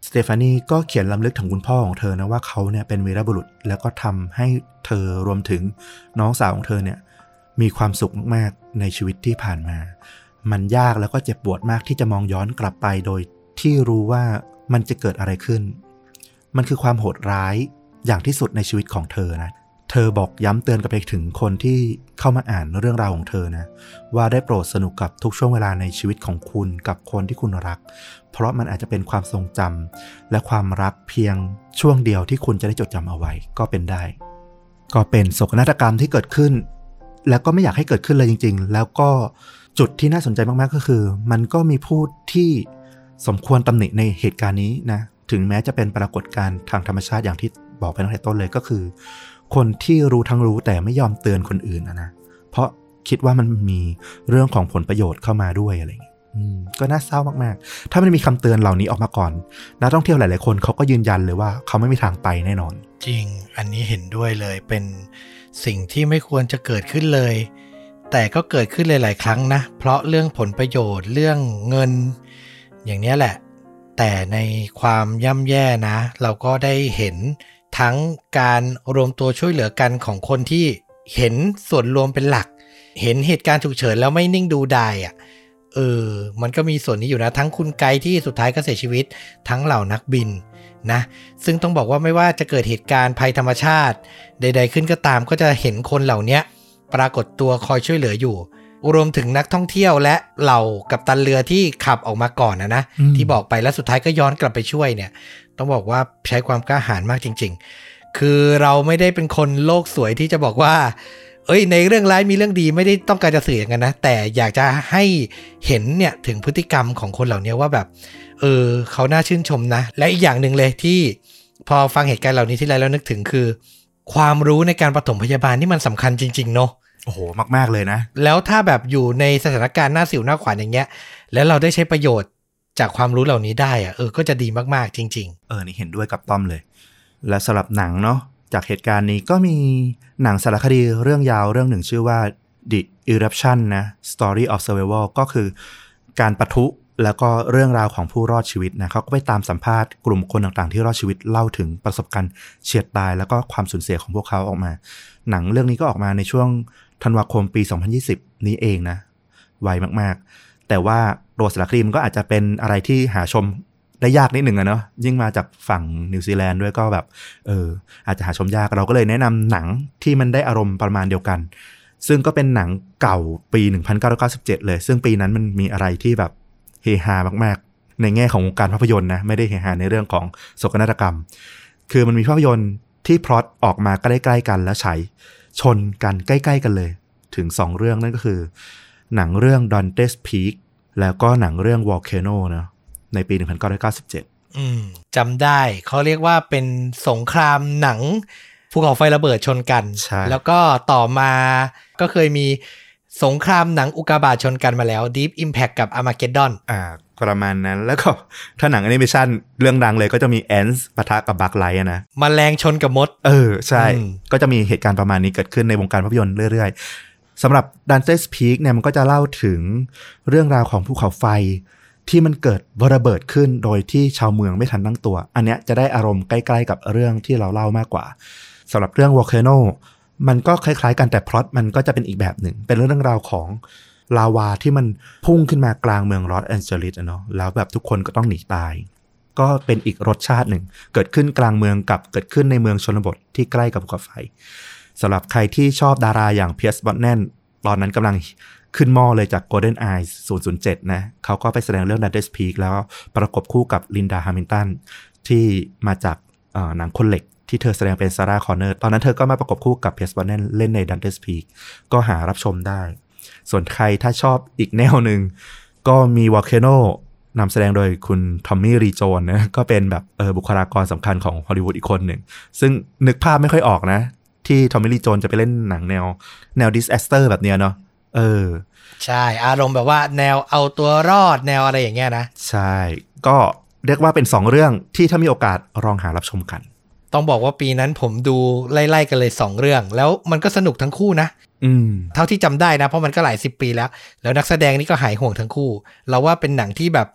สเตฟานีก็เขียนรำลึกถึงคุณพ่อของเธอนะว่าเขาเนี่ยเป็นวีรบุรุษแล้วก็ทำให้เธอรวมถึงน้องสาวของเธอเนี่ยมีความสุขมากๆในชีวิตที่ผ่านมามันยากแล้วก็เจ็บปวดมากที่จะมองย้อนกลับไปโดยที่รู้ว่ามันจะเกิดอะไรขึ้นมันคือความโหดร้ายอย่างที่สุดในชีวิตของเธอนะเธอบอกย้ำเตือนกับไปถึงคนที่เข้ามาอ่านเรื่องราวของเธอนะว่าได้โปรดสนุกกับทุกช่วงเวลาในชีวิตของคุณกับคนที่คุณรักเพราะมันอาจจะเป็นความทรงจำและความรักเพียงช่วงเดียวที่คุณจะได้จดจำเอาไว้ก็เป็นได้ก็เป็นโศกนาฏกรรมที่เกิดขึ้นแล้วก็ไม่อยากให้เกิดขึ้นเลยจริงๆแล้วก็จุดที่น่าสนใจมากๆก็คือมันก็มีผู้ที่สมควรตำหนิในเหตุการณ์นี้นะถึงแม้จะเป็นปรากฏการณ์ทางธรรมชาติอย่างที่บอกไปตั้งแต่ต้นเลยก็คือคนที่รู้ทั้งรู้แต่ไม่ยอมเตือนคนอื่นนะนะเพราะคิดว่ามันมีเรื่องของผลประโยชน์เข้ามาด้วยอะไรอย่างเงี้ยก็น่าเศร้ามากๆถ้ามันมีคำเตือนเหล่านี้ออกมาก่อนนักท่องเที่ยวหลายๆคนเขาก็ยืนยันเลยว่าเขาไม่มีทางไปแน่นอนจริงอันนี้เห็นด้วยเลยเป็นสิ่งที่ไม่ควรจะเกิดขึ้นเลยแต่ก็เกิดขึ้นหลายๆครั้งนะเพราะเรื่องผลประโยชน์เรื่องเงินอย่างนี้แหละแต่ในความย่ำแย่นะเราก็ได้เห็นทั้งการรวมตัวช่วยเหลือกันของคนที่เห็นส่วนรวมเป็นหลักเห็นเหตุการณ์ฉุกเฉินแล้วไม่นิ่งดูดายอ่ะเออมันก็มีส่วนนี้อยู่นะทั้งคุณไกด์ที่สุดท้ายก็เสียชีวิตทั้งเหล่านักบินนะซึ่งต้องบอกว่าไม่ว่าจะเกิดเหตุการณ์ภัยธรรมชาติใดๆขึ้นก็ตามก็จะเห็นคนเหล่านี้ปรากฏตัวคอยช่วยเหลืออยู่รวมถึงนักท่องเที่ยวและเหล่ากัปตันเรือที่ขับออกมาก่อนนะนะที่บอกไปแล้วสุดท้ายก็ย้อนกลับไปช่วยเนี่ยต้องบอกว่าใช้ความกล้าหาญมากจริงๆคือเราไม่ได้เป็นคนโลกสวยที่จะบอกว่าเอ้ยในเรื่องร้ายมีเรื่องดีไม่ได้ต้องการจะสื่ออย่างนั้นนะแต่อยากจะให้เห็นเนี่ยถึงพฤติกรรมของคนเหล่านี้ว่าแบบเออเขาน่าชื่นชมนะและอีกอย่างหนึ่งเลยที่พอฟังเหตุการณ์เหล่านี้ที่ไรแล้วนึกถึงคือความรู้ในการปฐมพยาบาลนี่มันสำคัญจริงๆเนาะโอ้โหมากๆเลยนะแล้วถ้าแบบอยู่ในสถานการณ์หน้าสิวหน้าขวานอย่างเงี้ยแล้วเราได้ใช้ประโยชน์จากความรู้เหล่านี้ได้อะเออก็จะดีมากๆจริงๆเออนี่เห็นด้วยกับต้อมเลยและสำหรับหนังเนาะจากเหตุการณ์นี้ก็มีหนังสารคดีเรื่องยาวเรื่องหนึ่งชื่อว่า The Eruption นะ Story of Survival ก็คือการปะทุแล้วก็เรื่องราวของผู้รอดชีวิตนะเขาก็ไปตามสัมภาษณ์กลุ่มคนต่างๆที่รอดชีวิตเล่าถึงประสบการณ์เฉียดตายแล้วก็ความสูญเสียของพวกเขาออกมาหนังเรื่องนี้ก็ออกมาในช่วงธันวาคมปีสองพันยี่สิบนี้เองนะไวมากๆแต่ว่าตัวสารคดีมันก็อาจจะเป็นอะไรที่หาชมได้ยากนิดหนึ่งอะเนาะยิ่งมาจากฝั่งนิวซีแลนด์ด้วยก็แบบเอออาจจะหาชมยากเราก็เลยแนะนำหนังที่มันได้อารมณ์ประมาณเดียวกันซึ่งก็เป็นหนังเก่าปีหนึ่งพันเก้าร้อยเก้าสิบเจ็ดเลยซึ่งปีนั้นมันมีอะไรที่แบบเฮฮามากๆในแง่ของวงการภาพยนตร์นะไม่ได้เฮฮาในเรื่องของโศกนาฏกรรมคือมันมีภาพยนตร์ที่พล็อตออกมาใกล้ๆกันแล้วฉายชนกันใกล้ๆกันเลยถึงสองเรื่องนั่นก็คือหนังเรื่อง Dante's Peak แล้วก็หนังเรื่อง Volcano เนาะในปีหนึ่งพันเก้าร้อยเก้าสิบเจ็ดอืมจำได้เขาเรียกว่าเป็นสงครามหนังภูเขาไฟระเบิดชนกันแล้วก็ต่อมาก็เคยมีสงครามหนังอุกกาบาตชนกันมาแล้ว Deep Impact กับ Armageddon อ่าประมาณนั้นแล้วก็ถ้าหนังแอนิเมชันเรื่องดังเลยก็จะมี Ants ปะทะกับ Bug Life นะแมลงชนกับมดเออใช่ก็จะมีเหตุการณ์ประมาณนี้เกิดขึ้นในวงการภาพยนตร์เรื่อยๆสำหรับ Dante's Peak เนี่ยมันก็จะเล่าถึงเรื่องราวของภูเขาไฟที่มันเกิดระเบิดขึ้นโดยที่ชาวเมืองไม่ทันตั้งตัวอันเนี้ยจะได้อารมณ์ใกล้ๆกับเรื่องที่เราเล่ามากกว่าสำหรับเรื่อง Volcano มันก็คล้ายๆกันแต่พล็อตมันก็จะเป็นอีกแบบหนึ่งเป็นเรื่องราวของลาวาที่มันพุ่งขึ้นมากลางเมืองลอสแอนเจลิสเนาะแล้วแบบทุกคนก็ต้องหนีตายก็เป็นอีกรสชาติหนึ่งเกิดขึ้นกลางเมืองกับเกิดขึ้นในเมืองชนบทที่ใกล้กับภูเขาไฟสำหรับใครที่ชอบดาราอย่างเพียร์ส บรอสแนนตอนนั้นกำลังขึ้นหม้อเลยจาก Golden Eyes ศูนย์ ศูนย์ เจ็ดนะเขาก็ไปแสดงเรื่อง Dante's Peak แล้วประกบคู่กับลินดา ฮามิลตันที่มาจากหนังคนเหล็กที่เธอแสดงเป็นซาร่า คอนเนอร์ตอนนั้นเธอก็มาประกบคู่กับเพียร์ส บรอสแนนเล่นใน Dante's Peak ก็หารับชมได้ส่วนใครถ้าชอบอีกแนวหนึ่งก็มี Volcano นำแสดงโดยคุณทอมมี่รีโจนนะก็เป็นแบบเออบุคลากรสำคัญของฮอลลีวูดอีกคนหนึ่งซึ่งนึกภาพไม่ค่อยออกนะที่ทอมมี่รีโจนจะไปเล่นหนังแนวแนวดิสแอสเตอร์แบบเนี้ยเนาะเออใช่อารมณ์แบบว่าแนวเอาตัวรอดแนวอะไรอย่างเงี้ยนะใช่ก็เรียกว่าเป็นสองเรื่องที่ถ้ามีโอกาสลองหารับชมกันต้องบอกว่าปีนั้นผมดูไล่ๆกันเลยสองเรื่องแล้วมันก็สนุกทั้งคู่นะอืมเท่าที่จำได้นะเพราะมันก็หลายสิบปีแล้วแล้วนักแสดงนี่ก็หายห่วงทั้งคู่เราว่าเป็นหนังที่แบบ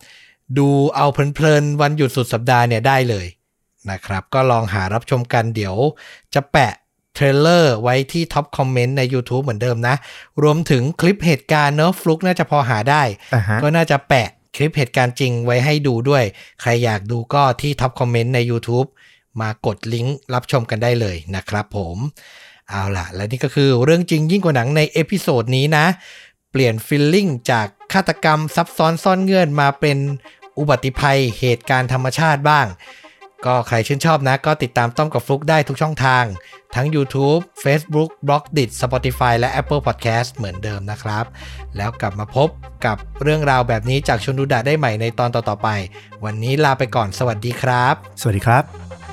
ดูเอาเพลินๆวันหยุดสุดสัปดาห์เนี่ยได้เลยนะครับก็ลองหารับชมกันเดี๋ยวจะแปะเทรลเลอร์ไว้ที่ท็อปคอมเมนต์ใน YouTube เหมือนเดิมนะรวมถึงคลิปเหตุการณ์เนอะฟลุกน่าจะพอหาได้ uh-huh. ก็น่าจะแปะคลิปเหตุการณ์จริงไว้ให้ดูด้วยใครอยากดูก็ที่ท็อปคอมเมนต์ใน YouTube มากดลิงก์รับชมกันได้เลยนะครับผมเอาล่ะและนี่ก็คือเรื่องจริงยิ่งกว่าหนังในเอพิโซดนี้นะเปลี่ยนฟีลลิ่งจากฆาตกรรมซับซ้อนซ่อนเงื่อนมาเป็นอุบัติภัยเหตุการณ์ธรรมชาติบ้างก็ใครชื่นชอบนะก็ติดตามต้อมกับฟลุกได้ทุกช่องทางทั้ง YouTube Facebook Blogdit Spotify และ Apple Podcast เหมือนเดิมนะครับแล้วกลับมาพบกับเรื่องราวแบบนี้จากชวนดูดะได้ใหม่ในตอนต่อๆไปวันนี้ลาไปก่อนสวัสดีครับสวัสดีครับ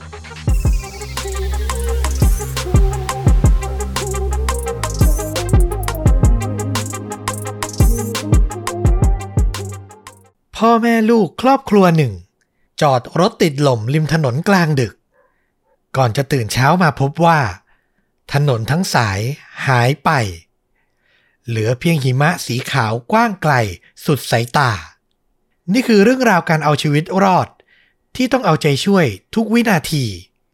พ่อแม่ลูกครอบครัวหนึ่งจอดรถติดหล่มริมถนนกลางดึกก่อนจะตื่นเช้ามาพบว่าถนนทั้งสายหายไปเหลือเพียงหิมะสีขาวกว้างไกลสุดสายตานี่คือเรื่องราวการเอาชีวิตรอดที่ต้องเอาใจช่วยทุกวินาที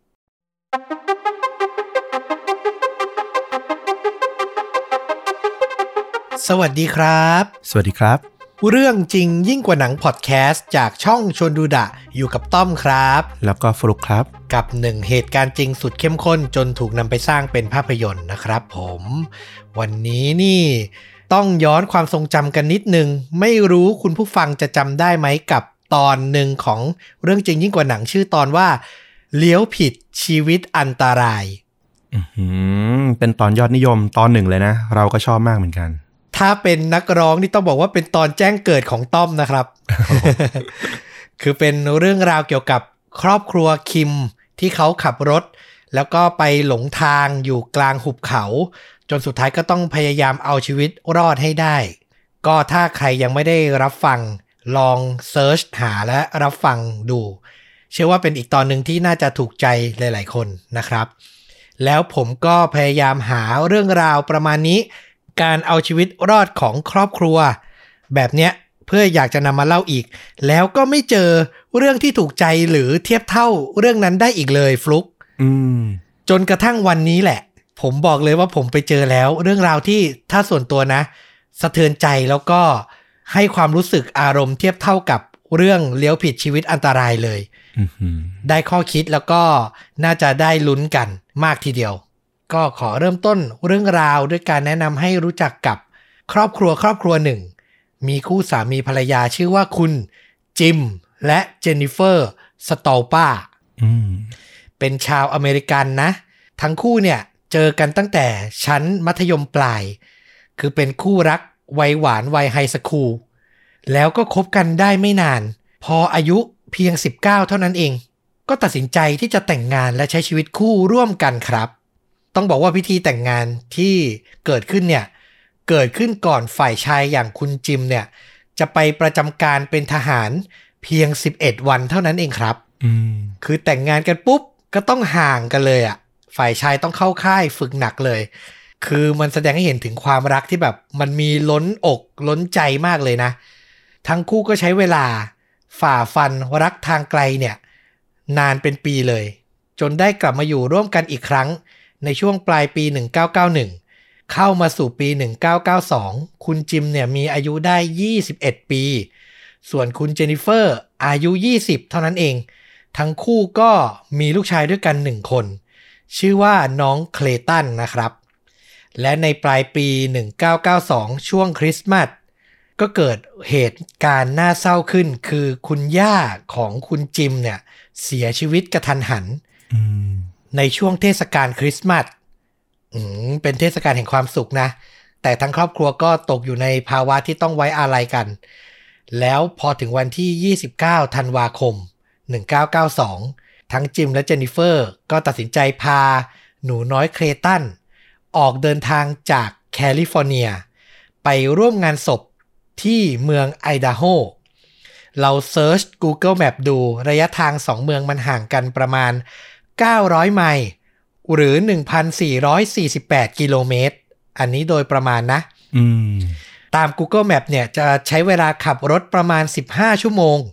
สวัสดีครับสวัสดีครับเรื่องจริงยิ่งกว่าหนังพอดแคสต์จากช่องชวนดูดะอยู่กับต้อมครับแล้วก็ฟลุกครับกับหนึ่งเหตุการณ์จริงสุดเข้มข้นจนถูกนำไปสร้างเป็นภาพยนตร์นะครับผมวันนี้นี่ต้องย้อนความทรงจำกันนิดนึงไม่รู้คุณผู้ฟังจะจำได้ไหมกับตอนหนึ่งของเรื่องจริงยิ่งกว่าหนังชื่อตอนว่าเลี้ยวผิดชีวิตอันตรายอือเป็นตอนยอดนิยมตอนหนึ่งเลยนะเราก็ชอบมากเหมือนกันถ้าเป็นนักร้องนี่ต้องบอกว่าเป็นตอนแจ้งเกิดของต้อมนะครับ คือเป็นเรื่องราวเกี่ยวกับครอบครัวคิมที่เขาขับรถแล้วก็ไปหลงทางอยู่กลางหุบเขาจนสุดท้ายก็ต้องพยายามเอาชีวิตรอดให้ได้ก็ถ้าใครยังไม่ได้รับฟังลองเซิร์ชหาและรับฟังดูเชื่อว่าเป็นอีกตอนหนึ่งที่น่าจะถูกใจหลายๆคนนะครับแล้วผมก็พยายามหาเรื่องราวประมาณนี้การเอาชีวิตรอดของครอบครัวแบบเนี้ยเพื่ออยากจะนำมาเล่าอีกแล้วก็ไม่เจอเรื่องที่ถูกใจหรือเทียบเท่าเรื่องนั้นได้อีกเลยฟลุกอืมจนกระทั่งวันนี้แหละผมบอกเลยว่าผมไปเจอแล้วเรื่องราวที่ถ้าส่วนตัวนะสะเทือนใจแล้วก็ให้ความรู้สึกอารมณ์เทียบเท่ากับเรื่องเลี้ยวผิดชีวิตอันตรายเลย mm-hmm. ได้ข้อคิดแล้วก็น่าจะได้ลุ้นกันมากทีเดียวก็ขอเริ่มต้นเรื่องราวด้วยการแนะนำให้รู้จักกับครอบครัวครอบครัวหนึ่งมีคู่สามีภรรยาชื่อว่าคุณจิมและเจนนิเฟอร์สตอลป้าเป็นชาวอเมริกันนะทั้งคู่เนี่ยเจอกันตั้งแต่ชั้นมัธยมปลายคือเป็นคู่รักวัยหวานวัยไฮสคูลแล้วก็คบกันได้ไม่นานพออายุเพียงสิบเก้าเท่านั้นเองก็ตัดสินใจที่จะแต่งงานและใช้ชีวิตคู่ร่วมกันครับต้องบอกว่าพิธีแต่งงานที่เกิดขึ้นเนี่ยเกิดขึ้นก่อนฝ่ายชายอย่างคุณจิมเนี่ยจะไปประจำการเป็นทหารเพียงสิบเอ็ดวันเท่านั้นเองครับคือแต่งงานกันปุ๊บก็ต้องห่างกันเลยอ่ะฝ่ายชายต้องเข้าค่ายฝึกหนักเลยคือมันแสดงให้เห็นถึงความรักที่แบบมันมีล้นอกล้นใจมากเลยนะทั้งคู่ก็ใช้เวลาฝ่าฟันรักทางไกลเนี่ยนานเป็นปีเลยจนได้กลับมาอยู่ร่วมกันอีกครั้งในช่วงปลายปีหนึ่งเก้าเก้าหนึ่งเข้ามาสู่ปีหนึ่งเก้าเก้าสองคุณจิมเนี่ยมีอายุได้ยี่สิบเอ็ดปีส่วนคุณเจนนิเฟอร์อายุยี่สิบเท่านั้นเองทั้งคู่ก็มีลูกชายด้วยกันหนึ่งคนชื่อว่าน้องเคลตันนะครับและในปลายปีหนึ่งเก้าเก้าสองช่วงคริสต์มาสก็เกิดเหตุการณ์น่าเศร้าขึ้นคือคุณย่าของคุณจิมเนี่ยเสียชีวิตกระทันหันในช่วงเทศกาลคริสต์มาสอืมเป็นเทศกาลแห่งความสุขนะแต่ทั้งครอบครัวก็ตกอยู่ในภาวะที่ต้องไว้อาลัยกันแล้วพอถึงวันที่ยี่สิบเก้าธันวาคมหนึ่งเก้าเก้าสองทั้งจิมและเจนนิเฟอร์ก็ตัดสินใจพาหนูน้อยเคลตันออกเดินทางจากแคลิฟอร์เนียไปร่วมงานศพที่เมืองไอดาโฮเราเซิร์ช Google Map ดูระยะทางสองเมืองมันห่างกันประมาณเก้าร้อยไมล์หรือ หนึ่งพันสี่ร้อยสี่สิบแปด กิโลเมตรอันนี้โดยประมาณนะอืมตาม Google Map เนี่ยจะใช้เวลาขับรถประมาณสิบห้าชั่วโมง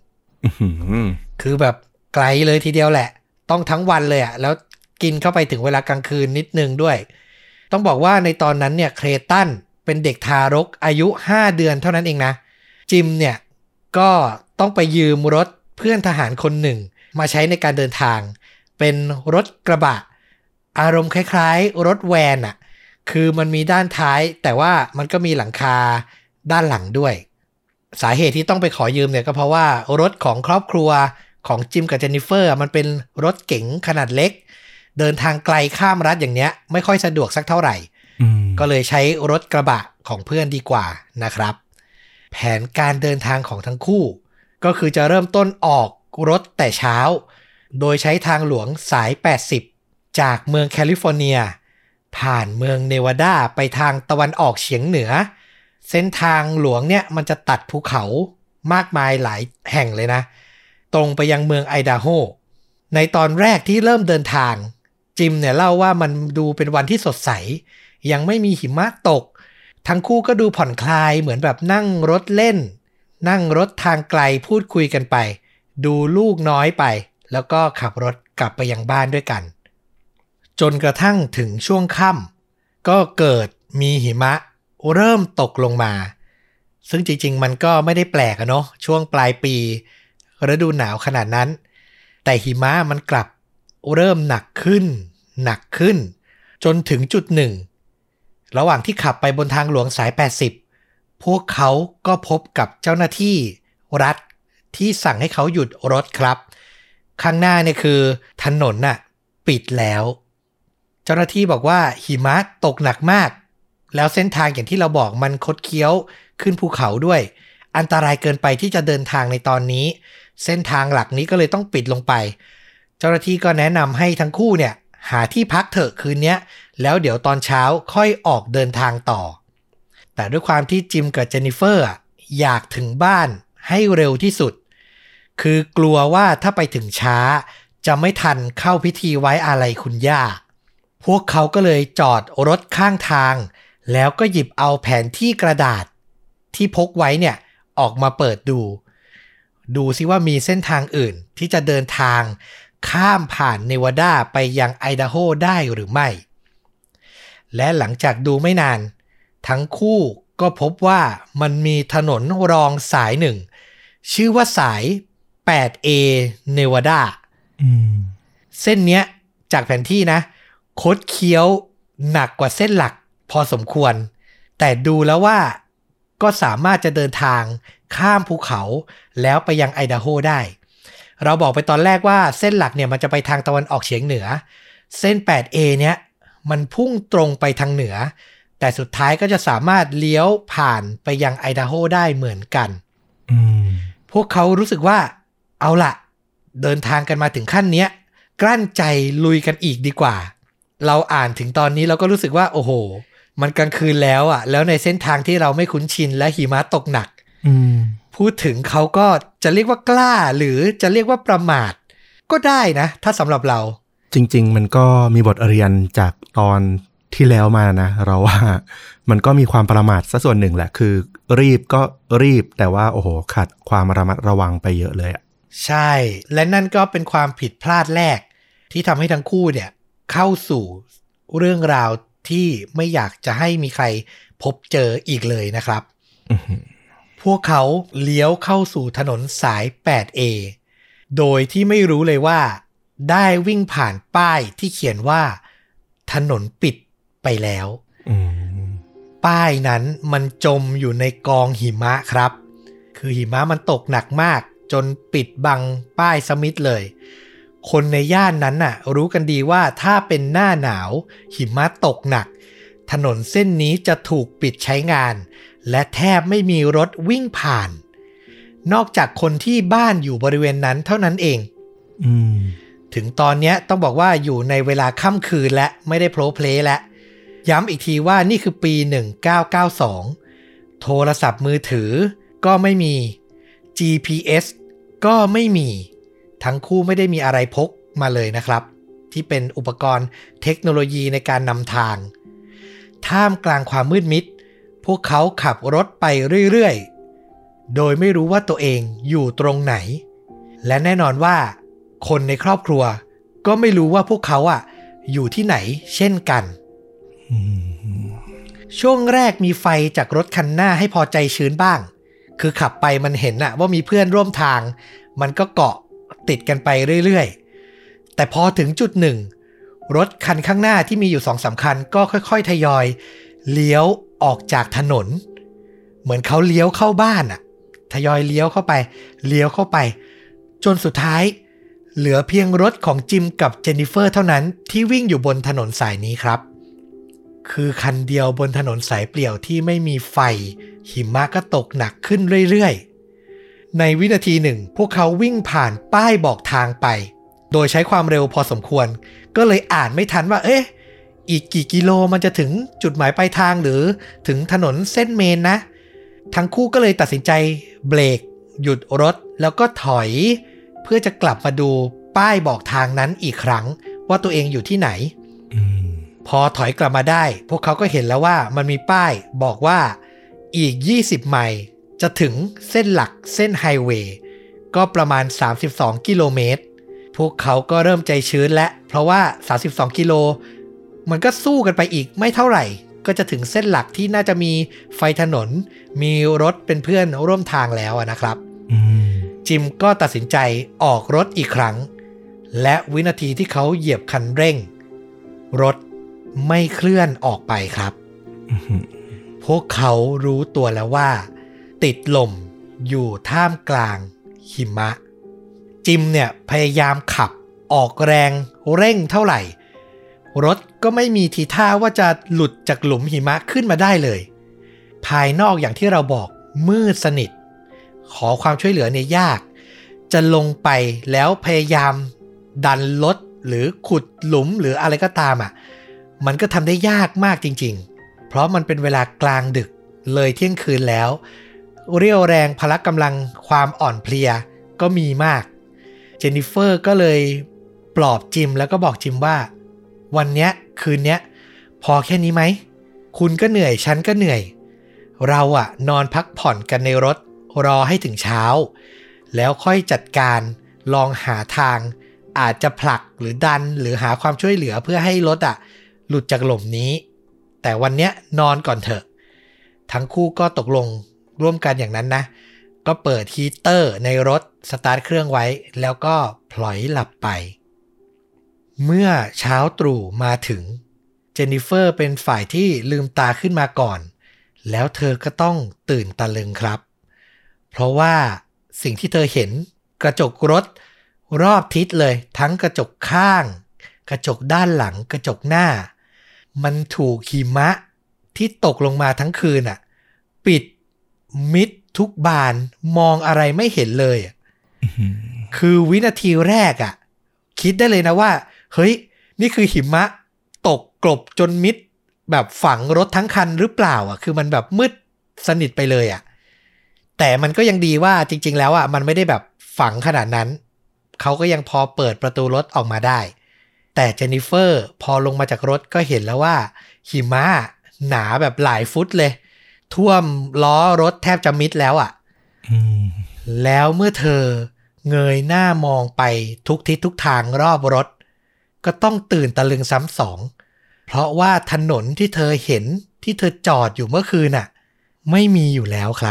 คือแบบไกลเลยทีเดียวแหละต้องทั้งวันเลยอ่ะแล้วกินเข้าไปถึงเวลากลางคืนนิดนึงด้วยต้องบอกว่าในตอนนั้นเนี่ยเคลตันเป็นเด็กทารกอายุห้าเดือนเท่านั้นเองนะจิมเนี่ยก็ต้องไปยืมรถเพื่อนทหารคนหนึ่งมาใช้ในการเดินทางเป็นรถกระบะอารมณ์คล้ายๆรถแวนอ่ะคือมันมีด้านท้ายแต่ว่ามันก็มีหลังคาด้านหลังด้วยสาเหตุที่ต้องไปขอยืมเนี่ยก็เพราะว่ารถของครอบครัวของจิมกับเจนนิเฟอร์มันเป็นรถเก๋งขนาดเล็กเดินทางไกลข้ามรัฐอย่างเนี้ยไม่ค่อยสะดวกสักเท่าไหร่ก็เลยใช้รถกระบะของเพื่อนดีกว่านะครับแผนการเดินทางของทั้งคู่ก็คือจะเริ่มต้นออกรถแต่เช้าโดยใช้ทางหลวงสายแปดสิบจากเมืองแคลิฟอร์เนียผ่านเมืองเนวาดาไปทางตะวันออกเฉียงเหนือเส้นทางหลวงเนี่ยมันจะตัดภูเขามากมายหลายแห่งเลยนะตรงไปยังเมืองไอดาโฮในตอนแรกที่เริ่มเดินทางจิมเนี่ยเล่าว่ามันดูเป็นวันที่สดใสยังไม่มีหิมะตกทั้งคู่ก็ดูผ่อนคลายเหมือนแบบนั่งรถเล่นนั่งรถทางไกลพูดคุยกันไปดูลูกน้อยไปแล้วก็ขับรถกลับไปยังบ้านด้วยกันจนกระทั่งถึงช่วงค่ำก็เกิดมีหิมะเริ่มตกลงมาซึ่งจริงๆมันก็ไม่ได้แปลกอะเนาะช่วงปลายปีฤดูหนาวขนาดนั้นแต่หิมะมันกลับเริ่มหนักขึ้นหนักขึ้นจนถึงจุดหนึ่งระหว่างที่ขับไปบนทางหลวงสายแปดสิบพวกเขาก็พบกับเจ้าหน้าที่รัฐที่สั่งให้เขาหยุดรถครับข้างหน้าเนี่ยคือถนนน่ะปิดแล้วเจ้าหน้าที่บอกว่าหิมะตกหนักมากแล้วเส้นทางอย่างที่เราบอกมันคดเคี้ยวขึ้นภูเขาด้วยอันตรายเกินไปที่จะเดินทางในตอนนี้เส้นทางหลักนี้ก็เลยต้องปิดลงไปเจ้าหน้าที่ก็แนะนำให้ทั้งคู่เนี่ยหาที่พักเถอะคืนนี้แล้วเดี๋ยวตอนเช้าค่อยออกเดินทางต่อแต่ด้วยความที่จิมกับเจนนิเฟอร์อยากถึงบ้านให้เร็วที่สุดคือกลัวว่าถ้าไปถึงช้าจะไม่ทันเข้าพิธีไว้อาลัยคุณย่าพวกเขาก็เลยจอดรถข้างทางแล้วก็หยิบเอาแผนที่กระดาษที่พกไว้เนี่ยออกมาเปิดดูดูซิว่ามีเส้นทางอื่นที่จะเดินทางข้ามผ่านเนวาดาไปยังไอดาโฮได้หรือไม่และหลังจากดูไม่นานทั้งคู่ก็พบว่ามันมีถนนรองสายหนึ่งชื่อว่าสาย แปดเอ เนวาดาเส้นเนี้ยจากแผนที่นะคดเคี้ยวหนักกว่าเส้นหลักพอสมควรแต่ดูแล้วว่าก็สามารถจะเดินทางข้ามภูเขาแล้วไปยังไอดาโฮได้เราบอกไปตอนแรกว่าเส้นหลักเนี่ยมันจะไปทางตะวันออกเฉียงเหนือเส้น แปดเอ เนี่ยมันพุ่งตรงไปทางเหนือแต่สุดท้ายก็จะสามารถเลี้ยวผ่านไปยังไอดาโฮได้เหมือนกันพวกเขารู้สึกว่าเอาล่ะเดินทางกันมาถึงขั้นเนี้ยกลั้นใจลุยกันอีกดีกว่าเราอ่านถึงตอนนี้เราก็รู้สึกว่าโอ้โหมันกลางคืนแล้วอ่ะแล้วในเส้นทางที่เราไม่คุ้นชินและหิมะตกหนักพูดถึงเขาก็จะเรียกว่ากล้าหรือจะเรียกว่าประมาทก็ได้นะถ้าสำหรับเราจริงๆมันก็มีบทเรียนจากตอนที่แล้วมานะเราว่ามันก็มีความประมาทซะส่วนหนึ่งแหละคือรีบก็รีบแต่ว่าโอ้โหขาดความระมัดระวังไปเยอะเลยอ่ะใช่และนั่นก็เป็นความผิดพลาดแรกที่ทำให้ทั้งคู่เนี่ยเข้าสู่เรื่องราวที่ไม่อยากจะให้มีใครพบเจออีกเลยนะครับ พวกเขาเลี้ยวเข้าสู่ถนนสาย แปดเอ โดยที่ไม่รู้เลยว่าได้วิ่งผ่านป้ายที่เขียนว่าถนนปิดไปแล้วป้ายนั้นมันจมอยู่ในกองหิมะครับคือหิมะมันตกหนักมากจนปิดบังป้ายสมิธเลยคนในย่านนั้นน่ะรู้กันดีว่าถ้าเป็นหน้าหนาวหิมะตกหนักถนนเส้นนี้จะถูกปิดใช้งานและแทบไม่มีรถวิ่งผ่านนอกจากคนที่บ้านอยู่บริเวณนั้นเท่านั้นเองอืมถึงตอนนี้ต้องบอกว่าอยู่ในเวลาค่ำคืนและไม่ได้โพลเพลย์และย้ำอีกทีว่านี่คือปีหนึ่งเก้าเก้าสองโทรศัพท์มือถือก็ไม่มี จี พี เอส ก็ไม่มีทั้งคู่ไม่ได้มีอะไรพกมาเลยนะครับที่เป็นอุปกรณ์เทคโนโลยีในการนำทางท่ามกลางความมืดมิดพวกเขาขับรถไปเรื่อยๆโดยไม่รู้ว่าตัวเองอยู่ตรงไหนและแน่นอนว่าคนในครอบครัวก็ไม่รู้ว่าพวกเขาอ่ะอยู่ที่ไหนเช่นกันช่วงแรกมีไฟจากรถคันหน้าให้พอใจชื้นบ้างคือขับไปมันเห็นอะว่ามีเพื่อนร่วมทางมันก็เกาะติดกันไปเรื่อยๆแต่พอถึงจุดหนึ่งรถคันข้างหน้าที่มีอยู่ สองสาม คันก็ค่อยๆทยอยเลี้ยวออกจากถนนเหมือนเขาเลี้ยวเข้าบ้านอะทยอยเลี้ยวเข้าไปเลี้ยวเข้าไปจนสุดท้ายเหลือเพียงรถของจิมกับเจนนิเฟอร์เท่านั้นที่วิ่งอยู่บนถนนสายนี้ครับคือคันเดียวบนถนนสายเปลี่ยวที่ไม่มีไฟหิมะก็ตกหนักขึ้นเรื่อยๆในวินาทีหนึ่งพวกเขาวิ่งผ่านป้ายบอกทางไปโดยใช้ความเร็วพอสมควรก็เลยอ่านไม่ทันว่าเอ๊ะอีกกี่กิโลมันจะถึงจุดหมายปลายทางหรือถึงถนนเส้นเมนนะทั้งคู่ก็เลยตัดสินใจเบรกหยุดรถแล้วก็ถอยเพื่อจะกลับมาดูป้ายบอกทางนั้นอีกครั้งว่าตัวเองอยู่ที่ไหน mm. พอถอยกลับมาได้พวกเขาก็เห็นแล้วว่ามันมีป้ายบอกว่าอีกยี่สิบไมล์จะถึงเส้นหลักเส้นไฮเวย์ก็ประมาณสามสิบสองกิโลเมตรพวกเขาก็เริ่มใจชื้นแล้วเพราะว่าสามสิบสองกิโลมันก็สู้กันไปอีกไม่เท่าไหร่ก็จะถึงเส้นหลักที่น่าจะมีไฟถนนมีรถเป็นเพื่อนร่วมทางแล้วนะครับ mm. จิมก็ตัดสินใจออกรถอีกครั้งและวินาทีที่เขาเหยียบคันเร่งรถไม่เคลื่อนออกไปครับ mm-hmm.พวกเขารู้ตัวแล้วว่าติดลมอยู่ท่ามกลางหิมะจิมเนี่ยพยายามขับออกแรงเร่งเท่าไหร่รถก็ไม่มีทีท่าว่าจะหลุดจากหลุมหิมะขึ้นมาได้เลยภายนอกอย่างที่เราบอกมืดสนิทขอความช่วยเหลือเนี่ยยากจะลงไปแล้วพยายามดันรถหรือขุดหลุมหรืออะไรก็ตามอ่ะมันก็ทำได้ยากมากจริงๆเพราะมันเป็นเวลากลางดึกเลยเที่ยงคืนแล้วเรี่ยวแรงพละกำลังความอ่อนเพลียก็มีมากเจนนิเฟอร์ก็เลยปลอบจิมแล้วก็บอกจิมว่าวันเนี้ยคืนเนี้ยพอแค่นี้ไหมคุณก็เหนื่อยฉันก็เหนื่อยเราอะนอนพักผ่อนกันในรถรอให้ถึงเช้าแล้วค่อยจัดการลองหาทางอาจจะผลักหรือดันหรือหาความช่วยเหลือเพื่อให้รถอะหลุดจากหล่มนี้แต่วันเนี้ยนอนก่อนเถอะทั้งคู่ก็ตกลงร่วมกันอย่างนั้นนะก็เปิดฮีเตอร์ในรถสตาร์ทเครื่องไว้แล้วก็พลอยหลับไปเมื่อเช้าตรู่มาถึงเจนนิเฟอร์เป็นฝ่ายที่ลืมตาขึ้นมาก่อนแล้วเธอก็ต้องตื่นตะลึงครับเพราะว่าสิ่งที่เธอเห็นกระจกรถรอบทิศเลยทั้งกระจกข้างกระจกด้านหลังกระจกหน้ามันถูกหิมะที่ตกลงมาทั้งคืนอ่ะปิดมิดทุกบานมองอะไรไม่เห็นเลย คือวินาทีแรกอ่ะคิดได้เลยนะว่าเฮ้ยนี่คือหิมะตกกลบจนมิดแบบฝังรถทั้งคันหรือเปล่าอ่ะคือมันแบบมืดสนิทไปเลยอ่ะแต่มันก็ยังดีว่าจริงๆแล้วอ่ะมันไม่ได้แบบฝังขนาดนั้นเขาก็ยังพอเปิดประตูรถออกมาได้แต่เจนนิเฟอร์พอลงมาจากรถก็เห็นแล้วว่าหิมะหนาแบบหลายฟุตเลยท่วมล้อรถแทบจะมิดแล้วอ่ะ mm. แล้วเมื่อเธอเงยหน้ามองไปทุกทิศทุกทางรอบรถก็ต้องตื่นตะลึงซ้ำสองเพราะว่าถนนที่เธอเห็นที่เธอจอดอยู่เมื่อคืนน่ะไม่มีอยู่แล้วครับ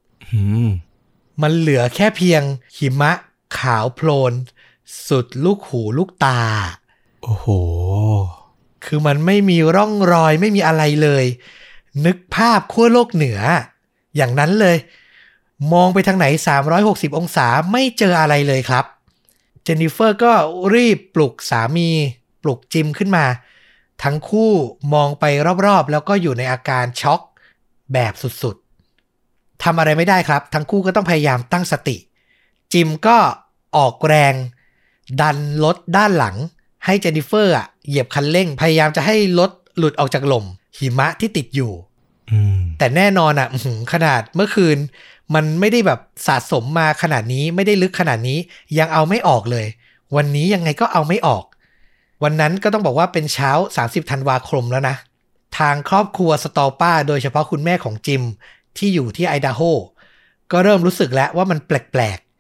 mm. มันเหลือแค่เพียงหิมะขาวโพลนสุดลูกหูลูกตาโอ้โหคือมันไม่มีร่องรอยไม่มีอะไรเลยนึกภาพขั้วโลกเหนืออย่างนั้นเลยมองไปทางไหนสามร้อยหกสิบองศาไม่เจออะไรเลยครับเจนนิเฟอร์ก็รีบปลุกสามีปลุกจิมขึ้นมาทั้งคู่มองไปรอบๆแล้วก็อยู่ในอาการช็อกแบบสุดๆทำอะไรไม่ได้ครับทั้งคู่ก็ต้องพยายามตั้งสติจิมก็ออกแรงดันรถด้านหลังให้เจนนิเฟอร์อ่ะเหยียบคันเร่งพยายามจะให้รถหลุดออกจากหล่มหิมะที่ติดอยู่แต่แน่นอนอ่ะขนาดเมื่อคืนมันไม่ได้แบบสะสมมาขนาดนี้ไม่ได้ลึกขนาดนี้ยังเอาไม่ออกเลยวันนี้ยังไงก็เอาไม่ออกวันนั้นก็ต้องบอกว่าเป็นเช้าสามสิบธันวาคมแล้วนะทางครอบครัวสตอลป้าโดยเฉพาะคุณแม่ของจิมที่อยู่ที่ไอดาโฮก็เริ่มรู้สึกแล้วว่ามันแปลกๆ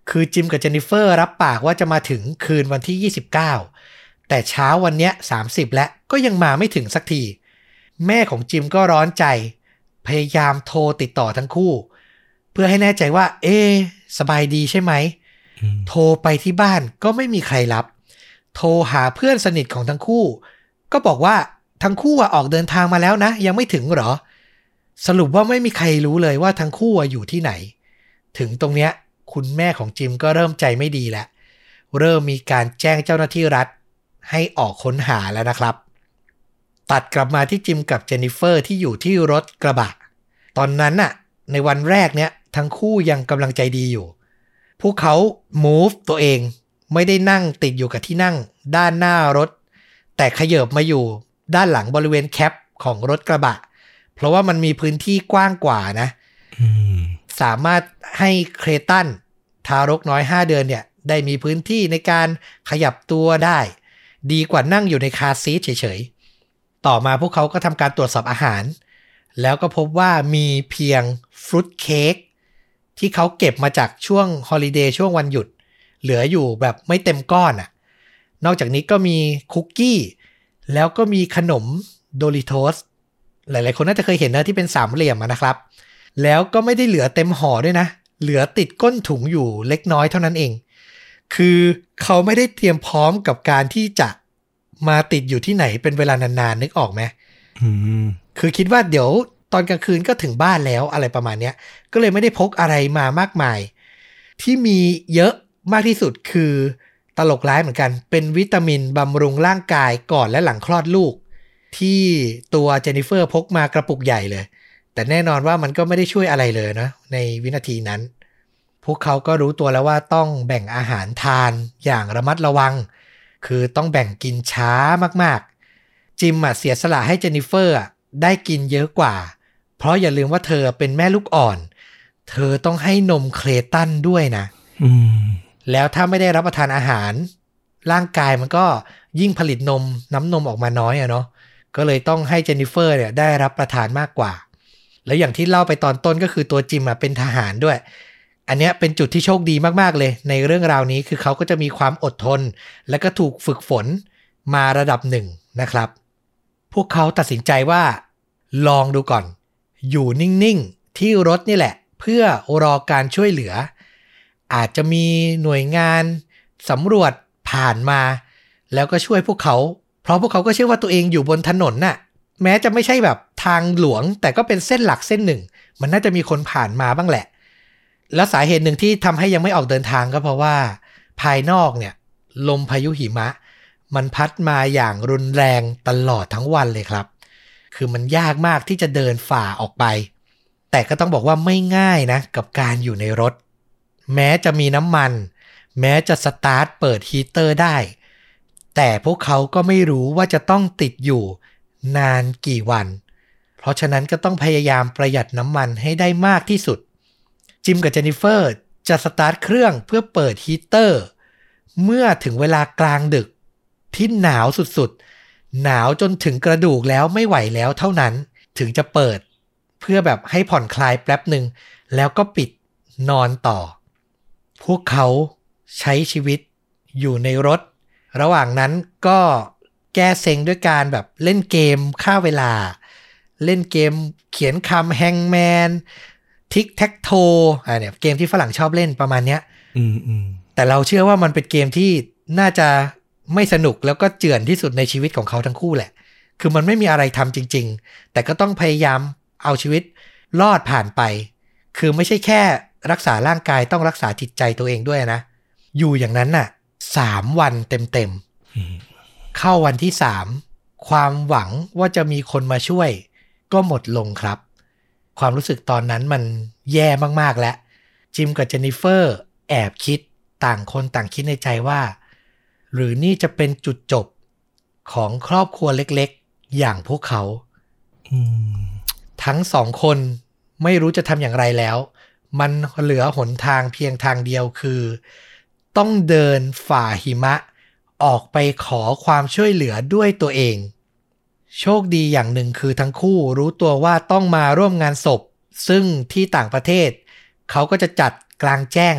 คือจิมกับเจนนิเฟอร์รับปากว่าจะมาถึงคืนวันที่ยี่สิบเก้าแต่เช้าวันเนี้ยสามสิบแล้วก็ยังมาไม่ถึงสักทีแม่ของจิมก็ร้อนใจพยายามโทรติดต่อทั้งคู่เพื่อให้แน่ใจว่าเอ๊ะสบายดีใช่ไหมโทรไปที่บ้านก็ไม่มีใครรับโทรหาเพื่อนสนิทของทั้งคู่ก็บอกว่าทั้งคู่ออกเดินทางมาแล้วนะยังไม่ถึงเหรอสรุปว่าไม่มีใครรู้เลยว่าทั้งคู่อยู่ที่ไหนถึงตรงเนี้ยคุณแม่ของจิมก็เริ่มใจไม่ดีแล้วเริ่มมีการแจ้งเจ้าหน้าที่รัฐให้ออกค้นหาแล้วนะครับตัดกลับมาที่จิมกับเจนนิเฟอร์ที่อยู่ที่รถกระบะตอนนั้นน่ะในวันแรกเนี้ยทั้งคู่ยังกำลังใจดีอยู่พวกเขา move ตัวเองไม่ได้นั่งติดอยู่กับที่นั่งด้านหน้ารถแต่ขยับมาอยู่ด้านหลังบริเวณแคปของรถกระบะเพราะว่ามันมีพื้นที่กว้างกว่านะ hmm. สามารถให้เครตันทารกน้อยห้าเดือนเนี่ยได้มีพื้นที่ในการขยับตัวได้ดีกว่านั่งอยู่ในคาร์ซีทเฉยๆต่อมาพวกเขาก็ทำการตรวจสอบอาหารแล้วก็พบว่ามีเพียงฟรุตเค้กที่เขาเก็บมาจากช่วงฮอลิเดย์ช่วงวันหยุดเหลืออยู่แบบไม่เต็มก้อนอ่ะนอกจากนี้ก็มีคุกกี้แล้วก็มีขนมโดริโทสหลายๆคนน่าจะเคยเห็นนะที่เป็นสามเหลี่ยมนะครับแล้วก็ไม่ได้เหลือเต็มห่อด้วยนะเหลือติดก้นถุงอยู่เล็กน้อยเท่านั้นเองคือเขาไม่ได้เตรียมพร้อมกับการที่จะมาติดอยู่ที่ไหนเป็นเวลานานๆนึกออกไหม mm. คือคิดว่าเดี๋ยวตอนกลางคืนก็ถึงบ้านแล้วอะไรประมาณนี้ก็เลยไม่ได้พกอะไรมามากมายที่มีเยอะมากที่สุดคือตลกร้ายเหมือนกันเป็นวิตามินบำรุงร่างกายก่อนและหลังคลอดลูกที่ตัวเจนนิเฟอร์พกมากระปุกใหญ่เลยแต่แน่นอนว่ามันก็ไม่ได้ช่วยอะไรเลยนะในวินาทีนั้นพวกเขาก็รู้ตัวแล้วว่าต้องแบ่งอาหารทานอย่างระมัดระวังคือต้องแบ่งกินช้ามากๆจิมอ่ะเสียสละให้เจนนิเฟอร์ได้กินเยอะกว่าเพราะอย่าลืมว่าเธอเป็นแม่ลูกอ่อนเธอต้องให้นมเคลตันด้วยนะ mm. แล้วถ้าไม่ได้รับประทานอาหารร่างกายมันก็ยิ่งผลิตนมน้ำนมออกมาน้อยอะเนาะก็เลยต้องให้เจนนิเฟอร์เนี่ยได้รับประทานมากกว่าแล้วอย่างที่เล่าไปตอนต้นก็คือตัวจิมอ่ะเป็นทหารด้วยอันเนี้ยเป็นจุดที่โชคดีมากๆเลยในเรื่องราวนี้คือเขาก็จะมีความอดทนและก็ถูกฝึกฝนมาระดับหนึ่งนะครับพวกเขาตัดสินใจว่าลองดูก่อนอยู่นิ่งๆที่รถนี่แหละเพื่อรอการช่วยเหลืออาจจะมีหน่วยงานสำรวจผ่านมาแล้วก็ช่วยพวกเขาเพราะพวกเขาก็เชื่อว่าตัวเองอยู่บนถนนน่ะแม้จะไม่ใช่แบบทางหลวงแต่ก็เป็นเส้นหลักเส้นหนึ่งมันน่าจะมีคนผ่านมาบ้างแหละแล้วสาเหตุหนึ่งที่ทำให้ยังไม่ออกเดินทางก็เพราะว่าภายนอกเนี่ยลมพายุหิมะมันพัดมาอย่างรุนแรงตลอดทั้งวันเลยครับคือมันยากมากที่จะเดินฝ่าออกไปแต่ก็ต้องบอกว่าไม่ง่ายนะกับการอยู่ในรถแม้จะมีน้ำมันแม้จะสตาร์ทเปิดฮีเตอร์ได้แต่พวกเขาก็ไม่รู้ว่าจะต้องติดอยู่นานกี่วันเพราะฉะนั้นก็ต้องพยายามประหยัดน้ำมันให้ได้มากที่สุดจิมกับเจนนิเฟอร์จะสตาร์ทเครื่องเพื่อเปิดฮีเตอร์เมื่อถึงเวลากลางดึกที่หนาวสุดๆหนาวจนถึงกระดูกแล้วไม่ไหวแล้วเท่านั้นถึงจะเปิดเพื่อแบบให้ผ่อนคลายแป๊บหนึ่งแล้วก็ปิดนอนต่อพวกเขาใช้ชีวิตอยู่ในรถระหว่างนั้นก็แก้เซ็งด้วยการแบบเล่นเกมฆ่าเวลาเล่นเกมเขียนคำแฮงแมนทิกแท็กโทอ่าเนี่ยเกมที่ฝรั่งชอบเล่นประมาณเนี้ยอืมๆแต่เราเชื่อว่ามันเป็นเกมที่น่าจะไม่สนุกแล้วก็เจือนที่สุดในชีวิตของเขาทั้งคู่แหละคือมันไม่มีอะไรทำจริงๆแต่ก็ต้องพยายามเอาชีวิตรอดผ่านไปคือไม่ใช่แค่รักษาร่างกายต้องรักษาจิตใจตัวเองด้วยนะอยู่อย่างนั้นน่ะสามวันเต็มๆเข้าวันที่สามความหวังว่าจะมีคนมาช่วยก็หมดลงครับความรู้สึกตอนนั้นมันแย่มากๆแล้วจิมกับเจนนิเฟอร์แอบคิดต่างคนต่างคิดในใจว่าหรือนี่จะเป็นจุดจบของครอบครัวเล็กๆอย่างพวกเขาทั้งสองคนไม่รู้จะทำอย่างไรแล้วมันเหลือหนทางเพียงทางเดียวคือต้องเดินฝ่าหิมะออกไปขอความช่วยเหลือด้วยตัวเองโชคดีอย่างหนึ่งคือทั้งคู่รู้ตัวว่าต้องมาร่วมงานศพซึ่งที่ต่างประเทศเขาก็จะจัดกลางแจ้งอะเนาะ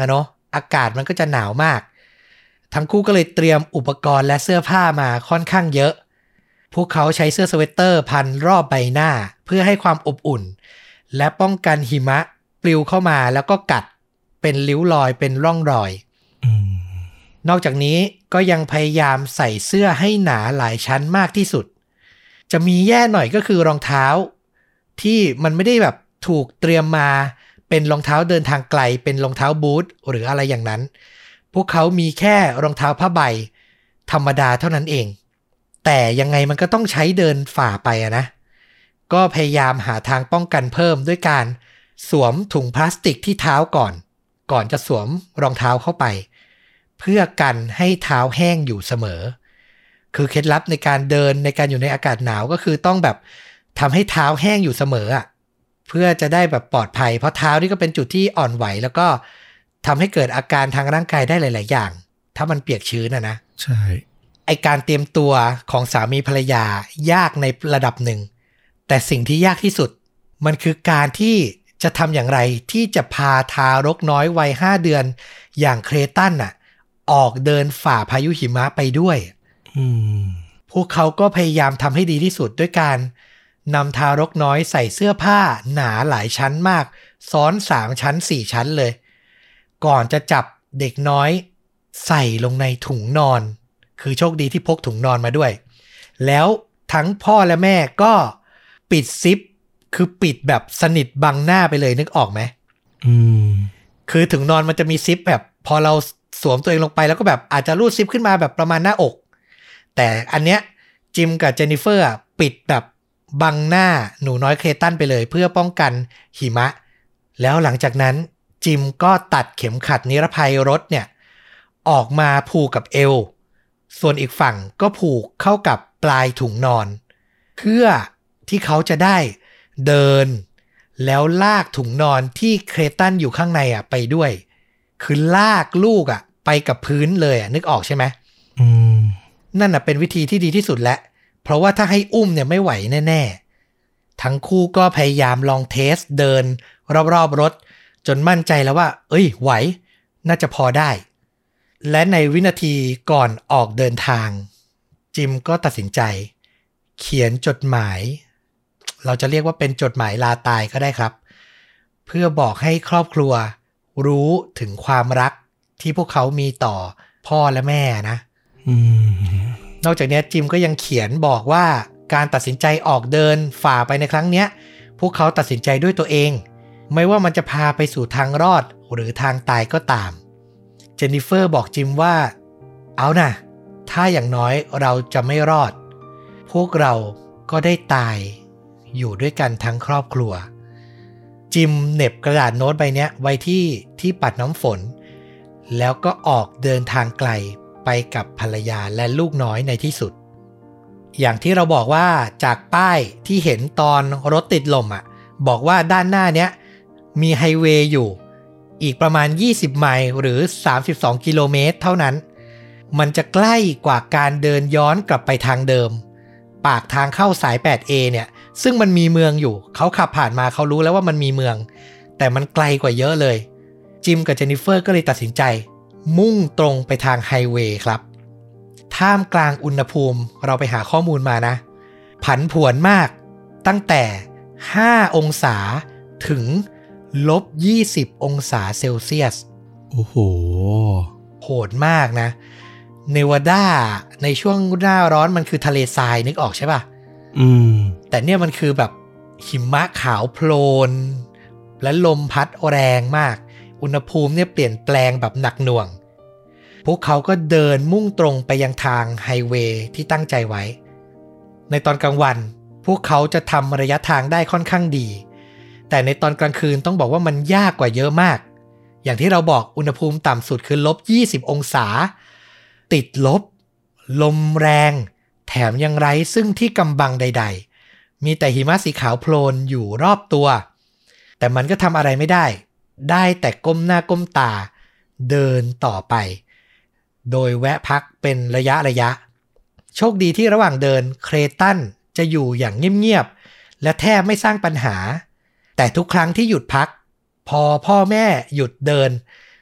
อากาศมันก็จะหนาวมากทั้งคู่ก็เลยเตรียมอุปกรณ์และเสื้อผ้ามาค่อนข้างเยอะพวกเขาใช้เสื้อสเวตเตอร์พันรอบใบหน้าเพื่อให้ความอบอุ่นและป้องกันหิมะปลิวเข้ามาแล้วก็กัดเป็นริ้วรอยเป็นร่องรอยนอกจากนี้ก็ยังพยายามใส่เสื้อให้หนาหลายชั้นมากที่สุดจะมีแย่หน่อยก็คือรองเท้าที่มันไม่ได้แบบถูกเตรียมมาเป็นรองเท้าเดินทางไกลเป็นรองเท้าบูทหรืออะไรอย่างนั้นพวกเขามีแค่รองเท้าผ้าใบธรรมดาเท่านั้นเองแต่ยังไงมันก็ต้องใช้เดินฝ่าไปอะนะก็พยายามหาทางป้องกันเพิ่มด้วยการสวมถุงพลาสติกที่เท้าก่อนก่อนจะสวมรองเท้าเข้าไปเพื่อกันให้เท้าแห้งอยู่เสมอคือเคล็ดลับในการเดินในการอยู่ในอากาศหนาวก็คือต้องแบบทำให้เท้าแห้งอยู่เสมออ่ะเพื่อจะได้แบบปลอดภัยเพราะเท้านี่ก็เป็นจุดที่อ่อนไหวแล้วก็ทำให้เกิดอาการทางร่างกายได้หลายๆอย่างถ้ามันเปียกชื้นนะนะใช่ไอการเตรียมตัวของสามีภรรยายากในระดับหนึ่งแต่สิ่งที่ยากที่สุดมันคือการที่จะทำอย่างไรที่จะพาทารกน้อยวัยห้าเดือนอย่างเครตันน่ะออกเดินฝ่าพายุหิมะไปด้วยพวกเขาก็พยายามทำให้ดีที่สุดด้วยการนำทารกน้อยใส่เสื้อผ้าหนาหลายชั้นมากซ้อนสามชั้นสี่ชั้นเลยก่อนจะจับเด็กน้อยใส่ลงในถุงนอนคือโชคดีที่พกถุงนอนมาด้วยแล้วทั้งพ่อและแม่ก็ปิดซิปคือปิดแบบสนิทบังหน้าไปเลยนึกออกไหมอืมคือถุงนอนมันจะมีซิปแบบพอเราสวมตัวเองลงไปแล้วก็แบบอาจจะรูดซิปขึ้นมาแบบประมาณหน้าอกแต่อันเนี้ยจิมกับเจนนิเฟอร์ปิดแบบบังหน้าหนูน้อยเครตันไปเลยเพื่อป้องกันหิมะแล้วหลังจากนั้นจิมก็ตัดเข็มขัดนิรภัยรถเนี่ยออกมาผูกกับเอวส่วนอีกฝั่งก็ผูกเข้ากับปลายถุงนอนเพื่อที่เขาจะได้เดินแล้วลากถุงนอนที่เครตันอยู่ข้างในอ่ะไปด้วยคือลากลูกอ่ะไปกับพื้นเลยอ่ะนึกออกใช่ไหมอืมนั่นน่ะเป็นวิธีที่ดีที่สุดแล้วเพราะว่าถ้าให้อุ้มเนี่ยไม่ไหวแน่ๆทั้งคู่ก็พยายามลองเทสเดินรอบๆรถจนมั่นใจแล้วว่าเอ้ยไหวน่าจะพอได้และในวินาทีก่อนออกเดินทางจิมก็ตัดสินใจเขียนจดหมายเราจะเรียกว่าเป็นจดหมายลาตายก็ได้ครับเพื่อบอกให้ครอบครัวรู้ถึงความรักที่พวกเขามีต่อพ่อและแม่นะนอกจากนี้จิมก็ยังเขียนบอกว่าการตัดสินใจออกเดินฝ่าไปในครั้งนี้พวกเขาตัดสินใจด้วยตัวเองไม่ว่ามันจะพาไปสู่ทางรอดหรือทางตายก็ตามเจนนิเฟอร์บอกจิมว่าเอานะถ้าอย่างน้อยเราจะไม่รอดพวกเราก็ได้ตายอยู่ด้วยกันทั้งครอบครัวจิมเหน็บกระดาษโน้ตใบนี้ไว้ที่ที่ปัดน้ำฝนแล้วก็ออกเดินทางไกลไปกับภรรยาและลูกน้อยในที่สุดอย่างที่เราบอกว่าจากป้ายที่เห็นตอนรถติดลมอ่ะบอกว่าด้านหน้าเนี้ยมีไฮเวย์อยู่อีกประมาณยี่สิบไมล์หรือสามสิบสองกิโลเมตรเท่านั้นมันจะใกล้กว่าการเดินย้อนกลับไปทางเดิมปากทางเข้าสาย แปดเอ เนี่ยซึ่งมันมีเมืองอยู่เขาขับผ่านมาเขารู้แล้วว่ามันมีเมืองแต่มันไกลกว่าเยอะเลยจิมกับเจนนิเฟอร์ก็เลยตัดสินใจมุ่งตรงไปทางไฮเวย์ครับท่ามกลางอุณหภูมิเราไปหาข้อมูลมานะผันผวนมากตั้งแต่ห้าองศาถึงลบยี่สิบองศาเซลเซียสโอ้โหโหดมากนะเนวาดาในช่วงหน้าร้อนมันคือทะเลทรายนึกออกใช่ป่ะอืมแต่เนี่ยมันคือแบบหิมะขาวโพลนและลมพัดแรงมากอุณหภูมิเนี่ยเปลี่ยนแปลงแบบหนักหน่วงพวกเขาก็เดินมุ่งตรงไปยังทางไฮเวย์ที่ตั้งใจไว้ในตอนกลางวันพวกเขาจะทำระยะทางได้ค่อนข้างดีแต่ในตอนกลางคืนต้องบอกว่ามันยากกว่าเยอะมากอย่างที่เราบอกอุณหภูมิต่ำสุดคือลบยี่สิบองศาติดลบลมแรงแถมยังไร้ซึ่งที่กำบังใดๆมีแต่หิมะสีขาวโพลนอยู่รอบตัวแต่มันก็ทำอะไรไม่ได้ได้แต่ก้มหน้าก้มตาเดินต่อไปโดยแวะพักเป็นระยะระยะโชคดีที่ระหว่างเดินเครตันจะอยู่อย่างเงียบๆและแทบไม่สร้างปัญหาแต่ทุกครั้งที่หยุดพักพอพ่อแม่หยุดเดิน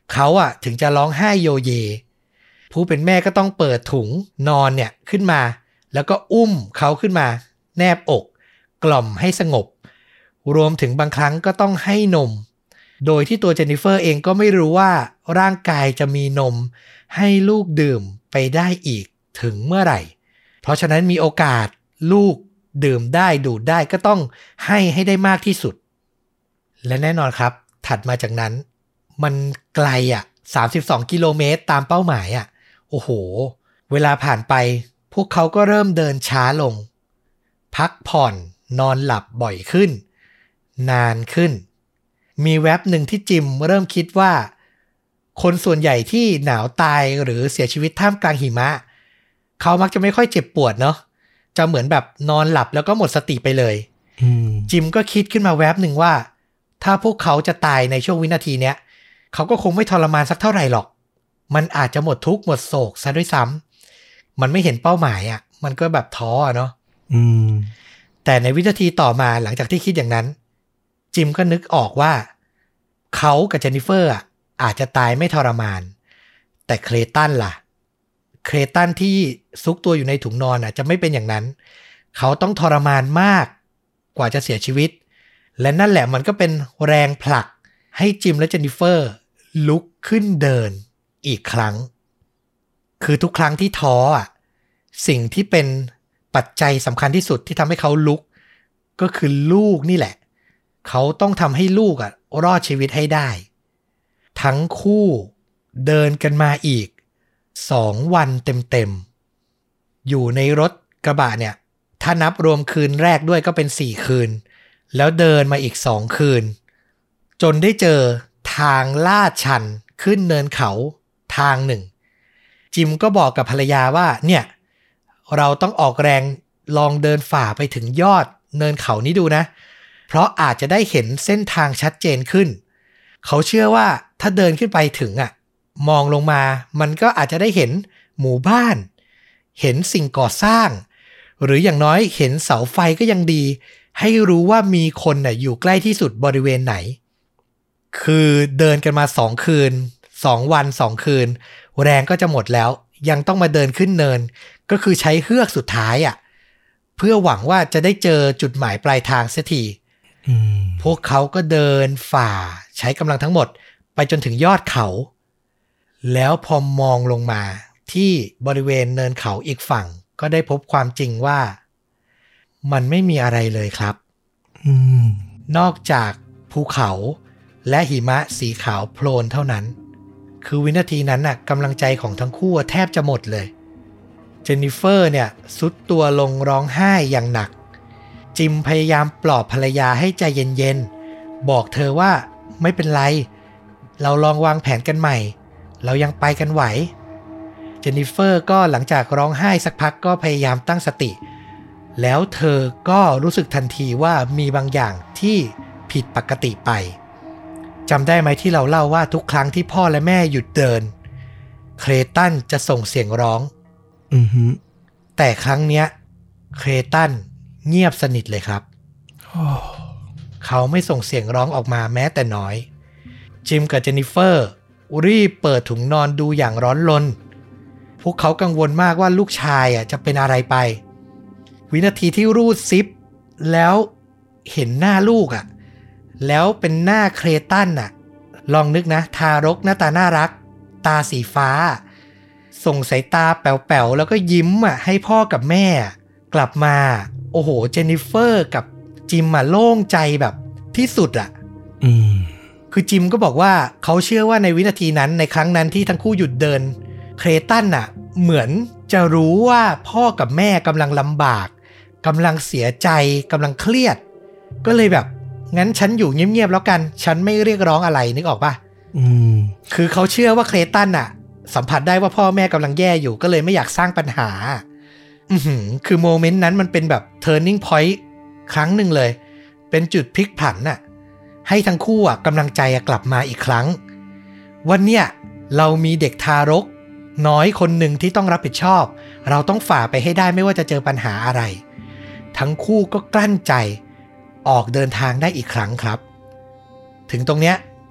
เขาอะถึงจะร้องไห้โยเยผู้เป็นแม่ก็ต้องเปิดถุงนอนเนี่ยขึ้นมาแล้วก็อุ้มเขาขึ้นมาแนบอกกล่อมให้สงบรวมถึงบางครั้งก็ต้องให้นมโดยที่ตัวเจนนิเฟอร์เองก็ไม่รู้ว่าร่างกายจะมีนมให้ลูกดื่มไปได้อีกถึงเมื่อไหร่เพราะฉะนั้นมีโอกาสลูกดื่มได้ดูดได้ก็ต้องให้ให้ได้มากที่สุดและแน่นอนครับถัดมาจากนั้นมันไกลอ่ะสามสิบสองกิโลเมตรตามเป้าหมายอ่ะโอ้โหเวลาผ่านไปพวกเขาก็เริ่มเดินช้าลงพักผ่อนนอนหลับบ่อยขึ้นนานขึ้นมีแว็บหนึ่งที่จิมเริ่มคิดว่าคนส่วนใหญ่ที่หนาวตายหรือเสียชีวิตท่ามกลางหิมะเขามักจะไม่ค่อยเจ็บปวดเนาะจะเหมือนแบบนอนหลับแล้วก็หมดสติไปเลยจิมก็คิดขึ้นมาแว็บหนึ่งว่าถ้าพวกเขาจะตายในช่วงวินาทีเนี้ยเขาก็คงไม่ทรมานสักเท่าไหร่หรอกมันอาจจะหมดทุกข์หมดโศกซะด้วยซ้ำมันไม่เห็นเป้าหมายอ่ะมันก็แบบท้อเนาะแต่ในวินาทีต่อมาหลังจากที่คิดอย่างนั้นจิมก็นึกออกว่าเขากับเจนนิเฟอร์อ่ะอาจจะตายไม่ทรมานแต่เคลตันล่ะเคลตันที่ซุกตัวอยู่ในถุงนอนอ่ะจะไม่เป็นอย่างนั้นเขาต้องทรมานมากกว่าจะเสียชีวิตและนั่นแหละมันก็เป็นแรงผลักให้จิมและเจนนิเฟอร์ลุกขึ้นเดินอีกครั้งคือทุกครั้งที่ท้ออ่ะสิ่งที่เป็นปัจจัยสำคัญที่สุดที่ทำให้เขาลุกก็คือลูกนี่แหละเขาต้องทำให้ลูกอ่ะรอดชีวิตให้ได้ทั้งคู่เดินกันมาอีกสองวันเต็มๆอยู่ในรถกระบะเนี่ยถ้านับรวมคืนแรกด้วยก็เป็นสี่คืนแล้วเดินมาอีกสองคืนจนได้เจอทางลาดชันขึ้นเนินเขาทางหนึ่งจิมก็บอกกับภรรยาว่าเนี่ยเราต้องออกแรงลองเดินฝ่าไปถึงยอดเนินเขานี้ดูนะเพราะอาจจะได้เห็นเส้นทางชัดเจนขึ้นเขาเชื่อว่าถ้าเดินขึ้นไปถึงอ่ะมองลงมามันก็อาจจะได้เห็นหมู่บ้านเห็นสิ่งก่อสร้างหรืออย่างน้อยเห็นเสาไฟก็ยังดีให้รู้ว่ามีคนน่ะอยู่ใกล้ที่สุดบริเวณไหนคือเดินกันมาสองคืนสองวันสองคืนแรงก็จะหมดแล้วยังต้องมาเดินขึ้นเนินก็คือใช้เฮือกสุดท้ายอ่ะเพื่อหวังว่าจะได้เจอจุดหมายปลายทางเสียทีพวกเขาก็เดินฝ่าใช้กำลังทั้งหมดไปจนถึงยอดเขาแล้วพอมองลงมาที่บริเวณเนินเขาอีกฝั่งก็ได้พบความจริงว่ามันไม่มีอะไรเลยครับนอกจากภูเขาและหิมะสีขาวโพลนเท่านั้นคือวินาทีนั้นน่ะกำลังใจของทั้งคู่แทบจะหมดเลยเจนนิเฟอร์เนี่ยซุดตัวลงร้องไห้อย่างหนักจิมพยายามปลอบภรรยาให้ใจเย็นๆบอกเธอว่าไม่เป็นไรเราลองวางแผนกันใหม่เรายังไปกันไหวเจนนิเฟอร์ก็หลังจากร้องไห้สักพักก็พยายามตั้งสติแล้วเธอก็รู้สึกทันทีว่ามีบางอย่างที่ผิดปกติไปจำได้ไหมที่เราเล่าว่าทุกครั้งที่พ่อและแม่หยุดเดินเคลตันจะส่งเสียงร้องอือฮึแต่ครั้งเนี้ยเคลตันเงียบสนิทเลยครับ oh. เขาไม่ส่งเสียงร้องออกมาแม้แต่น้อยจิมกับเจนนิเฟอร์รีบเปิดถุงนอนดูอย่างร้อนรนพวกเขากังวลมากว่าลูกชายอ่ะจะเป็นอะไรไปวินาทีที่รูดซิปแล้วเห็นหน้าลูกอ่ะแล้วเป็นหน้าเคลตันอ่ะลองนึกนะทารกหน้าตาน่ารักตาสีฟ้าส่งสายตาแป๋วๆแล้วก็ยิ้มอ่ะให้พ่อกับแม่กลับมาโอ้โหเจนนิเฟอร์กับจิมอ่ะโล่งใจแบบที่สุดอ่ะอืมคือจิมก็บอกว่าเขาเชื่อว่าในวินาทีนั้นในครั้งนั้นที่ทั้งคู่หยุดเดินเคลตันอ่ะเหมือนจะรู้ว่าพ่อกับแม่กำลังลำบากกำลังเสียใจกำลังเครียดก็เลยแบบงั้นฉันอยู่เงียบๆแล้วกันฉันไม่เรียกร้องอะไรนึกออกป่ะอืมคือเขาเชื่อว่าเคลตันอ่ะสัมผัสได้ว่าพ่อแม่กำลังแย่อยู่ก็เลยไม่อยากสร้างปัญหาอือหือคือโมเมนต์นั้นมันเป็นแบบ turning point ครั้งหนึ่งเลยเป็นจุดพลิกผันน่ะให้ทั้งคู่อ่ะกำลังใจกลับมาอีกครั้งวันเนี้ยเรามีเด็กทารกน้อยคนหนึ่งที่ต้องรับผิดชอบเราต้องฝ่าไปให้ได้ไม่ว่าจะเจอปัญหาอะไรทั้งคู่ก็กลั้นใจออกเดินทางได้อีกครั้งครับถึงตรงเนี้ย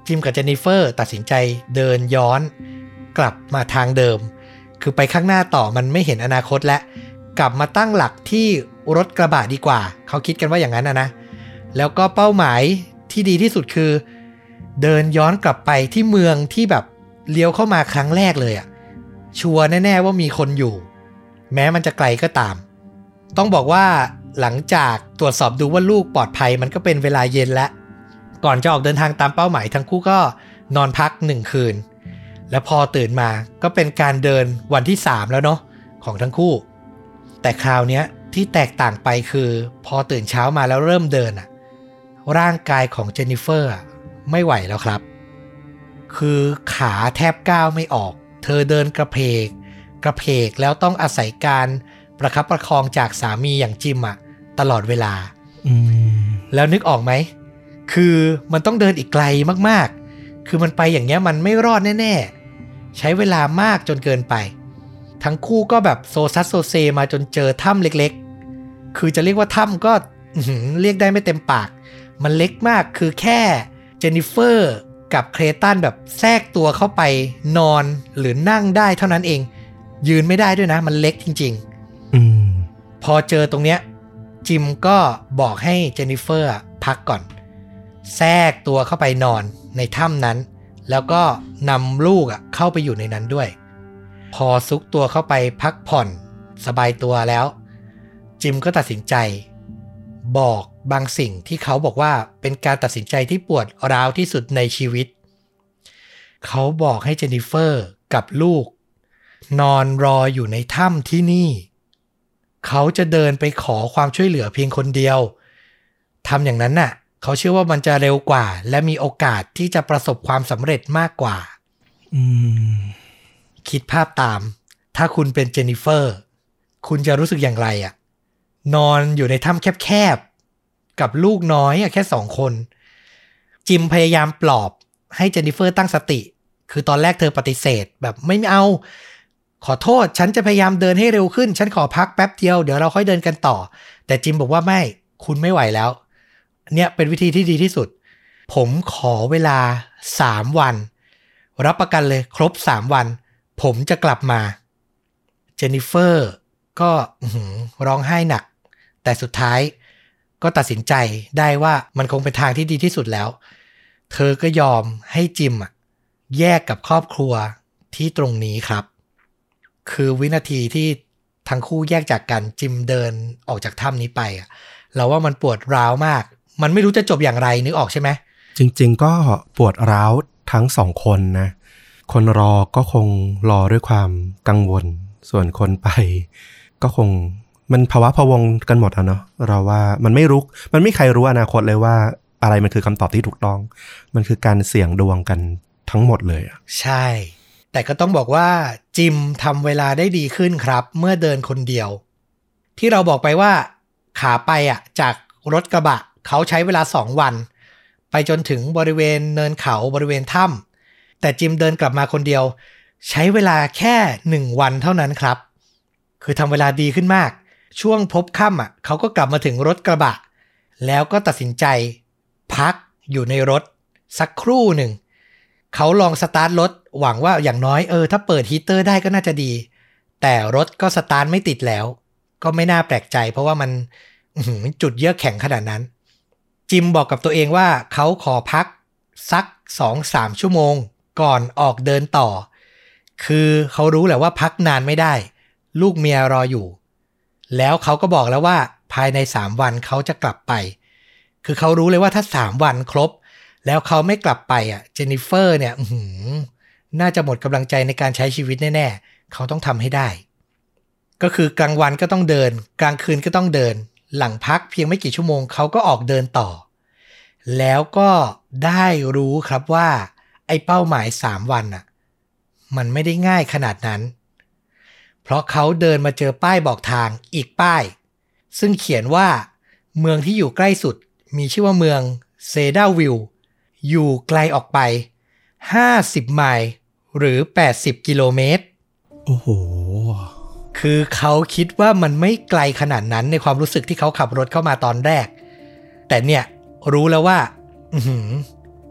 จิมกับเจนนิเฟอร์ตัดสินใจเดินย้อนกลับมาทางเดิมคือไปข้างหน้าต่อมันไม่เห็นอนาคตและกลับมาตั้งหลักที่รถกระบะดีกว่าเขาคิดกันว่าอย่างนั้นนะนะแล้วก็เป้าหมายที่ดีที่สุดคือเดินย้อนกลับไปที่เมืองที่แบบเลี้ยวเข้ามาครั้งแรกเลยอะชัวร์แน่ๆว่ามีคนอยู่แม้มันจะไกลก็ตามต้องบอกว่าหลังจากตรวจสอบดูว่าลูกปลอดภัยมันก็เป็นเวลาเย็นแล้วก่อนจะออกเดินทางตามเป้าหมายทั้งคู่ก็นอนพักหนึ่งคืนแล้วพอตื่นมาก็เป็นการเดินวันที่สามแล้วเนาะของทั้งคู่แต่คราวนี้ที่แตกต่างไปคือพอตื่นเช้ามาแล้วเริ่มเดินอะร่างกายของเจนนิเฟอร์ไม่ไหวแล้วครับคือขาแทบก้าวไม่ออกเธอเดินกระเพกกระเพกแล้วต้องอาศัยการประคับประคองจากสามีอย่างจิมอะตลอดเวลาแล้วนึกออกไหมคือมันต้องเดินอีกไกลมากๆคือมันไปอย่างเงี้ยมันไม่รอดแน่ๆใช้เวลามากจนเกินไปทั้งคู่ก็แบบโซซัสโซเซมาจนเจอถ้ำเล็กๆคือจะเรียกว่าถ้ำก็เรียกได้ไม่เต็มปากมันเล็กมากคือแค่เจนนิเฟอร์กับเคลตันแบบแทรกตัวเข้าไปนอนหรือนั่งได้เท่านั้นเองยืนไม่ได้ด้วยนะมันเล็กจริงๆอืมพอเจอตรงเนี้ยจิมก็บอกให้เจนนิเฟอร์พักก่อนแทรกตัวเข้าไปนอนในถ้ำนั้นแล้วก็นำลูกเข้าไปอยู่ในนั้นด้วยพอซุกตัวเข้าไปพักผ่อนสบายตัวแล้วจิมก็ตัดสินใจบอกบางสิ่งที่เขาบอกว่าเป็นการตัดสินใจที่ปวดร้าวที่สุดในชีวิตเขาบอกให้เจนนิเฟอร์กับลูกนอนรออยู่ในถ้ำที่นี่เขาจะเดินไปขอความช่วยเหลือเพียงคนเดียวทำอย่างนั้นน่ะเขาเชื่อว่ามันจะเร็วกว่าและมีโอกาสที่จะประสบความสำเร็จมากกว่าอืมคิดภาพตามถ้าคุณเป็นเจนนิเฟอร์คุณจะรู้สึกอย่างไรอ่ะนอนอยู่ในถ้ำแคบๆกับลูกน้อยอ่ะแค่สองคนจิมพยายามปลอบให้เจนนิเฟอร์ตั้งสติคือตอนแรกเธอปฏิเสธแบบไม่เอาขอโทษฉันจะพยายามเดินให้เร็วขึ้นฉันขอพักแป๊บเดียวเดี๋ยวเราค่อยเดินกันต่อแต่จิมบอกว่าไม่คุณไม่ไหวแล้วเนี่ยเป็นวิธีที่ดีที่สุดผมขอเวลาสามวันรับประกันเลยครบสามวันผมจะกลับมาเจนนิเฟอร์ก็ร้องไห้หนักแต่สุดท้ายก็ตัดสินใจได้ว่ามันคงเป็นทางที่ดีที่สุดแล้วเธอก็ยอมให้จิมอ่ะแยกกับครอบครัวที่ตรงนี้ครับคือวินาทีที่ทั้งคู่แยกจากกันจิมเดินออกจากถ้ำนี้ไปอ่ะเราว่ามันปวดร้าวมากมันไม่รู้จะจบอย่างไรนึกออกใช่ไหมจริงๆก็ปวดร้าวทั้งสองคนนะคนรอก็คงรอด้วยความกังวลส่วนคนไปก็คงมันภาวะพะวงกันหมดอะเนาะเราว่ามันไม่รู้มันไม่ใครรู้อนาคตเลยว่าอะไรมันคือคำตอบที่ถูกต้องมันคือการเสี่ยงดวงกันทั้งหมดเลยอะใช่แต่ก็ต้องบอกว่าจิมทำเวลาได้ดีขึ้นครับเมื่อเดินคนเดียวที่เราบอกไปว่าขาไปอะจากรถกระบะเขาใช้เวลาสองวันไปจนถึงบริเวณเนินเขาบริเวณถ้ำแต่จิมเดินกลับมาคนเดียวใช้เวลาแค่หนึ่งวันเท่านั้นครับคือทำเวลาดีขึ้นมากช่วงพบค่ำอ่ะเขาก็กลับมาถึงรถกระบะแล้วก็ตัดสินใจพักอยู่ในรถสักครู่หนึ่งเขาลองสตาร์ทรถหวังว่าอย่างน้อยเออถ้าเปิดฮีเตอร์ได้ก็น่าจะดีแต่รถก็สตาร์ทไม่ติดแล้วก็ไม่น่าแปลกใจเพราะว่ามันจุดเยือกแข็งขนาดนั้นจิมบอกกับตัวเองว่าเขาขอพักสัก สองถึงสาม ชั่วโมงก่อนออกเดินต่อคือเขารู้แหละว่าพักนานไม่ได้ลูกเมียรออยู่แล้วเขาก็บอกแล้วว่าภายในสามวันเขาจะกลับไปคือเขารู้เลยว่าถ้าสามวันครบแล้วเขาไม่กลับไปอ่ะเจนนิเฟอร์เนี่ยน่าจะหมดกำลังใจในการใช้ชีวิตแน่ๆเขาต้องทำให้ได้ก็คือกลางวันก็ต้องเดินกลางคืนก็ต้องเดินหลังพักเพียงไม่กี่ชั่วโมงเขาก็ออกเดินต่อแล้วก็ได้รู้ครับว่าไอ้เป้าหมายสามวันน่ะมันไม่ได้ง่ายขนาดนั้นเพราะเขาเดินมาเจอป้ายบอกทางอีกป้ายซึ่งเขียนว่าเมืองที่อยู่ใกล้สุดมีชื่อว่าเมืองเซดาวิลอยู่ไกลออกไปห้าสิบไมล์หรือแปดสิบกิโลเมตรโอ้โหคือเขาคิดว่ามันไม่ไกลขนาดนั้นในความรู้สึกที่เขาขับรถเข้ามาตอนแรกแต่เนี่ยรู้แล้วว่า อ, อ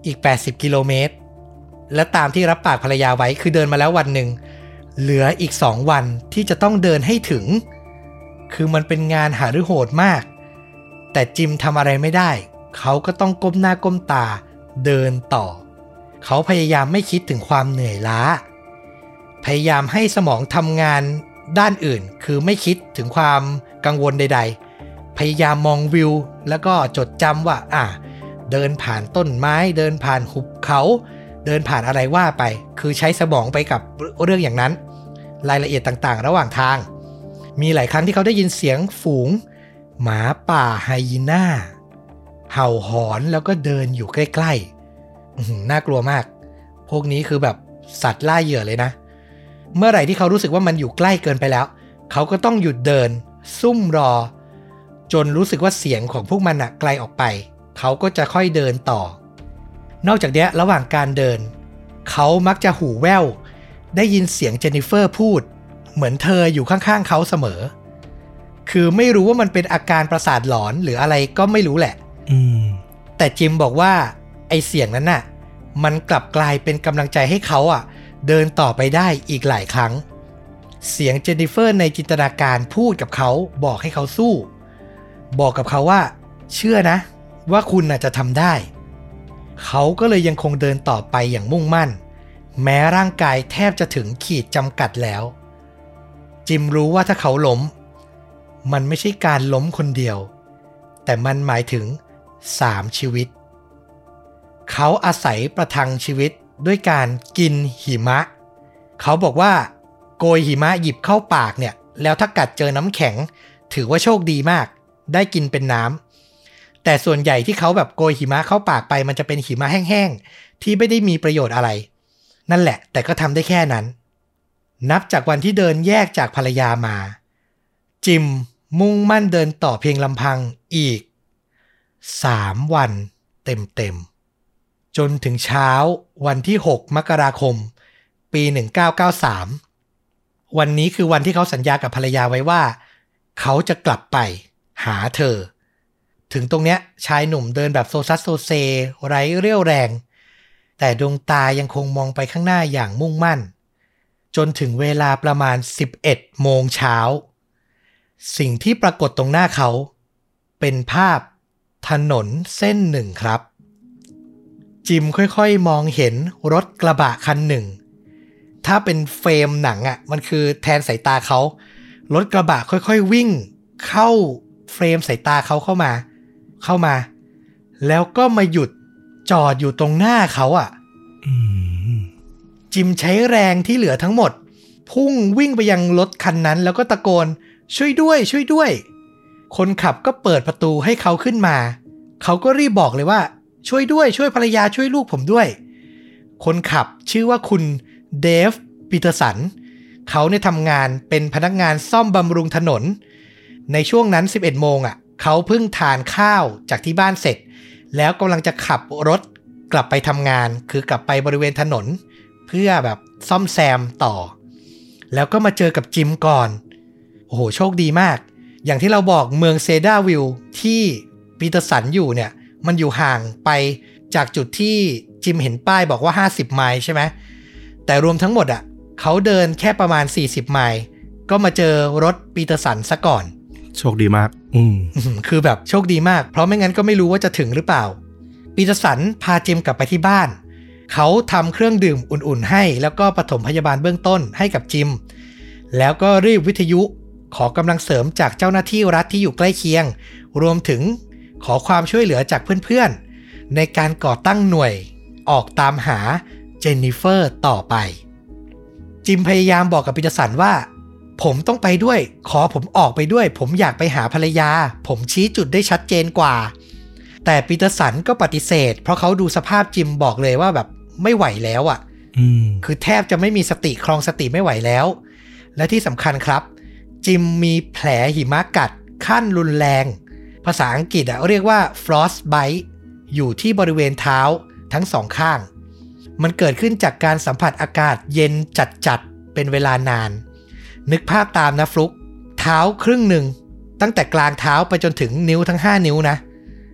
อีกแปดสิบกิโลเมตรและตามที่รับปากภรรยาไว้คือเดินมาแล้ววันหนึ่งเหลืออีกสองวันที่จะต้องเดินให้ถึงคือมันเป็นงานหฤโหดมากแต่จิมทำอะไรไม่ได้เขาก็ต้องก้มหน้าก้มตาเดินต่อเขาพยายามไม่คิดถึงความเหนื่อยล้าพยายามให้สมองทำงานด้านอื่นคือไม่คิดถึงความกังวลใดๆพยายามมองวิวแล้วก็จดจำว่าอ่ะเดินผ่านต้นไม้เดินผ่านหุบเขาเดินผ่านอะไรว่าไปคือใช้สมองไปกับเรื่องอย่างนั้นรายละเอียดต่างๆระหว่างทางมีหลายครั้งที่เขาได้ยินเสียงฝูงหมาป่าไฮยีน่าเห่าหอนแล้วก็เดินอยู่ใกล้ๆน่ากลัวมากพวกนี้คือแบบสัตว์ล่าเหยื่อเลยนะเมื่อไหร่ที่เขารู้สึกว่ามันอยู่ใกล้เกินไปแล้วเขาก็ต้องหยุดเดินซุ่มรอจนรู้สึกว่าเสียงของพวกมันน่ะไกลออกไปเขาก็จะค่อยเดินต่อนอกจากนี้ระหว่างการเดินเขามักจะหูแว่วได้ยินเสียงเจนนิเฟอร์พูดเหมือนเธออยู่ข้างๆเขาเสมอคือไม่รู้ว่ามันเป็นอาการประสาทหลอนหรืออะไรก็ไม่รู้แหละอืมแต่จิมบอกว่าไอเสียงนั้นน่ะมันกลับกลายเป็นกำลังใจให้เขาอ่ะเดินต่อไปได้อีกหลายครั้งเสียงเจนนิเฟอร์ในจินตนาการพูดกับเขาบอกให้เขาสู้บอกกับเขาว่าเชื่อนะว่าคุณน่ะจะทำได้เขาก็เลยยังคงเดินต่อไปอย่างมุ่งมั่นแม้ร่างกายแทบจะถึงขีดจำกัดแล้วจิมรู้ว่าถ้าเขาล้มมันไม่ใช่การล้มคนเดียวแต่มันหมายถึงสามชีวิตเขาอาศัยประทังชีวิตด้วยการกินหิมะเขาบอกว่าโกยหิมะหยิบเข้าปากเนี่ยแล้วถ้ากัดเจอน้ำแข็งถือว่าโชคดีมากได้กินเป็นน้ำแต่ส่วนใหญ่ที่เขาแบบโกยหิมะเข้าปากไปมันจะเป็นหิมะแห้งๆที่ไม่ได้มีประโยชน์อะไรนั่นแหละแต่ก็ทำได้แค่นั้นนับจากวันที่เดินแยกจากภรรยามาจิมมุ่งมั่นเดินต่อเพียงลำพังอีกสามวันเต็มๆจนถึงเช้าวันที่หกมกราคมปีหนึ่งพันเก้าร้อยเก้าสิบสามวันนี้คือวันที่เขาสัญญากับภรรยาไว้ว่าเขาจะกลับไปหาเธอถึงตรงเนี้ยชายหนุ่มเดินแบบโซซัสโซเซไร้เรี่ยวแรงแต่ดวงตายังคงมองไปข้างหน้าอย่างมุ่งมั่นจนถึงเวลาประมาณสิบเอ็ดโมงเช้าสิ่งที่ปรากฏตรงหน้าเขาเป็นภาพถนนเส้นหนึ่งครับจิมค่อยๆมองเห็นรถกระบะคันหนึ่งถ้าเป็นเฟรมหนังอ่ะมันคือแทนสายตาเขารถกระบะค่อยๆวิ่งเข้าเฟรมสายตาเขาเข้ามาเข้ามาแล้วก็มาหยุดจอดอยู่ตรงหน้าเขาอ่ะจิมใช้แรงที่เหลือทั้งหมดพุ่งวิ่งไปยังรถคันนั้นแล้วก็ตะโกนช่วยด้วยช่วยด้วยคนขับก็เปิดประตูให้เขาขึ้นมาเขาก็รีบบอกเลยว่าช่วยด้วยช่วยภรรยาช่วยลูกผมด้วยคนขับชื่อว่าคุณเดฟปีเตอร์สันเขาเนี่ยทำงานเป็นพนักงานซ่อมบำรุงถนนในช่วงนั้นสิบเอ็ดโมงอ่ะเขาเพิ่งทานข้าวจากที่บ้านเสร็จแล้วกำลังจะขับรถกลับไปทำงานคือกลับไปบริเวณถนนเพื่อแบบซ่อมแซมต่อแล้วก็มาเจอกับจิมก่อนโอ้โหโชคดีมากอย่างที่เราบอกเมืองเซดาวิลที่ปีเตอร์สันอยู่เนี่ยมันอยู่ห่างไปจากจุดที่จิมเห็นป้ายบอกว่าห้าสิบไมล์ใช่ไหมแต่รวมทั้งหมดอ่ะเขาเดินแค่ประมาณสี่สิบไมล์ก็มาเจอรถปีเตอร์สันซะก่อนโชคดีมากอืมคือแบบโชคดีมากเพราะไม่งั้นก็ไม่รู้ว่าจะถึงหรือเปล่าปีเตอร์สันพาจิมกลับไปที่บ้านเขาทำเครื่องดื่มอุ่นๆให้แล้วก็ปฐมพยาบาลเบื้องต้นให้กับจิมแล้วก็รีบวิทยุขอกำลังเสริมจากเจ้าหน้าที่รัฐที่อยู่ใกล้เคียงรวมถึงขอความช่วยเหลือจากเพื่อนๆในการก่อตั้งหน่วยออกตามหาเจนนิเฟอร์ต่อไปจิมพยายามบอกกับปีเตอร์สันว่าผมต้องไปด้วยขอผมออกไปด้วยผมอยากไปหาภรรยาผมชี้จุดได้ชัดเจนกว่าแต่ปีเตอร์สันก็ปฏิเสธเพราะเขาดูสภาพจิมบอกเลยว่าแบบไม่ไหวแล้วอ่ะคือแทบจะไม่มีสติครองสติไม่ไหวแล้วและที่สำคัญครับจิมมีแผลหิมะกัดขั้นรุนแรงภาษาอังกฤษเรียกว่า frostbite อยู่ที่บริเวณเท้าทั้งสองข้างมันเกิดขึ้นจากการสัมผัสอากาศเย็นจัดๆเป็นเวลานานนึกภาพตามนะฟลุกเท้าครึ่งหนึ่งตั้งแต่กลางเท้าไปจนถึงนิ้วทั้งห้านิ้วนะ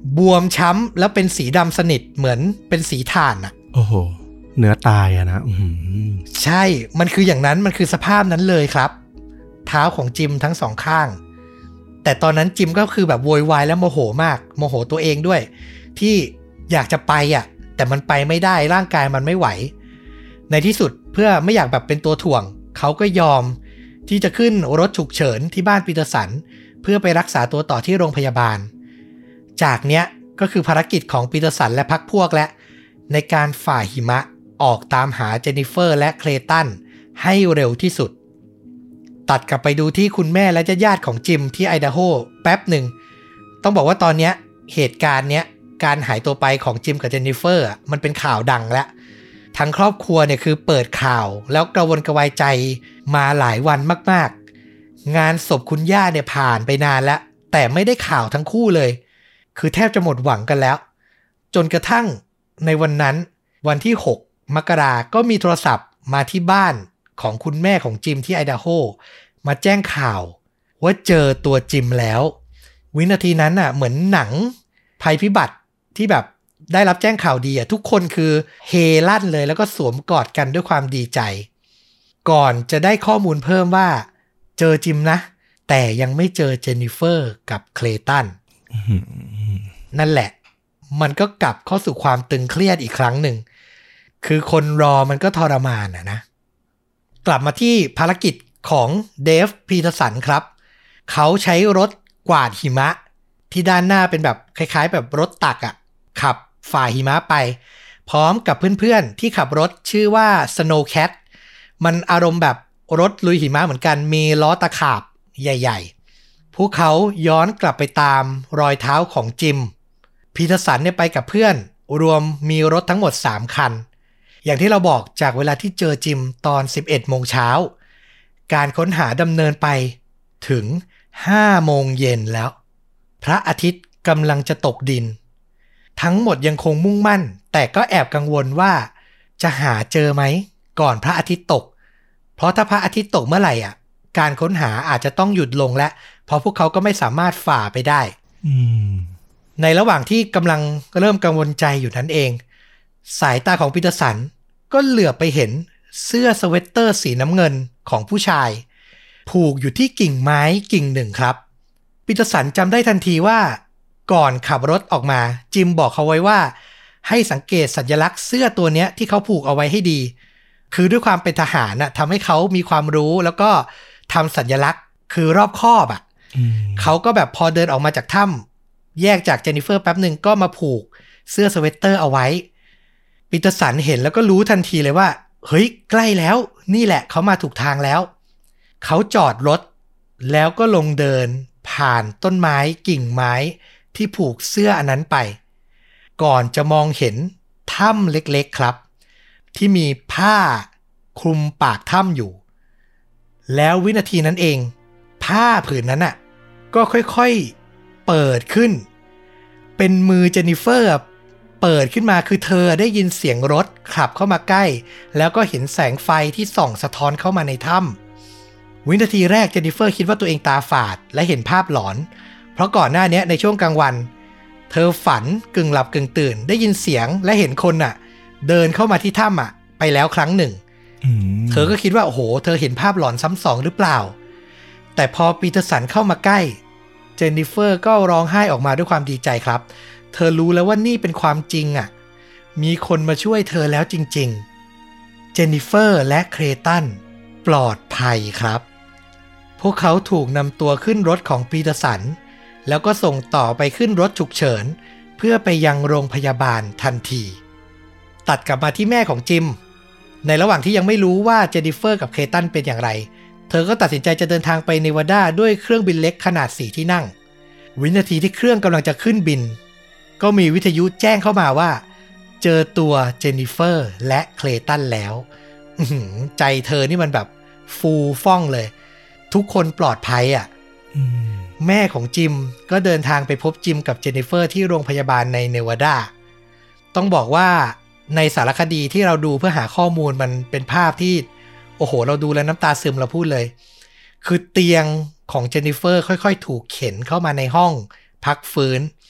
บวมช้ำแล้วเป็นสีดำสนิทเหมือนเป็นสีถ่านอ่ะโอ้โหเนื้อตายอะนะอืมใช่มันคืออย่างนั้นมันคือสภาพนั้นเลยครับเท้าของจิมทั้งสองข้างแต่ตอนนั้นจิมก็คือแบบโวยวายและโมโหมากโมโหตัวเองด้วยที่อยากจะไปอ่ะแต่มันไปไม่ได้ร่างกายมันไม่ไหวในที่สุดเพื่อไม่อยากแบบเป็นตัวถ่วงเขาก็ยอมที่จะขึ้นรถฉุกเฉินที่บ้านปีเตอร์สันเพื่อไปรักษาตัวต่อที่โรงพยาบาลจากเนี้ยก็คือภารกิจของปีเตอร์สันและพรรคพวกและในการฝ่าหิมะออกตามหาเจนนิเฟอร์และเคลตันให้เร็วที่สุดตัดกลับไปดูที่คุณแม่และญาติของจิมที่ไอดาโฮแป๊บหนึ่งต้องบอกว่าตอนนี้เหตุการณ์เนี้ยการหายตัวไปของจิมกับเจนนิเฟอร์มันเป็นข่าวดังแล้วทั้งครอบครัวเนี่ยคือเปิดข่าวแล้วกระวนกระวายใจมาหลายวันมากๆงานศพคุณย่าเนี่ยผ่านไปนานแล้วแต่ไม่ได้ข่าวทั้งคู่เลยคือแทบจะหมดหวังกันแล้วจนกระทั่งในวันนั้นวันที่หกมกราคมก็มีโทรศัพท์มาที่บ้านของคุณแม่ของจิมที่ไอดาโฮมาแจ้งข่าวว่าเจอตัวจิมแล้ววินาทีนั้นน่ะเหมือนหนังภัยพิบัติที่แบบได้รับแจ้งข่าวดีอ่ะทุกคนคือเฮลั่นเลยแล้วก็สวมกอดกันด้วยความดีใจก่อนจะได้ข้อมูลเพิ่มว่าเจอจิมนะแต่ยังไม่เจอเจนนิเฟอร์กับเคลตันนั่นแหละมันก็กลับเข้าสู่ความตึงเครียดอีกครั้งหนึ่งคือคนรอมันก็ทรมานอ่ะนะกลับมาที่ภารกิจของเดฟพีเตอร์สันครับเขาใช้รถกวาดหิมะที่ด้านหน้าเป็นแบบคล้ายๆแบบรถตักอ่ะขับฝ่าหิมะไปพร้อมกับเพื่อนๆที่ขับรถชื่อว่า Snowcat มันอารมณ์แบบรถลุยหิมะเหมือนกันมีล้อตะขาบใหญ่ๆพวกเขาย้อนกลับไปตามรอยเท้าของจิมพีเตอร์สันเนี่ยไปกับเพื่อนรวมมีรถทั้งหมดสามคันอย่างที่เราบอกจากเวลาที่เจอจิมตอน สิบเอ็ดโมงเช้าการค้นหาดำเนินไปถึง ห้าโมงเย็นแล้วพระอาทิตย์กำลังจะตกดินทั้งหมดยังคงมุ่งมั่นแต่ก็แอบกังวลว่าจะหาเจอไหมก่อนพระอาทิตย์ตกเพราะถ้าพระอาทิตย์ตกเมื่อไหร่อ่ะการค้นหาอาจจะต้องหยุดลงและเพราะพวกเขาก็ไม่สามารถฝ่าไปได้ในระหว่างที่กำลังเริ่มกังวลใจอยู่นั้นเองสายตาของปีเตอร์สันก็เหลือบไปเห็นเสื้อสเวตเตอร์สีน้ำเงินของผู้ชายผูกอยู่ที่กิ่งไม้กิ่งหนึ่งครับปีเตอร์สันจำได้ทันทีว่าก่อนขับรถออกมาจิมบอกเขาไว้ว่าให้สังเกตสัญลักษณ์เสื้อตัวเนี้ยที่เขาผูกเอาไว้ให้ดีคือด้วยความเป็นทหารน่ะทำให้เขามีความรู้แล้วก็ทำสัญลักษณ์คือรอบคอบอ่ะเขาก็แบบพอเดินออกมาจากถ้ำแยกจากเจนนิเฟอร์แป๊บหนึ่งก็มาผูกเสื้อสเวตเตอร์เอาไว้ปีเตอร์สันเห็นแล้วก็รู้ทันทีเลยว่าเฮ้ยใกล้แล้วนี่แหละเขามาถูกทางแล้วเขาจอดรถแล้วก็ลงเดินผ่านต้นไม้กิ่งไม้ที่ผูกเสื้ออันนั้นไปก่อนจะมองเห็นถ้ำเล็กๆครับที่มีผ้าคลุมปากถ้ำอยู่แล้ววินาทีนั้นเองผ้าผืนนั้นอ่ะก็ค่อยๆเปิดขึ้นเป็นมือเจนนิเฟอร์เปิดขึ้นมาคือเธอได้ยินเสียงรถขับเข้ามาใกล้แล้วก็เห็นแสงไฟที่ส่องสะท้อนเข้ามาในถ้ำวินาทีแรกเจนนิเฟอร์คิดว่าตัวเองตาฝาดและเห็นภาพหลอนเพราะก่อนหน้านี้ในช่วงกลางวันเธอฝันกึ่งหลับกึ่งตื่นได้ยินเสียงและเห็นคนน่ะเดินเข้ามาที่ถ้ำอ่ะไปแล้วครั้งหนึ่งเธอก็คิดว่าโอ้โหเธอเห็นภาพหลอนซ้ำสองหรือเปล่าแต่พอปีเตอร์สันเข้ามาใกล้เจนนิเฟอร์ก็ร้องไห้ออกมาด้วยความดีใจครับเธอรู้แล้วว่านี่เป็นความจริงอ่ะมีคนมาช่วยเธอแล้วจริงๆเจนนิเฟอร์และเคลตันปลอดภัยครับพวกเขาถูกนำตัวขึ้นรถของปีเตอร์สันแล้วก็ส่งต่อไปขึ้นรถฉุกเฉินเพื่อไปยังโรงพยาบาลทันทีตัดกลับมาที่แม่ของจิมในระหว่างที่ยังไม่รู้ว่าเจนนิเฟอร์กับเคลตันเป็นอย่างไรเธอก็ตัดสินใจจะเดินทางไปเนวาดาด้วยเครื่องบินเล็กขนาดสี่ที่นั่งวินาทีที่เครื่องกำลังจะขึ้นบินก็มีวิทยุแจ้งเข้ามาว่าเจอตัวเจนนิเฟอร์และเคลตันแล้วใจเธอนี่มันแบบฟูฟ่องเลยทุกคนปลอดภัยอ่ะแม่ของจิมก็เดินทางไปพบจิมกับเจนนิเฟอร์ที่โรงพยาบาลในเนวาดาต้องบอกว่าในสารคดีที่เราดูเพื่อหาข้อมูลมันเป็นภาพที่โอ้โหเราดูแล้วน้ำตาซึมเราพูดเลยคือเตียงของเจนนิเฟอร์ค่อยๆถูกเข็นเข้ามาในห้องพักฟื้น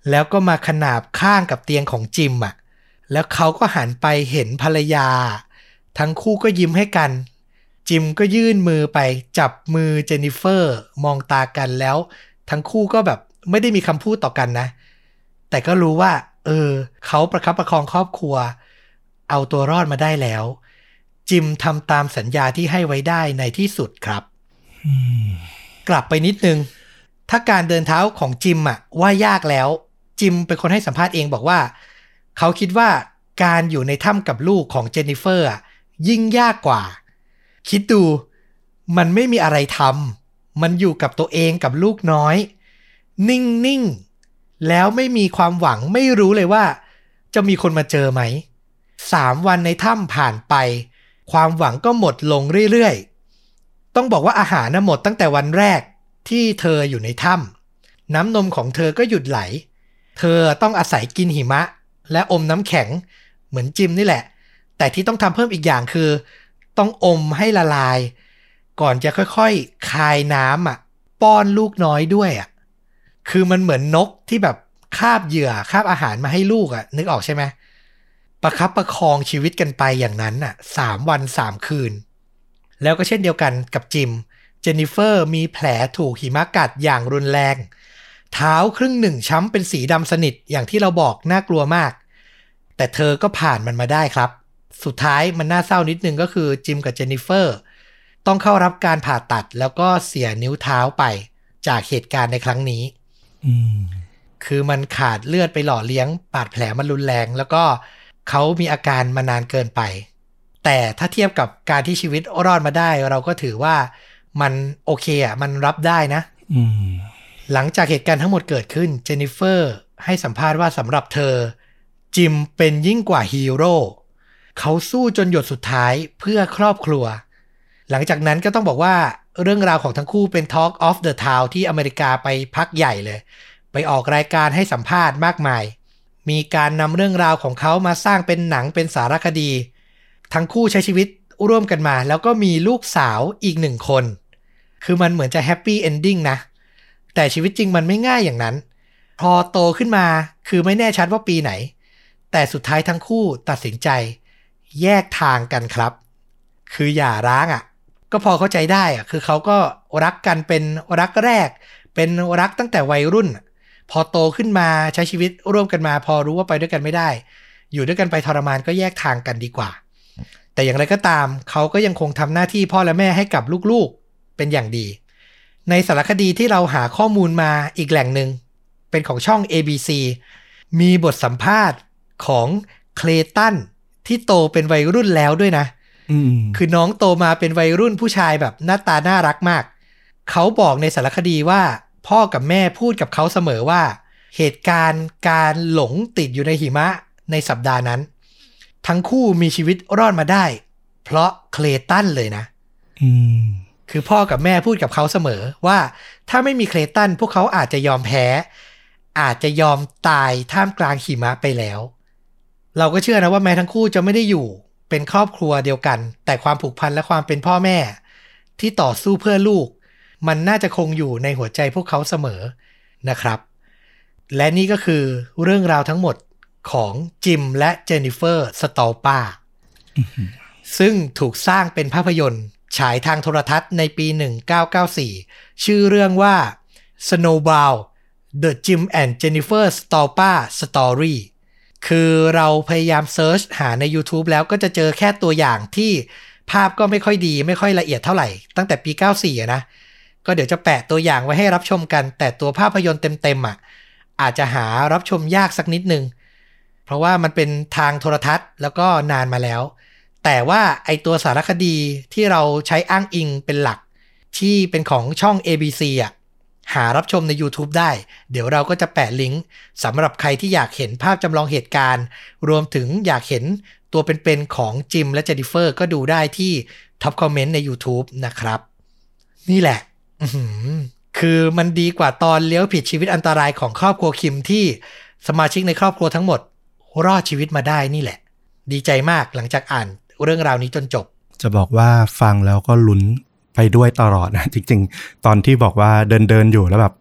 แล้วก็มาขนาบข้างกับเตียงของจิมอ่ะแล้วเขาก็หันไปเห็นภรรยาทั้งคู่ก็ยิ้มให้กันจิมก็ยื่นมือไปจับมือเจนนิเฟอร์มองตากันแล้วทั้งคู่ก็แบบไม่ได้มีคำพูดต่อกันนะแต่ก็รู้ว่าเออเขาประคับประคองครอบครัวเอาตัวรอดมาได้แล้วจิมทำตามสัญญาที่ให้ไว้ได้ในที่สุดครับ hmm. กลับไปนิดนึงถ้าการเดินเท้าของจิมอะว่ายากแล้วจิมเป็นคนให้สัมภาษณ์เองบอกว่าเขาคิดว่าการอยู่ในถ้ำกับลูกของเจนนิเฟอร์อะยิ่งยากกว่าคิดดูมันไม่มีอะไรทำมันอยู่กับตัวเองกับลูกน้อยนิ่งๆแล้วไม่มีความหวังไม่รู้เลยว่าจะมีคนมาเจอไหมสามวันในถ้ำผ่านไปความหวังก็หมดลงเรื่อยๆต้องบอกว่าอาหารน่ะหมดตั้งแต่วันแรกที่เธออยู่ในถ้ำน้ำนมของเธอก็หยุดไหลเธอต้องอาศัยกินหิมะและอมน้ำแข็งเหมือนจิมนี่แหละแต่ที่ต้องทำเพิ่มอีกอย่างคือต้องอมให้ละลายก่อนจะค่อยๆคายน้ำอ่ะป้อนลูกน้อยด้วยอ่ะคือมันเหมือนนกที่แบบคาบเหยื่อคาบอาหารมาให้ลูกอ่ะนึกออกใช่ไหมประคับประคองชีวิตกันไปอย่างนั้นอ่ะสามวันสามคืนแล้วก็เช่นเดียวกันกับจิมเจนนิเฟอร์มีแผลถูกหิมะกัดอย่างรุนแรงเท้าครึ่งหนึ่งช้ำเป็นสีดำสนิทอย่างที่เราบอกน่ากลัวมากแต่เธอก็ผ่านมันมาได้ครับสุดท้ายมันน่าเศร้านิดนึงก็คือจิมกับเจนนิเฟอร์ต้องเข้ารับการผ่าตัดแล้วก็เสียนิ้วเท้าไปจากเหตุการณ์ในครั้งนี้ mm. คือมันขาดเลือดไปหล่อเลี้ยงบาดแผลมันรุนแรงแล้วก็เขามีอาการมานานเกินไปแต่ถ้าเทียบกับการที่ชีวิตรอดมาได้เราก็ถือว่ามันโอเคอ่ะมันรับได้นะ mm. หลังจากเหตุการณ์ทั้งหมดเกิดขึ้นเจนนิเฟอร์ให้สัมภาษณ์ว่าสำหรับเธอจิมเป็นยิ่งกว่าฮีโร่เขาสู้จนหยดสุดท้ายเพื่อครอบครัวหลังจากนั้นก็ต้องบอกว่าเรื่องราวของทั้งคู่เป็น Talk of the Town ที่อเมริกาไปพักใหญ่เลยไปออกรายการให้สัมภาษณ์มากมายมีการนำเรื่องราวของเขามาสร้างเป็นหนังเป็นสารคดีทั้งคู่ใช้ชีวิตร่วมกันมาแล้วก็มีลูกสาวอีกหนึ่งคนคือมันเหมือนจะแฮปปี้เอนดิ้งนะแต่ชีวิตจริงมันไม่ง่ายอย่างนั้นพอโตขึ้นมาคือไม่แน่ชัดว่าปีไหนแต่สุดท้ายทั้งคู่ตัดสินใจแยกทางกันครับคือหย่าร้างอ่ะก็พอเข้าใจได้อ่ะคือเขาก็รักกันเป็นรักแรกเป็นรักตั้งแต่วัยรุ่นพอโตขึ้นมาใช้ชีวิตร่วมกันมาพอรู้ว่าไปด้วยกันไม่ได้อยู่ด้วยกันไปทรมานก็แยกทางกันดีกว่าแต่อย่างไรก็ตามเขาก็ยังคงทำหน้าที่พ่อและแม่ให้กับลูกๆเป็นอย่างดีในสารคดีที่เราหาข้อมูลมาอีกแหล่งหนึ่งเป็นของช่อง เอ บี ซี มีบทสัมภาษณ์ของเคลตันที่โตเป็นวัยรุ่นแล้วด้วยนะคือน้องโตมาเป็นวัยรุ่นผู้ชายแบบหน้าตาน่ารักมากเขาบอกในสารคดีว่าพ่อกับแม่พูดกับเขาเสมอว่าเหตุการณ์การหลงติดอยู่ในหิมะในสัปดาห์นั้นทั้งคู่มีชีวิตรอดมาได้เพราะเคลตันเลยนะคือพ่อกับแม่พูดกับเขาเสมอว่าถ้าไม่มีเคลตันพวกเขาอาจจะยอมแพ้อาจจะยอมตายท่ามกลางหิมะไปแล้วเราก็เชื่อนะว่าแม้ทั้งคู่จะไม่ได้อยู่เป็นครอบครัวเดียวกันแต่ความผูกพันและความเป็นพ่อแม่ที่ต่อสู้เพื่อลูกมันน่าจะคงอยู่ในหัวใจพวกเขาเสมอนะครับและนี่ก็คือเรื่องราวทั้งหมดของจิมและเจนนิเฟอร์สตอลปา ซึ่งถูกสร้างเป็นภาพยนตร์ฉายทางโทรทัศน์ในปีหนึ่งพันเก้าร้อยเก้าสิบสี่ชื่อเรื่องว่า Snowbound The Jim and Jennifer Stolpa Story คือเราพยายามเซิร์ชหาใน YouTube แล้วก็จะเจอแค่ตัวอย่างที่ภาพก็ไม่ค่อยดีไม่ค่อยละเอียดเท่าไหร่ตั้งแต่ปีเก้าสิบสี่อะนะก็เดี๋ยวจะแปะตัวอย่างไว้ให้รับชมกันแต่ตัวภาพยนตร์เต็มๆอ่ะอาจจะหารับชมยากสักนิดนึงเพราะว่ามันเป็นทางโทรทัศน์แล้วก็นานมาแล้วแต่ว่าไอตัวสารคดีที่เราใช้อ้างอิงเป็นหลักที่เป็นของช่อง เอ บี ซี อ่ะหารับชมใน YouTube ได้เดี๋ยวเราก็จะแปะลิงก์สำหรับใครที่อยากเห็นภาพจำลองเหตุการณ์รวมถึงอยากเห็นตัวเป็นๆของจิมและเจนนิเฟอร์ก็ดูได้ที่ท็อปคอมเมนต์ใน YouTube นะครับนี่แหละคือมันดีกว่าตอนเลี้ยวผิดชีวิตอันตรายของครอบครัวคิมที่สมาชิกในครอบครัวทั้งหมดรอดชีวิตมาได้นี่แหละดีใจมากหลังจากอ่านเรื่องราวนี้จนจบจะบอกว่าฟังแล้วก็ลุ้นไปด้วยตลอดนะจริงๆตอนที่บอกว่าเดินเดินอยู่แล้วแบบ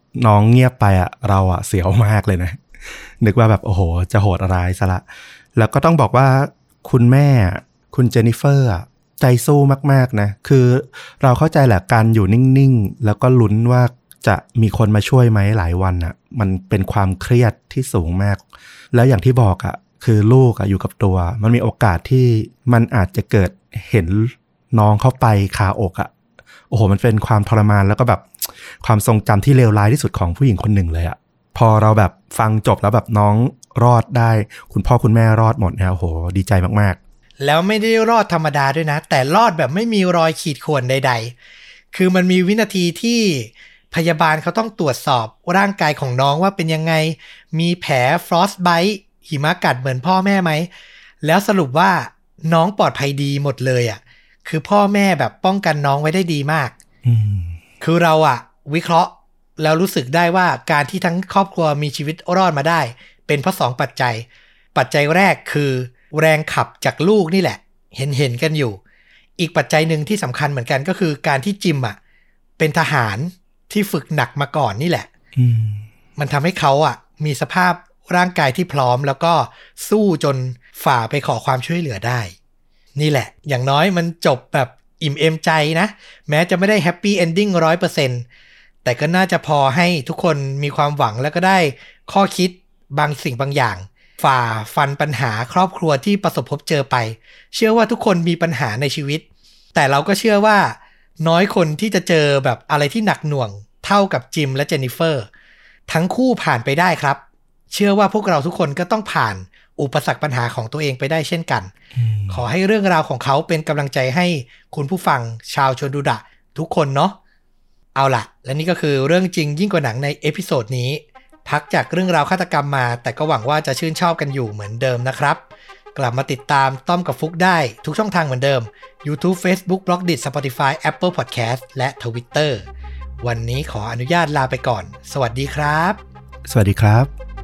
น้องเงียบไปอ่ะเราอ่ะเสียวมากเลยนะนึกว่าแบบโอ้โหจะโหดร้ายซะละแล้วก็ต้องบอกว่าคุณแม่คุณเจนนิเฟอร์ใจสู้มากๆนะคือเราเข้าใจแหละการอยู่นิ่งๆแล้วก็ลุ้นว่าจะมีคนมาช่วยไหมหลายวันอ่ะมันเป็นความเครียดที่สูงมากแล้วอย่างที่บอกอ่ะคือลูกอ่ะอยู่กับตัวมันมีโอกาสที่มันอาจจะเกิดเห็นน้องเข้าไปคาอกอ่ะโอ้โหมันเป็นความทรมานแล้วก็แบบความทรงจำที่เลวร้ายที่สุดของผู้หญิงคนหนึ่งเลยอ่ะพอเราแบบฟังจบแล้วแบบน้องรอดได้คุณพ่อคุณแม่รอดหมดเนี่ยโอ้โหดีใจมากๆแล้วไม่ได้รอดธรรมดาด้วยนะแต่รอดแบบไม่มีรอยขีดข่วนใดๆคือมันมีวินาทีที่พยาบาลเขาต้องตรวจสอบร่างกายของน้องว่าเป็นยังไงมีแผลฟรอสต์ไบต์หิมะกัดเหมือนพ่อแม่ไหมแล้วสรุปว่าน้องปลอดภัยดีหมดเลยอ่ะคือพ่อแม่แบบป้องกันน้องไว้ได้ดีมากคือเราอ่ะวิเคราะห์แล้วรู้สึกได้ว่าการที่ทั้งครอบครัวมีชีวิตรอดมาได้เป็นเพราะสองปัจจัยปัจจัยแรกคือแรงขับจากลูกนี่แหละเห็นเห็นกันอยู่อีกปัจจัยหนึ่งที่สำคัญเหมือนกันก็คือการที่จิมอ่ะเป็นทหารที่ฝึกหนักมาก่อนนี่แหละมันทำให้เขาอ่ะมีสภาพร่างกายที่พร้อมแล้วก็สู้จนฝ่าไปขอความช่วยเหลือได้นี่แหละอย่างน้อยมันจบแบบอิ่มเอมใจนะแม้จะไม่ได้แฮปปี้เอนดิ้ง ร้อยเปอร์เซ็นต์ แต่ก็น่าจะพอให้ทุกคนมีความหวังแล้วก็ได้ข้อคิดบางสิ่งบางอย่างฝ่าฟันปัญหาครอบครัวที่ประสบพบเจอไปเชื่อว่าทุกคนมีปัญหาในชีวิตแต่เราก็เชื่อว่าน้อยคนที่จะเจอแบบอะไรที่หนักหน่วงเท่ากับจิมและเจนนิเฟอร์ทั้งคู่ผ่านไปได้ครับเชื่อว่าพวกเราทุกคนก็ต้องผ่านอุปสรรคปัญหาของตัวเองไปได้เช่นกันขอให้เรื่องราวของเขาเป็นกำลังใจให้คุณผู้ฟังชาวชวนดูดะทุกคนเนาะเอาล่ะและนี่ก็คือเรื่องจริงยิ่งกว่าหนังในเอพิโซดนี้พักจากเรื่องราวฆาตกรรมมาแต่ก็หวังว่าจะชื่นชอบกันอยู่เหมือนเดิมนะครับกลับมาติดตามต้อมกับฟุกได้ทุกช่องทางเหมือนเดิม YouTube Facebook Blogdit Spotify Apple Podcast และ Twitter วันนี้ขออนุญาตลาไปก่อนสวัสดีครับสวัสดีครับ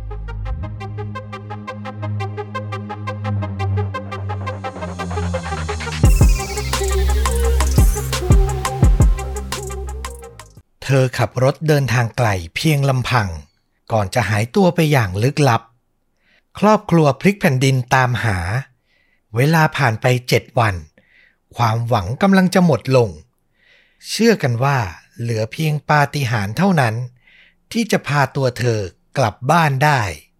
เธอขับรถเดินทางไกลเพียงลำพังก่อนจะหายตัวไปอย่างลึกลับครอบครัวพลิกแผ่นดินตามหาเวลาผ่านไปเจ็ดวันความหวังกำลังจะหมดลงเชื่อกันว่าเหลือเพียงปาฏิหาริย์เท่านั้นที่จะพาตัวเธอกลับบ้านได้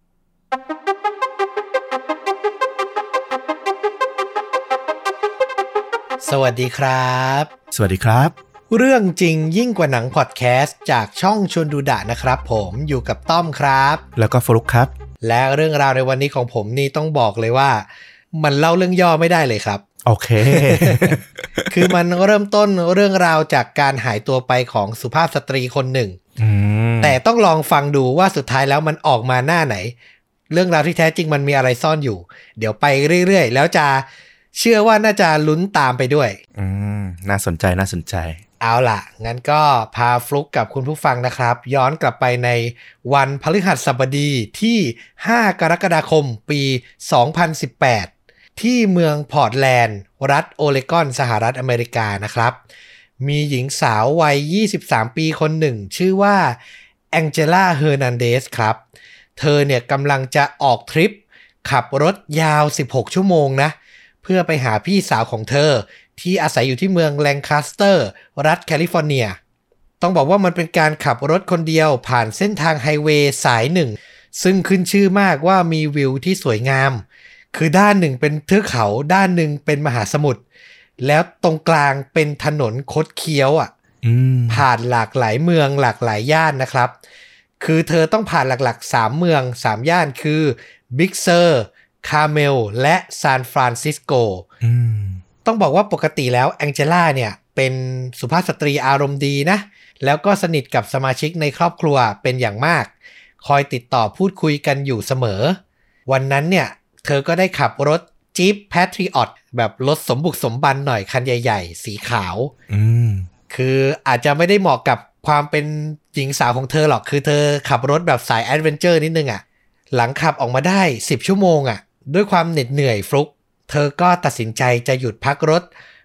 สวัสดีครับสวัสดีครับเรื่องจริงยิ่งกว่าหนังพอดแคสต์จากช่องชวนดูดะนะครับผมอยู่กับต้อมครับแล้วก็ฟลุ๊กครับและเรื่องราวในวันนี้ของผมนี่ต้องบอกเลยว่ามันเล่าเรื่องย่อไม่ได้เลยครับโอเคคือมันเริ่มต้นเรื่องราวจากการหายตัวไปของสุภาพสตรีคนหนึ่งแต่ต้องลองฟังดูว่าสุดท้ายแล้วมันออกมาหน้าไหนเรื่องราวที่แท้จริงมันมีอะไรซ่อนอยู่เดี๋ยวไปเรื่อยๆแล้วจะเชื่อว่าน่าจะลุ้นตามไปด้วยอืมน่าสนใจน่าสนใจเอาล่ะงั้นก็พาฟลุกกับคุณผู้ฟังนะครับย้อนกลับไปในวันพฤหัสบดีที่ห้ากรกฎาคมปีสองพันสิบแปดที่เมืองพอร์ตแลนด์รัฐโอเรกอนสหรัฐอเมริกานะครับมีหญิงสาววัยยี่สิบสามปีคนหนึ่งชื่อว่าแองเจล่าเฮอร์นันเดสครับเธอเนี่ยกำลังจะออกทริปขับรถยาวสิบหกชั่วโมงนะเพื่อไปหาพี่สาวของเธอที่อาศัยอยู่ที่เมืองแลงคาสเตอร์รัฐแคลิฟอร์เนียต้องบอกว่ามันเป็นการขับรถคนเดียวผ่านเส้นทางไฮเวย์สายหนึ่งซึ่งขึ้นชื่อมากว่ามีวิวที่สวยงามคือด้านหนึ่งเป็นเทือกเขาด้านหนึ่งเป็นมหาสมุทรแล้วตรงกลางเป็นถนนคดเคี้ยวอ่ะผ่านหลากหลายเมืองหลากหลายย่านนะครับคือเธอต้องผ่านหลักๆสามเมืองสามย่านคือบิ๊กเซอร์คาร์เมลและซานฟรานซิสโกต้องบอกว่าปกติแล้วแองเจล่าเนี่ยเป็นสุภาพสตรีอารมณ์ดีนะแล้วก็สนิทกับสมาชิกในครอบครัวเป็นอย่างมากคอยติดต่อพูดคุยกันอยู่เสมอวันนั้นเนี่ยเธอก็ได้ขับรถจี๊ปแพทริออตแบบรถสมบุกสมบันหน่อยคันใหญ่ๆสีขาวคืออาจจะไม่ได้เหมาะกับความเป็นหญิงสาวของเธอหรอกคือเธอขับรถแบบสายแอดเวนเจอร์นิดนึงอ่ะหลังขับออกมาได้สิบชั่วโมงอ่ะด้วยความเหน็ดเหนื่อยฟลุกเธอก็ตัดสินใจจะหยุดพักรถ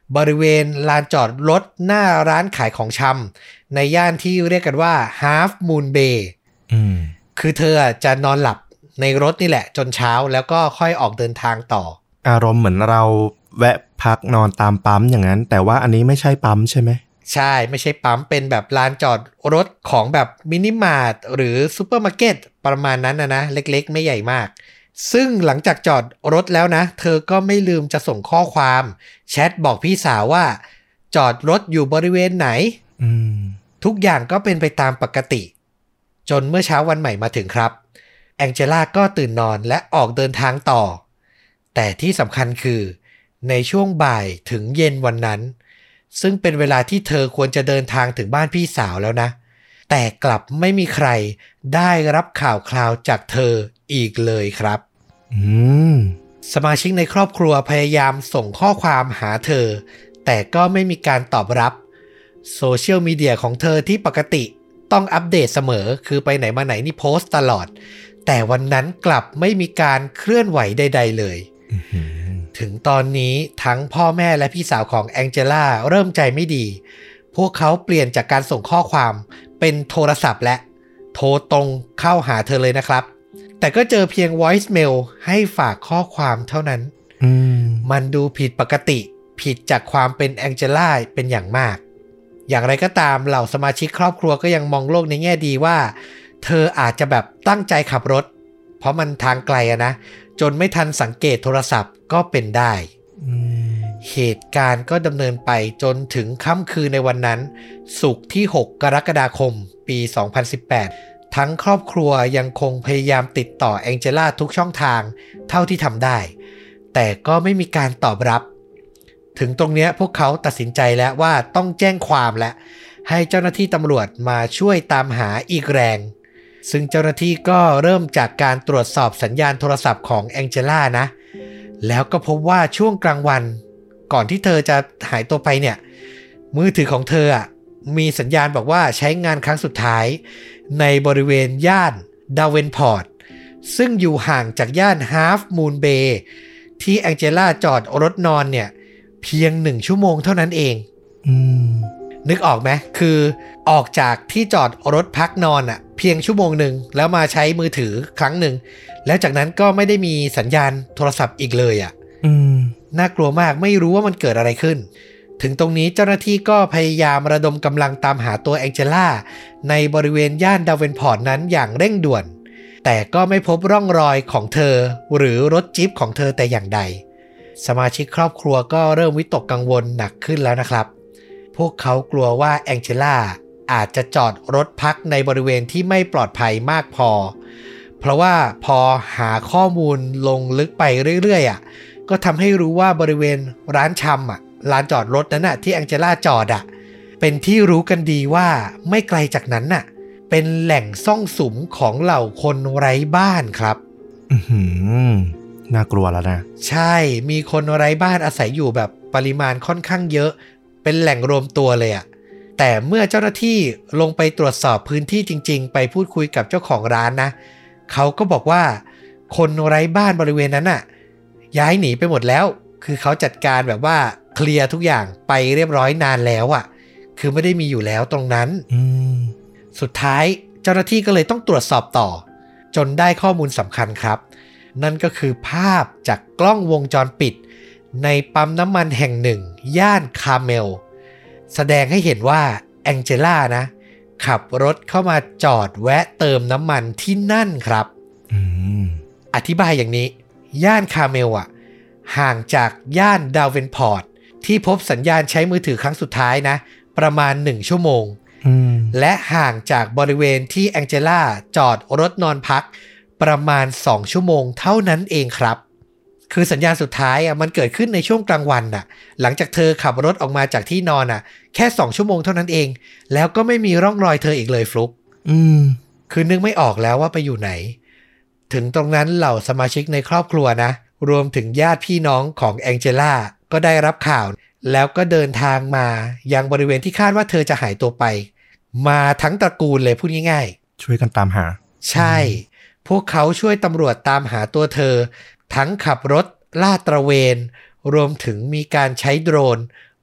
บริเวณลานจอดรถหน้าร้านขายของชำในย่านที่เรียกกันว่า Half Moon Bay อืมคือเธอจะนอนหลับในรถนี่แหละจนเช้าแล้วก็ค่อยออกเดินทางต่ออารมณ์เหมือนเราแวะพักนอนตามปั๊มอย่างนั้นแต่ว่าอันนี้ไม่ใช่ปั๊มใช่ไหมใช่ไม่ใช่ปั๊มเป็นแบบลานจอดรถของแบบมินิมาร์ทหรือซูเปอร์มาร์เก็ตประมาณนั้นนะนะเล็กๆไม่ใหญ่มากซึ่งหลังจากจอดรถแล้วนะเธอก็ไม่ลืมจะส่งข้อความแชทบอกพี่สาวว่าจอดรถอยู่บริเวณไหนอืมทุกอย่างก็เป็นไปตามปกติจนเมื่อเช้าวันใหม่มาถึงครับแองเจล่าก็ตื่นนอนและออกเดินทางต่อแต่ที่สำคัญคือในช่วงบ่ายถึงเย็นวันนั้นซึ่งเป็นเวลาที่เธอควรจะเดินทางถึงบ้านพี่สาวแล้วนะแต่กลับไม่มีใครได้รับข่าวคราวจากเธออีกเลยครับอืมสมาชิกในครอบครัวพยายามส่งข้อความหาเธอแต่ก็ไม่มีการตอบรับโซเชียลมีเดียของเธอที่ปกติต้องอัปเดตเสมอคือไปไหนมาไหนนี่โพสต์ตลอดแต่วันนั้นกลับไม่มีการเคลื่อนไหวใดๆเลยถึงตอนนี้ทั้งพ่อแม่และพี่สาวของแองเจล่าเริ่มใจไม่ดีพวกเขาเปลี่ยนจากการส่งข้อความเป็นโทรศัพท์และโทรตรงเข้าหาเธอเลยนะครับแต่ก็เจอเพียง voicemail ให้ฝากข้อความเท่านั้นมันดูผิดปกติผิดจากความเป็นแองเจล่าเป็นอย่างมากอย่างไรก็ตามเหล่าสมาชิกครอบครัวก็ยังมองโลกในแง่ดีว่าเธออาจจะแบบตั้งใจขับรถเพราะมันทางไกลอะนะจนไม่ทันสังเกตโทรศัพท์ก็เป็นได้เหตุการณ์ก็ดำเนินไปจนถึงค่ำคืนในวันนั้นศุกร์ที่หกกรกฎาคมปีสองพันสิบแปดทั้งครอบครัวยังคงพยายามติดต่อแองเจล่าทุกช่องทางเท่าที่ทำได้แต่ก็ไม่มีการตอบรับถึงตรงนี้พวกเขาตัดสินใจแล้วว่าต้องแจ้งความและให้เจ้าหน้าที่ตำรวจมาช่วยตามหาอีกแรงซึ่งเจ้าหน้าที่ก็เริ่มจากการตรวจสอบสัญญาณโทรศัพท์ของแองเจล่านะแล้วก็พบว่าช่วงกลางวันก่อนที่เธอจะหายตัวไปเนี่ยมือถือของเธออ่ะมีสัญญาณบอกว่าใช้งานครั้งสุดท้ายในบริเวณย่านดาเวนพอร์ตซึ่งอยู่ห่างจากย่านฮาฟมูนเบย์ที่แองเจล่าจอดรถนอนเนี่ยเพียงหนึ่งชั่วโมงเท่านั้นเองอืมนึกออกไหมคือออกจากที่จอดรถพักนอนอ่ะเพียงชั่วโมงหนึ่งแล้วมาใช้มือถือครั้งหนึ่งแล้วจากนั้นก็ไม่ได้มีสัญญาณโทรศัพท์อีกเลยอ่ะอืมน่ากลัวมากไม่รู้ว่ามันเกิดอะไรขึ้นถึงตรงนี้เจ้าหน้าที่ก็พยายามระดมกำลังตามหาตัวแองเจล่าในบริเวณย่านดาเวนพอร์ตนั้นอย่างเร่งด่วนแต่ก็ไม่พบร่องรอยของเธอหรือรถจิ๊ปของเธอแต่อย่างใดสมาชิกครอบครัวก็เริ่มวิตกกังวลหนักขึ้นแล้วนะครับพวกเขากลัวว่าแองเจล่าอาจจะจอดรถพักในบริเวณที่ไม่ปลอดภัยมากพอเพราะว่าพอหาข้อมูลลงลึกไปเรื่อยๆอ่ะก็ทำให้รู้ว่าบริเวณร้านชำอ่ะลานจอดรถนั้นน่ะที่แองเจล่าจอดอ่ะเป็นที่รู้กันดีว่าไม่ไกลจากนั้นน่ะเป็นแหล่งซ่องสุมของเหล่าคนไร้บ้านครับอือหือน่ากลัวแล้วนะใช่มีคนไร้บ้านอาศัยอยู่แบบปริมาณค่อนข้างเยอะเป็นแหล่งรวมตัวเลยอ่ะแต่เมื่อเจ้าหน้าที่ลงไปตรวจสอบพื้นที่จริงๆไปพูดคุยกับเจ้าของร้านนะเขาก็บอกว่าคนไร้บ้านบริเวณนั้นน่ะย้ายหนีไปหมดแล้วคือเขาจัดการแบบว่าเคลียร์ทุกอย่างไปเรียบร้อยนานแล้วอ่ะคือไม่ได้มีอยู่แล้วตรงนั้นสุดท้ายเจ้าหน้าที่ก็เลยต้องตรวจสอบต่อจนได้ข้อมูลสำคัญครับนั่นก็คือภาพจากกล้องวงจรปิดในปั๊มน้ำมันแห่งหนึ่งย่านคาร์เมลแสดงให้เห็นว่าแองเจล่านะขับรถเข้ามาจอดแวะเติมน้ำมันที่นั่นครับอ, อธิบายอย่างนี้ย่านคาร์เมลอ่ะห่างจากย่านดาเวนพอร์ตที่พบสัญญาณใช้มือถือครั้งสุดท้ายนะประมาณหนึ่งชั่วโมงและห่างจากบริเวณที่แองเจล่าจอดรถนอนพักประมาณสองชั่วโมงเท่านั้นเองครับคือสัญญาณสุดท้ายอ่ะมันเกิดขึ้นในช่วงกลางวันน่ะหลังจากเธอขับรถออกมาจากที่นอนอ่ะแค่สองชั่วโมงเท่านั้นเองแล้วก็ไม่มีร่องรอยเธออีกเลยฟลุ๊กอืมคือนึกไม่ออกแล้วว่าไปอยู่ไหนถึงตรงนั้นเหล่าสมาชิกในครอบครัวนะรวมถึงญาติพี่น้องของแองเจล่าก็ได้รับข่าวแล้วก็เดินทางมายังบริเวณที่คาดว่าเธอจะหายตัวไปมาทั้งตระกูลเลยพูดง่ายๆช่วยกันตามหาใช่พวกเขาช่วยตำรวจตามหาตัวเธอทั้งขับรถลาดตระเวนรวมถึงมีการใช้โดรน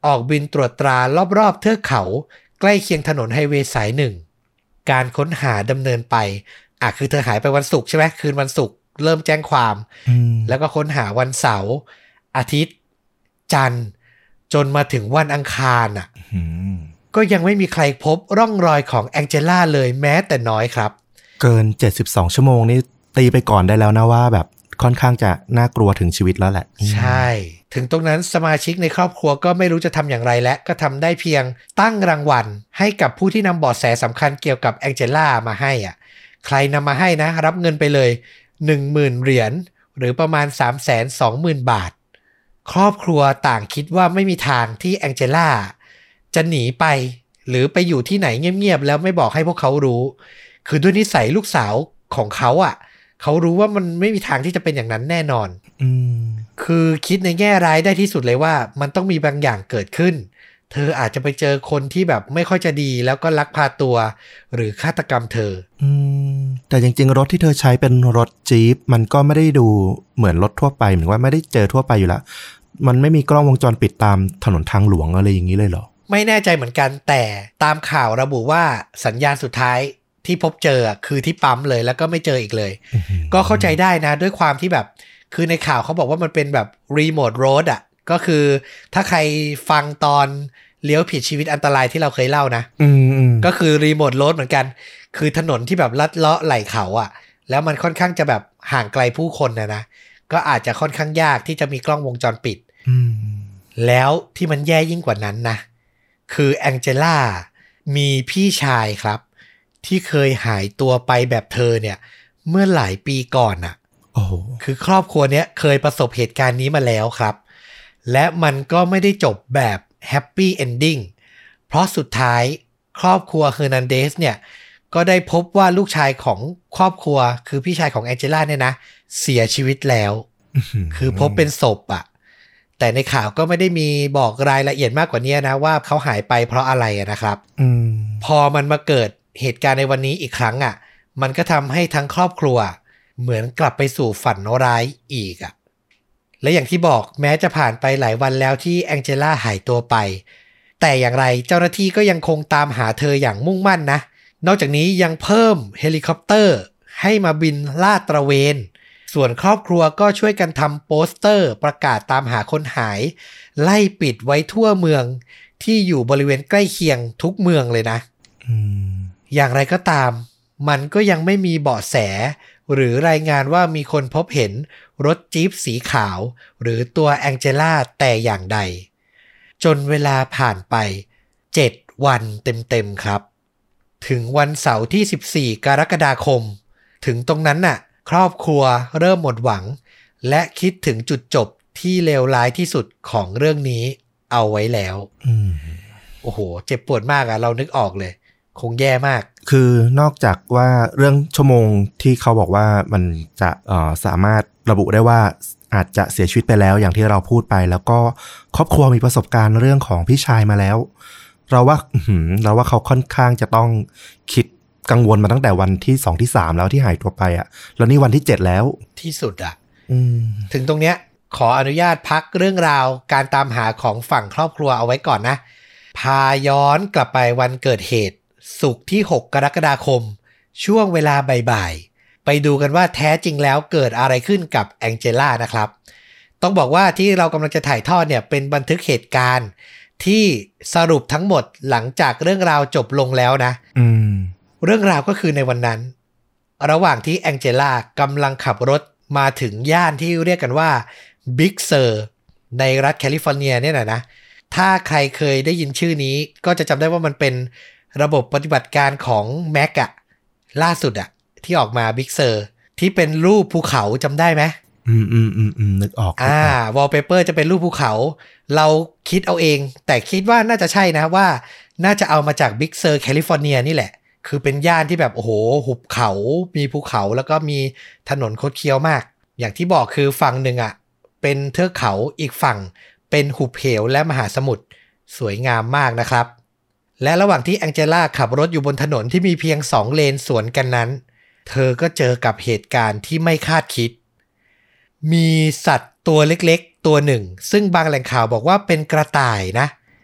ออกบินตรวจตรารอบๆเทือกเขาใกล้เคียงถนนไฮเวย์สายหนึ่งการค้นหาดำเนินไปอ่ะคือเธอหายไปวันศุกร์ใช่ไหมคืนวันศุกร์เริ่มแจ้งความแล้วก็ค้นหาวันเสาร์อาทิตย์จันทร์จนมาถึงวันอังคารอ่ะก็ยังไม่มีใครพบร่องรอยของแองเจล่าเลยแม้แต่น้อยครับเกินเจ็ดสิบสองชั่วโมงนี่ตีไปก่อนได้แล้วนะว่าแบบค่อนข้างจะน่ากลัวถึงชีวิตแล้วแหละใช่ถึงตรงนั้นสมาชิกในครอบครัวก็ไม่รู้จะทำอย่างไรและก็ทำได้เพียงตั้งรางวัลให้กับผู้ที่นำเบาะแสสำคัญเกี่ยวกับแองเจล่ามาให้อ่ะใครนำมาให้นะรับเงินไปเลย หนึ่งหมื่น เหรียญหรือประมาณ สามแสนสองหมื่น บาทครอบครัวต่างคิดว่าไม่มีทางที่แองเจล่าจะหนีไปหรือไปอยู่ที่ไหนเงียบๆแล้วไม่บอกให้พวกเขารู้คือด้วยนิสัยลูกสาวของเขาอ่ะเขารู้ว่ามันไม่มีทางที่จะเป็นอย่างนั้นแน่นอนอืมคือคิดในแง่ร้ายได้ที่สุดเลยว่ามันต้องมีบางอย่างเกิดขึ้นเธออาจจะไปเจอคนที่แบบไม่ค่อยจะดีแล้วก็ลักพาตัวหรือฆาตกรรมเธออืมแต่จริงๆรถที่เธอใช้เป็นรถจี๊ปมันก็ไม่ได้ดูเหมือนรถทั่วไปเหมือนว่าไม่ได้เจอทั่วไปอยู่แล้วมันไม่มีกล้องวงจรปิดตามถนนทางหลวงอะไรอย่างนี้เลยเหรอไม่แน่ใจเหมือนกันแต่ตามข่าวระบุว่าสัญญาณสุดท้ายที่พบเจอคือที่ปั๊มเลยแล้วก็ไม่เจออีกเลย ก็เข้าใจได้นะด้วยความที่แบบคือในข่าวเขาบอกว่ามันเป็นแบบรีโมทโรดอ่ะก็คือถ้าใครฟังตอนเลี้ยวผิดชีวิตอันตรายที่เราเคยเล่านะก็คือรีโมทโรดเหมือนกันคือถนนที่แบบลัดเลาะไหล่เขาอ่ะแล้วมันค่อนข้างจะแบบห่างไกลผู้คนนะนะก็อาจจะค่อนข้างยากที่จะมีกล้องวงจรปิดแล้วที่มันแย่ยิ่งกว่านั้นนะคือแองเจล่ามีพี่ชายครับที่เคยหายตัวไปแบบเธอเนี่ยเมื่อหลายปีก่อนน่ะโอ้คือครอบครัวเนี้ยเคยประสบเหตุการณ์นี้มาแล้วครับและมันก็ไม่ได้จบแบบแฮปปี้เอนดิ้งเพราะสุดท้ายครอบครัวเฮอร์นันเดสเนี่ยก็ได้พบว่าลูกชายของครอบครัวคือพี่ชายของแองเจล่าเนี่ยนะเสียชีวิตแล้วคือพบเป็นศพอ่ะแต่ในข่าวก็ไม่ได้มีบอกรายละเอียดมากกว่านี้นะว่าเขาหายไปเพราะอะไรนะครับพอมันมาเกิดเหตุการณ์ในวันนี้อีกครั้งอ่ะมันก็ทำให้ทั้งครอบครัวเหมือนกลับไปสู่ฝันร้ายอีกอ่ะและอย่างที่บอกแม้จะผ่านไปหลายวันแล้วที่แองเจล่าหายตัวไปแต่อย่างไรเจ้าหน้าที่ก็ยังคงตามหาเธออย่างมุ่งมั่นนะนอกจากนี้ยังเพิ่มเฮลิคอปเตอร์ให้มาบินลาดตระเวนส่วนครอบครัวก็ช่วยกันทำโปสเตอร์ประกาศตามหาคนหายไล่ปิดไว้ทั่วเมืองที่อยู่บริเวณใกล้เคียงทุกเมืองเลยนะอย่างไรก็ตามมันก็ยังไม่มีเบาะแสหรือรายงานว่ามีคนพบเห็นรถจี๊ปสีขาวหรือตัวแองเจล่าแต่อย่างใดจนเวลาผ่านไปเจ็ดวันเต็มๆครับถึงวันเสาร์ที่สิบสี่กรกฎาคมถึงตรงนั้นน่ะครอบครัวเริ่มหมดหวังและคิดถึงจุดจบที่เลวร้ายที่สุดของเรื่องนี้เอาไว้แล้วโอ้โหเจ็บปวดมากอะเรานึกออกเลยคงแย่มากคือนอกจากว่าเรื่องชั่วโมงที่เขาบอกว่ามันจะเอ่อสามารถระบุได้ว่าอาจจะเสียชีวิตไปแล้วอย่างที่เราพูดไปแล้วก็ครอบครัวมีประสบการณ์เรื่องของพี่ชายมาแล้วเราว่าเราว่าเขาค่อนข้างจะต้องคิดกังวลมาตั้งแต่วันที่สองที่สามแล้วที่หายตัวไปอ่ะแล้วนี่วันที่เจ็ดแล้วที่สุดอ่ะถึงตรงเนี้ยขออนุญาตพักเรื่องราวการตามหาของฝั่งครอบครัวเอาไว้ก่อนนะพาย้อนกลับไปวันเกิดเหตุศุกร์ที่หกกรกฎาคมช่วงเวลาบ่ายๆไปดูกันว่าแท้จริงแล้วเกิดอะไรขึ้นกับแองเจล่านะครับต้องบอกว่าที่เรากำลังจะถ่ายทอดเนี่ยเป็นบันทึกเหตุการณ์ที่สรุปทั้งหมดหลังจากเรื่องราวจบลงแล้วนะอืมเรื่องราวก็คือในวันนั้นระหว่างที่แองเจล่ากำลังขับรถมาถึงย่านที่เรียกกันว่าบิ๊กเซอร์ในรัฐแคลิฟอร์เนียเนี่ยนะนะถ้าใครเคยได้ยินชื่อนี้ก็จะจำได้ว่ามันเป็นระบบปฏิบัติการของ Mac อะล่าสุดอะที่ออกมา Big Sur ที่เป็นรูปภูเขาจำได้ไหมอืมอืมอืมอืมนึกออกอ่าวอลเปเปอร์จะเป็นรูปภูเขาเราคิดเอาเองแต่คิดว่าน่าจะใช่นะว่าน่าจะเอามาจาก Big Sur แคลิฟอร์เนียนี่แหละคือเป็นย่านที่แบบโอ้โหหุบเขามีภูเขาแล้วก็มีถนนคดเคี้ยวมากอย่างที่บอกคือฝั่งหนึ่งอะเป็นเทือกเขาอีกฝั่งเป็นหุบเหวและมหาสมุทรสวยงามมากนะครับและระหว่างที่แองเจล่าขับรถอยู่บนถนนที่มีเพียงสองเลนสวนกันนั้นเธอก็เจอกับเหตุการณ์ที่ไม่คาดคิดมีสัตว์ตัวเล็กๆตัวหนึ่งซึ่งบางแหล่งข่าวบอกว่าเป็นกระต่ายนะ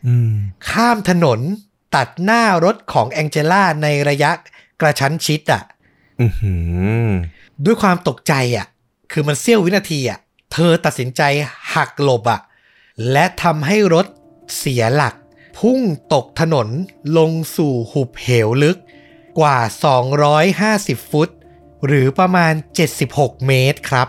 ข้ามถนนตัดหน้ารถของแองเจล่าในระยะกระชั้นชิดอ่ะด้วยความตกใจอ่ะคือมันเสี้ยววินาทีอ่ะเธอตัดสินใจหักหลบอ่ะและทำให้รถเสียหลักพุ่งตกถนนลงสู่หุบเหวลึกกว่าสองร้อยห้าสิบฟุตหรือประมาณเจ็ดสิบหกเมตรครับ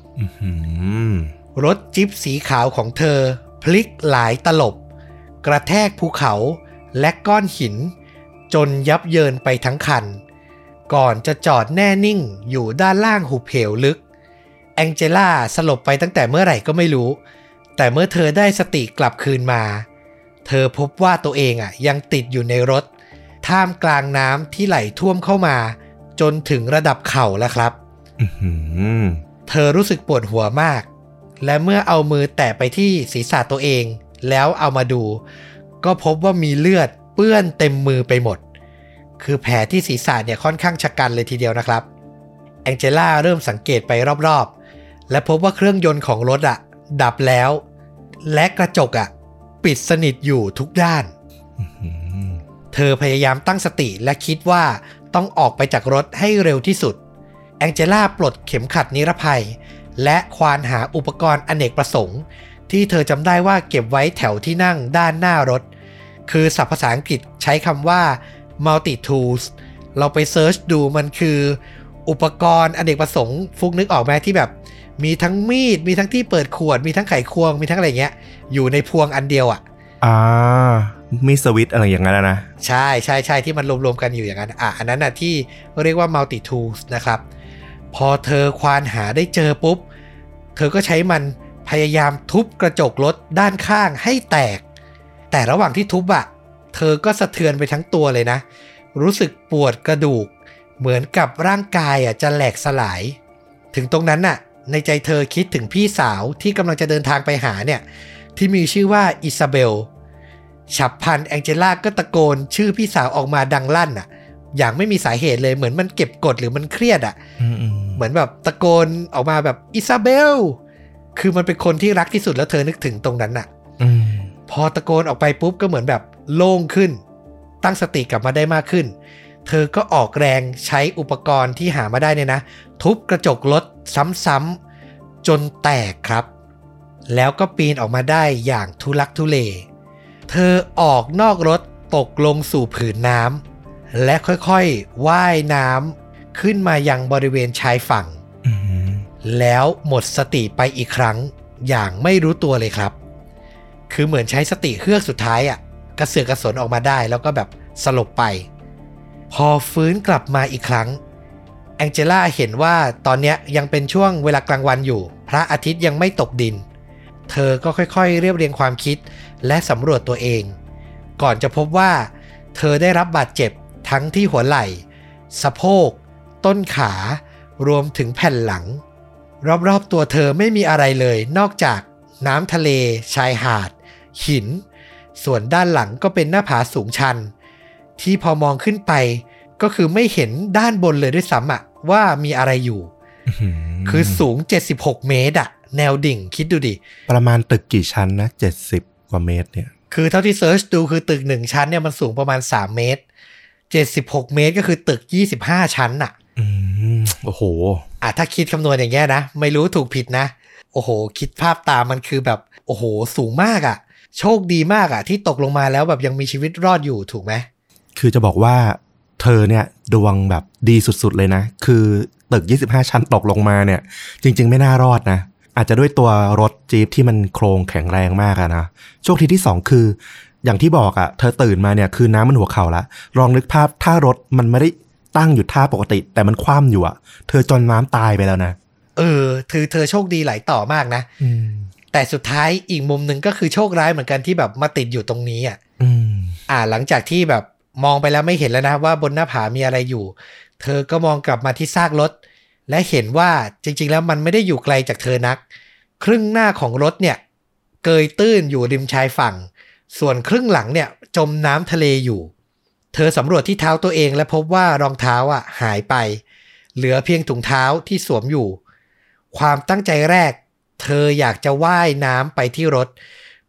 รถจิ๊ปสีขาวของเธอพลิกหลายตลบกระแทกภูเขาและก้อนหินจนยับเยินไปทั้งคันก่อนจะจอดแน่นิ่งอยู่ด้านล่างหุบเหวลึกแองเจล่าสลบไปตั้งแต่เมื่อไหร่ก็ไม่รู้แต่เมื่อเธอได้สติกลับคืนมาเธอพบว่าตัวเองอ่ะยังติดอยู่ในรถท่ามกลางน้ำที่ไหลท่วมเข้ามาจนถึงระดับเข่าแล้วครับ เธอรู้สึกปวดหัวมากและเมื่อเอามือแตะไปที่ศีรษะตัวเองแล้วเอามาดูก็พบว่ามีเลือดเปื้อนเต็มมือไปหมดคือแผลที่ศีรษะเนี่ยค่อนข้างชะกันเลยทีเดียวนะครับแองเจล่าเริ่มสังเกตไปรอบๆและพบว่าเครื่องยนต์ของรถอ่ะดับแล้วและกระจกอ่ะปิดสนิทอยู่ทุกด้าน เธอพยายามตั้งสติและคิดว่าต้องออกไปจากรถให้เร็วที่สุดแองเจล่าปลดเข็มขัดนิรภัยและควานหาอุปกรณ์อเนกประสงค์ที่เธอจำได้ว่าเก็บไว้แถวที่นั่งด้านหน้ารถคือศัพท์ภาษาอังกฤษใช้คำว่า multi tools เราไปเซิร์ชดูมันคืออุปกรณ์อเนกประสงค์ฟุกนึกออกไหมที่แบบมีทั้งมีดมีทั้งที่เปิดขวดมีทั้งไขควงมีทั้งอะไรเงี้ยอยู่ในพวงอันเดียวอ่ะอ่ามีสวิตช์อะไรอย่างนั้นนะใช่ใช่ใช่ที่มันรวมๆกันอยู่อย่างนั้นอ่ะอันนั้นน่ะที่เรียกว่า multi tools นะครับพอเธอควานหาได้เจอปุ๊บเธอก็ใช้มันพยายามทุบกระจกรถด้านข้างให้แตกแต่ระหว่างที่ทุบอ่ะเธอก็สะเทือนไปทั้งตัวเลยนะรู้สึกปวดกระดูกเหมือนกับร่างกายอ่ะจะแหลกสลายถึงตรงนั้นน่ะในใจเธอคิดถึงพี่สาวที่กำลังจะเดินทางไปหาเนี่ยที่มีชื่อว่าอิซาเบลฉับพลันแองเจล่าก็ตะโกนชื่อพี่สาวออกมาดังลั่นอ่ะอย่างไม่มีสาเหตุเลยเหมือนมันเก็บกดหรือมันเครียดอ่ะเหมือนแบบตะโกนออกมาแบบอิซาเบลคือมันเป็นคนที่รักที่สุดแล้วเธอนึกถึงตรงนั้นน่ะพอตะโกนออกไปปุ๊บก็เหมือนแบบโล่งขึ้นตั้งสติกลับมาได้มากขึ้นเธอก็ออกแรงใช้อุปกรณ์ที่หามาได้เนี่ยนะทุบกระจกรถซ้ำๆจนแตกครับแล้วก็ปีนออกมาได้อย่างทุลักทุเลเธอออกนอกรถตกลงสู่ผืนน้ำและค่อยๆว่ายน้ำขึ้นมายังบริเวณชายฝั่ง mm-hmm. แล้วหมดสติไปอีกครั้งอย่างไม่รู้ตัวเลยครับคือเหมือนใช้สติเฮือกสุดท้ายอ่ะกระเสือกกระสนออกมาได้แล้วก็แบบสลบไปพอฟื้นกลับมาอีกครั้งแองเจล่าเห็นว่าตอนนี้ยังเป็นช่วงเวลากลางวันอยู่พระอาทิตย์ยังไม่ตกดินเธอก็ค่อยๆเรียบเรียงความคิดและสำรวจตัวเองก่อนจะพบว่าเธอได้รับบาดเจ็บทั้งที่หัวไหล่สะโพกต้นขารวมถึงแผ่นหลังรอบๆตัวเธอไม่มีอะไรเลยนอกจากน้ำทะเลชายหาดหินส่วนด้านหลังก็เป็นหน้าผาสูงชันที่พอมองขึ้นไปก็คือไม่เห็นด้านบนเลยด้วยซ้ำอะว่ามีอะไรอยู่ คือสูงเจ็ดสิบหกเมตรอะแนวดิ่งคิดดูดิประมาณตึกกี่ชั้นนะเจ็ดสิบกว่าเมตรเนี่ยคือเท่าที่เซิร์ชดูคือตึกหนึ่งชั้นเนี่ยมันสูงประมาณสามเมตรเจ็ดสิบหกเมตรก็คือตึกยี่สิบห้าชั้นอะอืมโอ้โหอ่ะถ้าคิดคำนวณอย่างเงี้ยนะไม่รู้ถูกผิดนะโอ้โหคิดภาพตามมันคือแบบโอ้โหสูงมากอะโชคดีมากอะที่ตกลงมาแล้วแบบยังมีชีวิตรอดอยู่ถูกไหมคือจะบอกว่าเธอเนี่ยดวงแบบดีสุดๆเลยนะคือตึกยี่สิบห้าชั้นตกลงมาเนี่ยจริงๆไม่น่ารอดนะอาจจะด้วยตัวรถจี๊ปที่มันโครงแข็งแรงมากอะนะโชคดีที่สองคืออย่างที่บอกอะเธอตื่นมาเนี่ยคือน้ำมันหัวเข่าละลองนึกภาพถ้ารถมันไม่ได้ตั้งอยู่ท่าปกติแต่มันคว่ำอยู่อะเธอจมน้ำตายไปแล้วนะเออคือเธอโชคดีหลายต่อมากนะแต่สุดท้ายอีกมุมนึงก็คือโชคร้ายเหมือนกันที่แบบมาติดอยู่ตรงนี้อ่ะอ่าหลังจากที่แบบมองไปแล้วไม่เห็นแล้วนะว่าบนหน้าผามีอะไรอยู่เธอก็มองกลับมาที่ซากรถและเห็นว่าจริงๆแล้วมันไม่ได้อยู่ไกลจากเธอนักครึ่งหน้าของรถเนี่ยเกยตื้นอยู่ริมชายฝั่งส่วนครึ่งหลังเนี่ยจมน้ำทะเลอยู่เธอสำรวจที่เท้าตัวเองและพบว่ารองเท้าอ่ะหายไปเหลือเพียงถุงเท้าที่สวมอยู่ความตั้งใจแรกเธออยากจะว่ายน้ำไปที่รถเ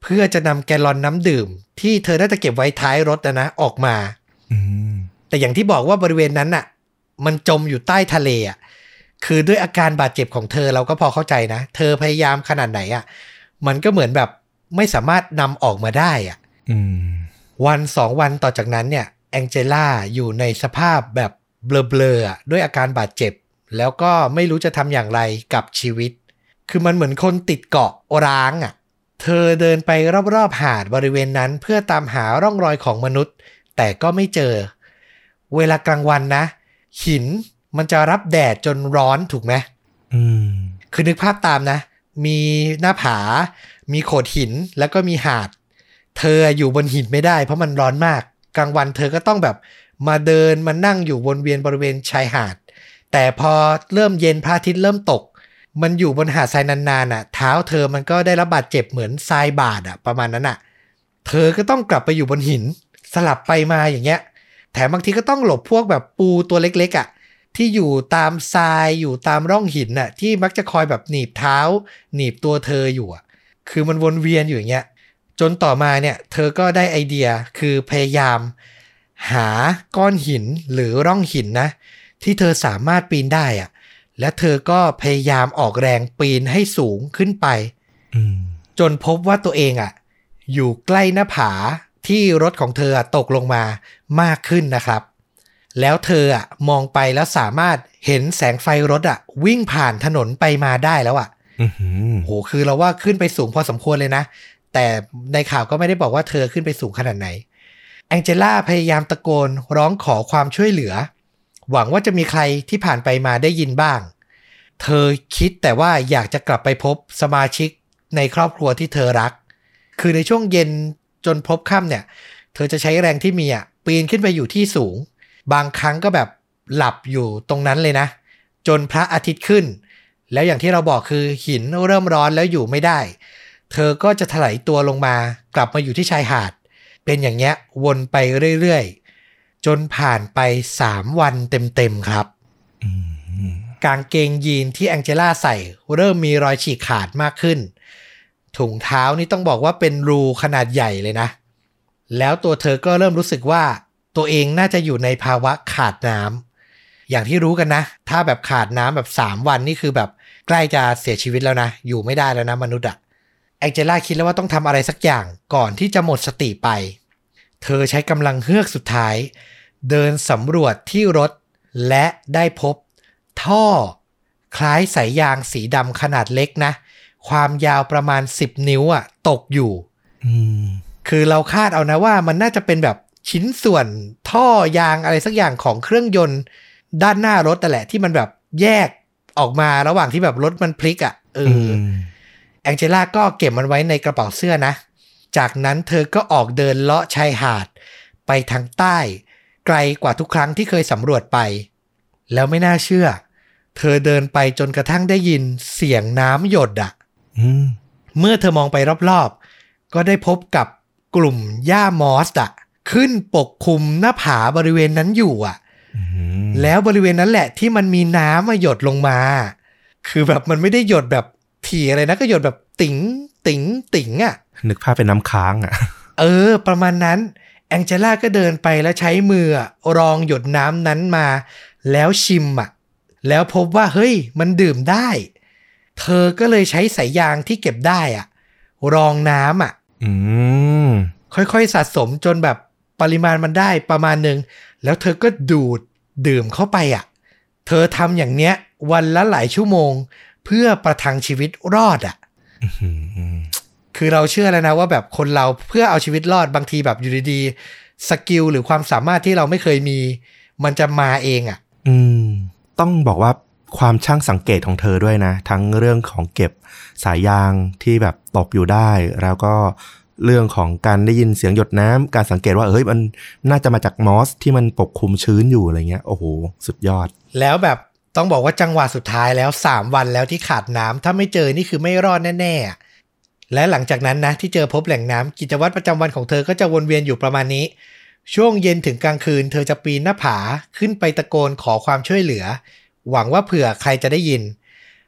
พื่อจะนำแกลลอนน้ำดื่มที่เธอน่าจะเก็บไว้ท้ายรถนะนะออกมาแต่อย่างที่บอกว่าบริเวณนั้นน่ะมันจมอยู่ใต้ทะเลอ่ะคือด้วยอาการบาดเจ็บของเธอเราก็พอเข้าใจนะเธอพยายามขนาดไหนอ่ะมันก็เหมือนแบบไม่สามารถนำออกมาได้อ่ะวันสองวันต่อจากนั้นเนี่ยแองเจล่าอยู่ในสภาพแบบเบลอๆด้วยอาการบาดเจ็บแล้วก็ไม่รู้จะทำอย่างไรกับชีวิตคือมันเหมือนคนติดเกาะร้างอ่ะเธอเดินไปรอบๆหาดบริเวณนั้นเพื่อตามหาร่องรอยของมนุษย์แต่ก็ไม่เจอเวลากลางวันนะหินมันจะรับแดดจนร้อนถูกไหมอืมคือนึกภาพตามนะมีหน้าผามีโขดหินแล้วก็มีหาดเธออยู่บนหินไม่ได้เพราะมันร้อนมากกลางวันเธอก็ต้องแบบมาเดินมานั่งอยู่วนเวียนบริเวณชายหาดแต่พอเริ่มเย็นพระอาทิตย์เริ่มตกมันอยู่บนหาดทรายนานๆอ่ะเท้าเธอมันก็ได้รับบาดเจ็บเหมือนทรายบาดอ่ะประมาณนั้นอ่ะเธอก็ต้องกลับไปอยู่บนหินสลับไปมาอย่างเงี้ยแถมบางทีก็ต้องหลบพวกแบบปูตัวเล็กๆอ่ะที่อยู่ตามทรายอยู่ตามร่องหินน่ะที่มักจะคอยแบบหนีบเท้าหนีบตัวเธออยู่อ่ะคือมันวนเวียนอยู่อย่างเงี้ยจนต่อมาเนี่ยเธอก็ได้ไอเดียคือพยายามหาก้อนหินหรือร่องหินนะที่เธอสามารถปีนได้อ่ะและเธอก็พยายามออกแรงปีนให้สูงขึ้นไปจนพบว่าตัวเองอ่ะอยู่ใกล้หน้าผาที่รถของเธอตกลงมามากขึ้นนะครับแล้วเธออ่ะมองไปแล้วสามารถเห็นแสงไฟรถอ่ะวิ่งผ่านถนนไปมาได้แล้วอ่ะโหคือเราว่าขึ้นไปสูงพอสมควรเลยนะแต่ในข่าวก็ไม่ได้บอกว่าเธอขึ้นไปสูงขนาดไหนแองเจล่าพยายามตะโกนร้องขอความช่วยเหลือหวังว่าจะมีใครที่ผ่านไปมาได้ยินบ้างเธอคิดแต่ว่าอยากจะกลับไปพบสมาชิกในครอบครัวที่เธอรักคือในช่วงเย็นจนพบค่ำเนี่ยเธอจะใช้แรงที่มีอ่ะปีนขึ้นไปอยู่ที่สูงบางครั้งก็แบบหลับอยู่ตรงนั้นเลยนะจนพระอาทิตย์ขึ้นแล้วอย่างที่เราบอกคือหินเริ่มร้อนแล้วอยู่ไม่ได้เธอก็จะถลายตัวลงมากลับมาอยู่ที่ชายหาดเป็นอย่างเงี้ยวนไปเรื่อยๆจนผ่านไปสามวันเต็มๆครับกางเกงยีนที่แองเจล่าใส่เริ่มมีรอยฉีกขาดมากขึ้นถุงเท้านี่ต้องบอกว่าเป็นรูขนาดใหญ่เลยนะแล้วตัวเธอก็เริ่มรู้สึกว่าตัวเองน่าจะอยู่ในภาวะขาดน้ำอย่างที่รู้กันนะถ้าแบบขาดน้ำแบบสามวันนี่คือแบบใกล้จะเสียชีวิตแล้วนะอยู่ไม่ได้แล้วนะมนุษย์อะแองเจล่าคิดแล้วว่าต้องทำอะไรสักอย่างก่อนที่จะหมดสติไปเธอใช้กำลังเฮือกสุดท้ายเดินสำรวจที่รถและได้พบท่อคล้ายสายยางสีดำขนาดเล็กนะความยาวประมาณสิบนิ้วอ่ะตกอยู่คือเราคาดเอานะว่ามันน่าจะเป็นแบบชิ้นส่วนท่อยางอะไรสักอย่างของเครื่องยนต์ด้านหน้ารถแต่แหละที่มันแบบแยกออกมาระหว่างที่แบบรถมันพลิกอ่ะเออแองเจล่าก็เก็บมันไว้ในกระเป๋าเสื้อนะจากนั้นเธอก็ออกเดินเลาะชายหาดไปทางใต้ไกลกว่าทุกครั้งที่เคยสำรวจไปแล้วไม่น่าเชื่อเธอเดินไปจนกระทั่งได้ยินเสียงน้ำหยดอ่ะเมื่อเธอมองไปรอบๆก็ได้พบกับกลุ่มหญ้ามอสอ่ะขึ้นปกคลุมหน้าผาบริเวณนั้นอยู่อ่ะแล้วบริเวณนั้นแหละที่มันมีน้ำมาหยดลงมาคือแบบมันไม่ได้หยดแบบถี่อะไรนะก็หยดแบบติ๋งติ๋งติ๋งอ่ะนึกภาพเป็นน้ำค้างอ่ะเออประมาณนั้นแองเจล่าก็เดินไปแล้วใช้มือรองหยดน้ำนั้นมาแล้วชิมอ่ะแล้วพบว่าเฮ้ยมันดื่มได้เธอก็เลยใช้สายยางที่เก็บได้อ่ะรองน้ำอ่ะอืมค่อยๆสะสมจนแบบปริมาณมันได้ประมาณนึงแล้วเธอก็ดูดดื่มเข้าไปอ่ะเธอทำอย่างเนี้ยวันละหลายชั่วโมงเพื่อประทังชีวิตรอดอ่ะคือเราเชื่อแล้วนะว่าแบบคนเราเพื่อเอาชีวิตรอดบางทีแบบอยู่ดีๆสกิลหรือความสามารถที่เราไม่เคยมีมันจะมาเองอ่ะอืมต้องบอกว่าความช่างสังเกตของเธอด้วยนะทั้งเรื่องของเก็บสายยางที่แบบตกอยู่ได้แล้วก็เรื่องของการได้ยินเสียงหยดน้ำการสังเกตว่าเฮ้ยมันน่าจะมาจากมอสที่มันปกคลุมชื้นอยู่อะไรเงี้ยโอ้โหสุดยอดแล้วแบบต้องบอกว่าจังหวะสุดท้ายแล้วสามวันแล้วที่ขาดน้ำถ้าไม่เจอนี่คือไม่รอดแน่ๆและหลังจากนั้นนะที่เจอพบแหล่งน้ำกิจวัตรประจำวันของเธอก็จะวนเวียนอยู่ประมาณนี้ช่วงเย็นถึงกลางคืนเธอจะปีนหน้าผาขึ้นไปตะโกนขอความช่วยเหลือหวังว่าเผื่อใครจะได้ยิน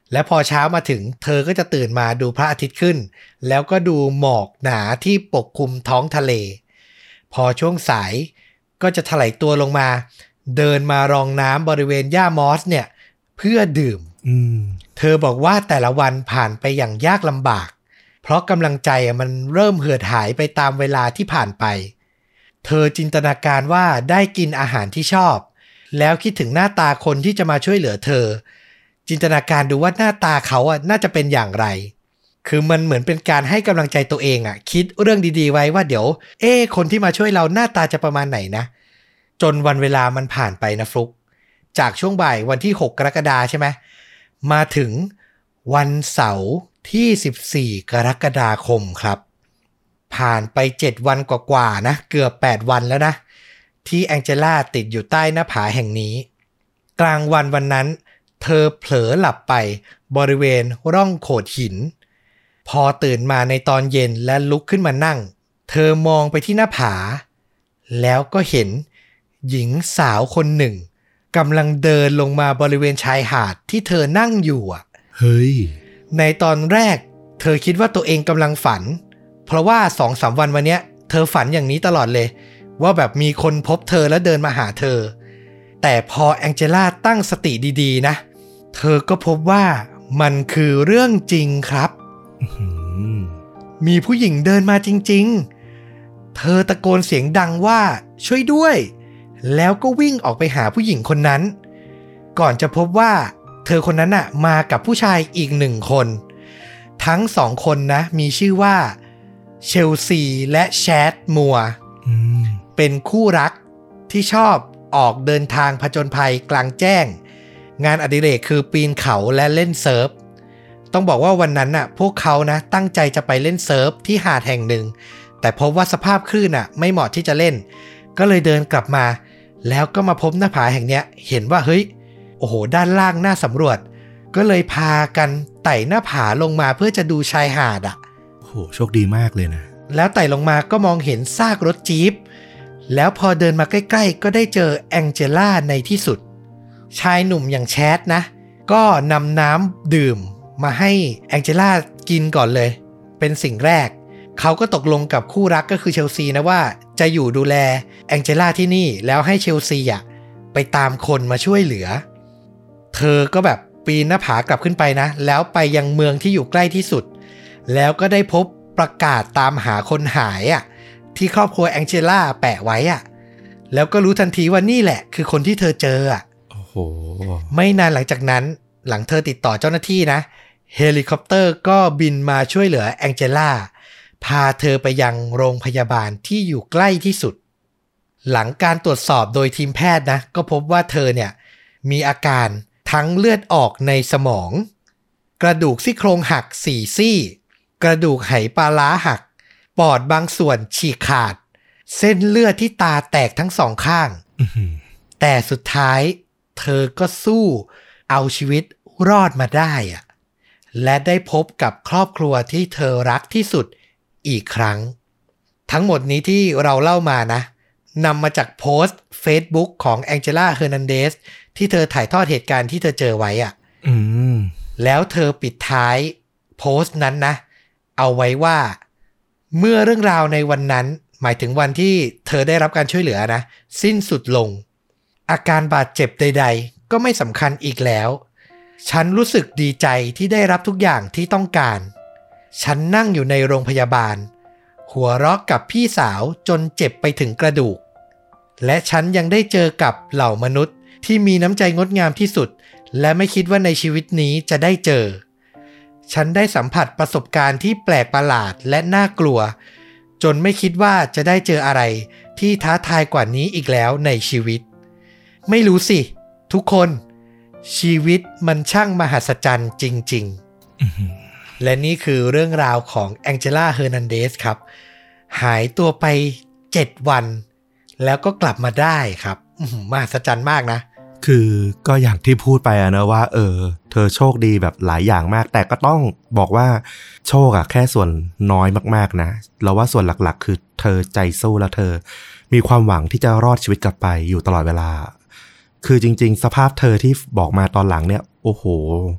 และพอเช้ามาถึงเธอก็จะตื่นมาดูพระอาทิตย์ขึ้นแล้วก็ดูหมอกหนาที่ปกคลุมท้องทะเลพอช่วงสายก็จะถลายตัวลงมาเดินมารองน้ำบริเวณหญ้ามอสเนี่ยเพื่อดื่มเธอบอกว่าแต่ละวันผ่านไปอย่างยากลำบากเพราะกำลังใจมันเริ่มเหือดหายไปตามเวลาที่ผ่านไปเธอจินตนาการว่าได้กินอาหารที่ชอบแล้วคิดถึงหน้าตาคนที่จะมาช่วยเหลือเธอจินตนาการดูว่าหน้าตาเขาอ่ะน่าจะเป็นอย่างไรคือมันเหมือนเป็นการให้กำลังใจตัวเองอ่ะคิดเรื่องดีๆไว้ว่าเดี๋ยวเอ๊ะคนที่มาช่วยเราหน้าตาจะประมาณไหนนะจนวันเวลามันผ่านไปนะฟลุกจากช่วงบ่ายวันที่หกกรกฎาคมใช่ไหมมาถึงวันเสาร์ที่สิบสี่กรกฎาคมครับผ่านไปเจ็ดวันกว่าๆนะเกือบแปดวันแล้วนะที่แองเจล่าติดอยู่ใต้หน้าผาแห่งนี้กลางวันวันนั้นเธอเผลอหลับไปบริเวณร่องโขดหินพอตื่นมาในตอนเย็นและลุกขึ้นมานั่งเธอมองไปที่หน้าผาแล้วก็เห็นหญิงสาวคนหนึ่งกำลังเดินลงมาบริเวณชายหาดที่เธอนั่งอยู่อ่ะเฮ้ยในตอนแรกเธอคิดว่าตัวเองกำลังฝันเพราะว่า สองสาม วันวันเนี้ยเธอฝันอย่างนี้ตลอดเลยว่าแบบมีคนพบเธอแล้วเดินมาหาเธอแต่พอแองเจล่าตั้งสติดีๆนะเธอก็พบว่ามันคือเรื่องจริงครับมีผู้หญิงเดินมาจริงๆเธอตะโกนเสียงดังว่าช่วยด้วยแล้วก็วิ่งออกไปหาผู้หญิงคนนั้นก่อนจะพบว่าเธอคนนั้นน่ะมากับผู้ชายอีกหนึ่งคนทั้งสองคนนะมีชื่อว่าเชลซีและแชดมัวเป็นคู่รักที่ชอบออกเดินทางผจญภัยกลางแจ้งงานอดิเรกคือปีนเขาและเล่นเซิร์ฟต้องบอกว่าวันนั้นน่ะพวกเขานะตั้งใจจะไปเล่นเซิร์ฟที่หาดแห่งหนึ่งแต่พบว่าสภาพคลื่นน่ะไม่เหมาะที่จะเล่นก็เลยเดินกลับมาแล้วก็มาพบหน้าผาแห่งเนี้ยเห็นว่าเฮ้ยโอ้โหด้านล่างน่าสำรวจก็เลยพากันไต่หน้าผาลงมาเพื่อจะดูชายหาดอ่ะโอ้โหโชคดีมากเลยนะแล้วไต่ลงมาก็มองเห็นซากรถจี๊ปแล้วพอเดินมาใกล้ๆก็ได้เจอแองเจล่าในที่สุดชายหนุ่มอย่างแชดนะก็นำน้ำดื่มมาให้แองเจล่ากินก่อนเลยเป็นสิ่งแรกเขาก็ตกลงกับคู่รักก็คือเชลซีนะว่าจะอยู่ดูแลแองเจล่าที่นี่แล้วให้เชลซีอ่ะไปตามคนมาช่วยเหลือเธอก็แบบปีนหน้าผากลับขึ้นไปนะแล้วไปยังเมืองที่อยู่ใกล้ที่สุดแล้วก็ได้พบประกาศตามหาคนหายอ่ะที่ครอบครัวแองเจล่าแปะไว้อ่ะแล้วก็รู้ทันทีว่านี่แหละคือคนที่เธอเจออ่ะโอ้โหไม่นานหลังจากนั้นหลังเธอติดต่อเจ้าหน้าที่นะเฮลิคอปเตอร์ก็บินมาช่วยเหลือแองเจล่าพาเธอไปยังโรงพยาบาลที่อยู่ใกล้ที่สุดหลังการตรวจสอบโดยทีมแพทย์นะก็พบว่าเธอเนี่ยมีอาการทั้งเลือดออกในสมองกระดูกซี่โครงหักสี่ซี่กระดูกไหปลาร้าหักปอดบางส่วนฉีกขาดเส้นเลือดที่ตาแตกทั้งสองข้าง แต่สุดท้ายเธอก็สู้เอาชีวิตรอดมาได้อะและได้พบกับครอบครัวที่เธอรักที่สุดอีกครั้งทั้งหมดนี้ที่เราเล่ามานะนำมาจากโพสต์ Facebook ของแองเจล่าเฮอร์นันเดสที่เธอถ่ายทอดเหตุการณ์ที่เธอเจอไว้อะแล้วเธอปิดท้ายโพสต์นั้นนะเอาไว้ว่าเมื่อเรื่องราวในวันนั้นหมายถึงวันที่เธอได้รับการช่วยเหลือนะสิ้นสุดลงอาการบาดเจ็บใดๆก็ไม่สำคัญอีกแล้วฉันรู้สึกดีใจที่ได้รับทุกอย่างที่ต้องการฉันนั่งอยู่ในโรงพยาบาลหัวเราะกับพี่สาวจนเจ็บไปถึงกระดูกและฉันยังได้เจอกับเหล่ามนุษย์ที่มีน้ำใจงดงามที่สุดและไม่คิดว่าในชีวิตนี้จะได้เจอฉันได้สัมผัสประสบการณ์ที่แปลกประหลาดและน่ากลัวจนไม่คิดว่าจะได้เจออะไรที่ท้าทายกว่านี้อีกแล้วในชีวิตไม่รู้สิทุกคนชีวิตมันช่างมหัศจรรย์จริงๆและนี่คือเรื่องราวของแองเจล่าเฮอร์นันเดสครับหายตัวไปเจ็ดวันแล้วก็กลับมาได้ครับมหัศจรรย์มากนะคือก็อย่างที่พูดไปอะนะว่าเออเธอโชคดีแบบหลายอย่างมากแต่ก็ต้องบอกว่าโชคอะแค่ส่วนน้อยมากๆนะเราว่าส่วนหลักๆคือเธอใจสู้แล้วเธอมีความหวังที่จะรอดชีวิตกลับไปอยู่ตลอดเวลาคือจริงๆสภาพเธอที่บอกมาตอนหลังเนี่ยโอ้โห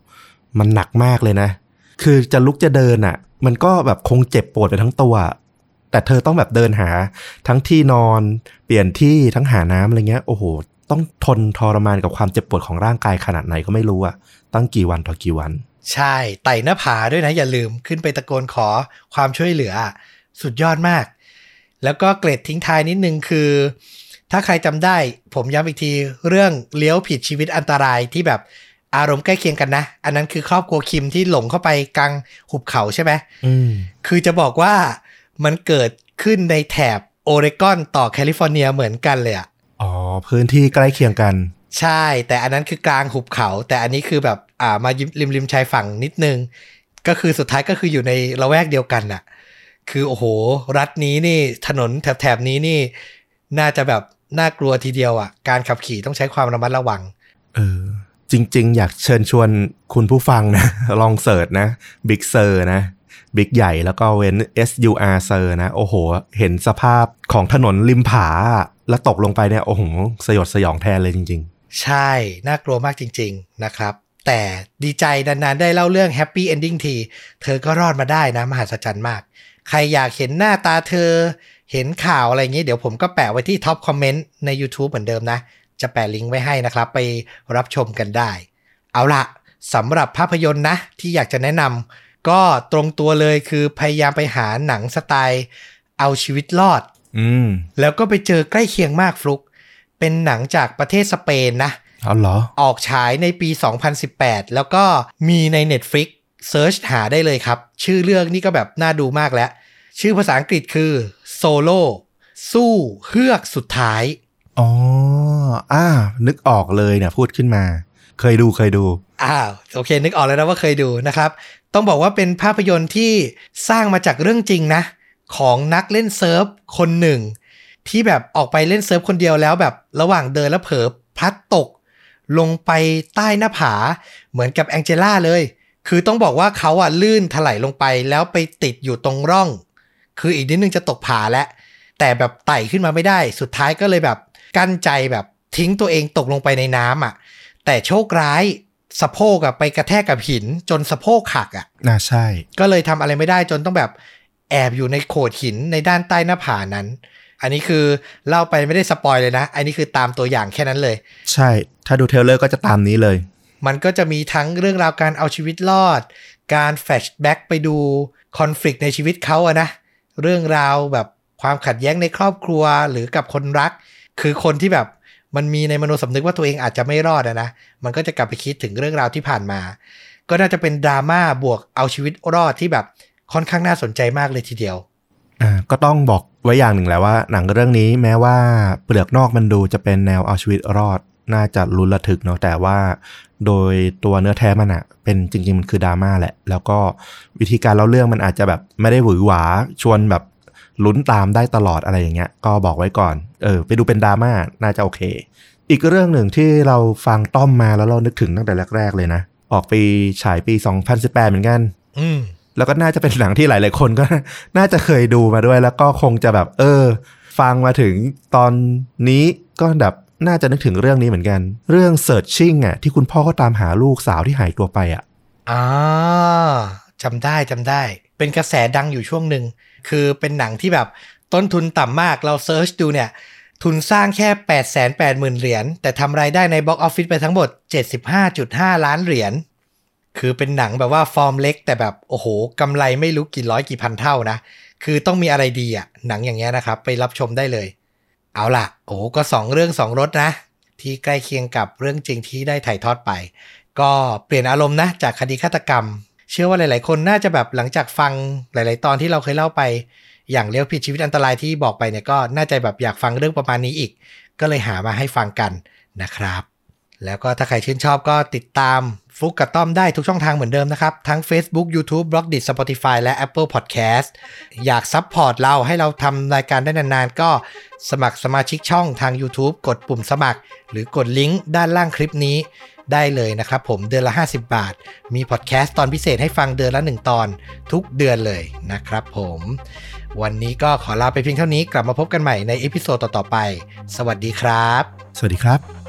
มันหนักมากเลยนะคือจะลุกจะเดินอ่ะมันก็แบบคงเจ็บปวดไปทั้งตัวแต่เธอต้องแบบเดินหาทั้งที่นอนเปลี่ยนที่ทั้งหาน้ำอะไรเงี้ยโอ้โหต้องทนทรมานกับความเจ็บปวดของร่างกายขนาดไหนก็ไม่รู้อ่ะตั้งกี่วันต่อกี่วันใช่ไต่หน้าผาด้วยนะอย่าลืมขึ้นไปตะโกนขอความช่วยเหลือสุดยอดมากแล้วก็เกรดทิ้งท้ายนิดนึงคือถ้าใครจำได้ผมย้ำอีกทีเรื่องเลี้ยวผิดชีวิตอันตรายที่แบบอารมณ์ใกล้เคียงกันนะอันนั้นคือครอบครัวคิมที่หลงเข้าไปกลางหุบเขาใช่ไหมอืมคือจะบอกว่ามันเกิดขึ้นในแถบโอเรกอนต่อแคลิฟอร์เนียเหมือนกันเลยอ่ะอ๋อพื้นที่ใกล้เคียงกันใช่แต่อันนั้นคือกลางหุบเขาแต่อันนี้คือแบบอ่ามาริมริมชายฝั่งนิดนึงก็คือสุดท้ายก็คืออยู่ในละแวกเดียวกันน่ะคือโอ้โหรัฐนี้นี่ถนนแถบๆนี้นี่น่าจะแบบน่ากลัวทีเดียวอ่ะการขับขี่ต้องใช้ความระมัดระวังเออจริงๆอยากเชิญชวนคุณผู้ฟังนะลองเสิร์ชนะบิ๊กเซอร์นะบิ๊กใหญ่แล้วก็เว้น เอส ยู อาร์ เซอร์นะโอ้โหเห็นสภาพของถนนริมผาแล้วตกลงไปเนี่ยโอ้โหสยดสยองแทนเลยจริงๆใช่น่ากลัวมากจริงๆนะครับแต่ดีใจนานๆได้เล่าเรื่องแฮปปี้เอนดิ้งทีเธอก็รอดมาได้นะมหัศจรรย์มากใครอยากเห็นหน้าตาเธอเห็นข่าวอะไรอย่างนี้เดี๋ยวผมก็แปะไว้ที่ท็อปคอมเมนต์ใน YouTube เหมือนเดิมนะจะแปะลิงก์ไว้ให้นะครับไปรับชมกันได้เอาล่ะสำหรับภาพยนตร์นะที่อยากจะแนะนำก็ตรงตัวเลยคือพยายามไปหาหนังสไตล์เอาชีวิตรอดอืมแล้วก็ไปเจอใกล้เคียงมากฟลุกเป็นหนังจากประเทศสเปนนะอ๋อเหรอออกฉายในปีสองพันสิบแปดแล้วก็มีใน Netflix เซิร์ชหาได้เลยครับชื่อเรื่องนี่ก็แบบน่าดูมากแล้วชื่อภาษาอังกฤษคือโซโล่สู้เฮือกสุดท้ายอ๋ออ่านึกออกเลยเนี่ยพูดขึ้นมาเคยดูเคยดูอ้าวโอเคนึกออกแล้วนะว่าเคยดูนะครับต้องบอกว่าเป็นภาพยนตร์ที่สร้างมาจากเรื่องจริงนะของนักเล่นเซิร์ฟคนหนึ่งที่แบบออกไปเล่นเซิร์ฟคนเดียวแล้วแบบระหว่างเดินแล้วเผลอพลัดตกลงไปใต้หน้าผาเหมือนกับแองเจล่าเลยคือต้องบอกว่าเขาอ่ะลื่นถลายลงไปแล้วไปติดอยู่ตรงร่องคืออีกนิดนึงจะตกผาแล้วแต่แบบไต่ขึ้นมาไม่ได้สุดท้ายก็เลยแบบกั้นใจแบบทิ้งตัวเองตกลงไปในน้ำอ่ะแต่โชคร้ายสะโพกอะไปกระแทกกับหินจนสะโพกหักอ่ะน่าใช่ก็เลยทำอะไรไม่ได้จนต้องแบบแอบอยู่ในโขดหินในด้านใต้หน้าผานั้นอันนี้คือเล่าไปไม่ได้สปอยเลยนะอันนี้คือตามตัวอย่างแค่นั้นเลยใช่ถ้าดูเทรลเลอร์ก็จะตามนี้เลยมันก็จะมีทั้งเรื่องราวการเอาชีวิตรอดการแฟลชแบ็กไปดูคอนฟลิกต์ในชีวิตเขาอะนะเรื่องราวแบบความขัดแย้งในครอบครัวหรือกับคนรักคือคนที่แบบมันมีในมโนสำนึกว่าตัวเองอาจจะไม่รอดอะนะมันก็จะกลับไปคิดถึงเรื่องราวที่ผ่านมาก็น่าจะเป็นดราม่าบวกเอาชีวิตรอดที่แบบค่อนข้างน่าสนใจมากเลยทีเดียวอ่าก็ต้องบอกไว้อย่างหนึ่งแหละว่าหนังเรื่องนี้แม้ว่าเปลือกนอกมันดูจะเป็นแนวเอาชีวิตรอดน่าจะลุ้นระทึกเนาะแต่ว่าโดยตัวเนื้อแท้มันอะเป็นจริงๆมันคือดราม่าแหละแล้วก็วิธีการเล่าเรื่องมันอาจจะแบบไม่ได้หวือหวาชวนแบบลุ้นตามได้ตลอดอะไรอย่างเงี้ยก็บอกไว้ก่อนเออไปดูเป็นดราม่าน่าจะโอเคอีกเรื่องหนึ่งที่เราฟังต้อมมาแล้วเรานึกถึงตั้งแต่แรกๆเลยนะออกปีฉายปีสองพันสิบแปดเหมือนกันอืมแล้วก็น่าจะเป็นหนังที่หลายๆคนก็น่าจะเคยดูมาด้วยแล้วก็คงจะแบบเออฟังมาถึงตอนนี้ก็แบบน่าจะนึกถึงเรื่องนี้เหมือนกันเรื่อง Searching อ่ะที่คุณพ่อก็ตามหาลูกสาวที่หายตัวไปอ่ะอ่าจำได้จำได้เป็นกระแสดังอยู่ช่วงหนึ่งคือเป็นหนังที่แบบต้นทุนต่ำมากเราเซิร์ชดูเนี่ยทุนสร้างแค่ แปดแสนแปดหมื่น เหรียญแต่ทำรายได้ในบ็อกซ์ออฟฟิศไปทั้งหมด เจ็ดสิบห้าจุดห้า ล้านเหรียญคือเป็นหนังแบบว่าฟอร์มเล็กแต่แบบโอ้โหกำไรไม่รู้กี่ร้อยกี่พันเท่านะคือต้องมีอะไรดีอ่ะหนังอย่างเงี้ยนะครับไปรับชมได้เลยเอาล่ะโอ้ก็สองเรื่องสองรสนะที่ใกล้เคียงกับเรื่องจริงที่ได้ถ่ายทอดไปก็เปลี่ยนอารมณ์นะจากคดีฆาตกรรมเชื่อว่าหลายๆคนน่าจะแบบหลังจากฟังหลายๆตอนที่เราเคยเล่าไปอย่างเลี้ยวผิดชีวิตอันตรายที่บอกไปเนี่ยก็น่าจะแบบอยากฟังเรื่องประมาณนี้อีกก็เลยหามาให้ฟังกันนะครับแล้วก็ถ้าใครชื่นชอบก็ติดตามฟลุกกับต้อมได้ทุกช่องทางเหมือนเดิมนะครับทั้ง Facebook YouTube Blogdit Spotify และ Apple Podcast อยากซัพพอร์ตเราให้เราทำรายการได้นานๆก็สมัครสมาชิกช่องทาง YouTube กดปุ่มสมัครหรือกดลิงก์ด้านล่างคลิปนี้ได้เลยนะครับผมเดือนละห้าสิบบาทมีพอดแคสต์ตอนพิเศษให้ฟังเดือนละหนึ่งตอนทุกเดือนเลยนะครับผมวันนี้ก็ขอลาไปเพียงเท่านี้กลับมาพบกันใหม่ในเอพิโซดต่อๆไปสวัสดีครับสวัสดีครับ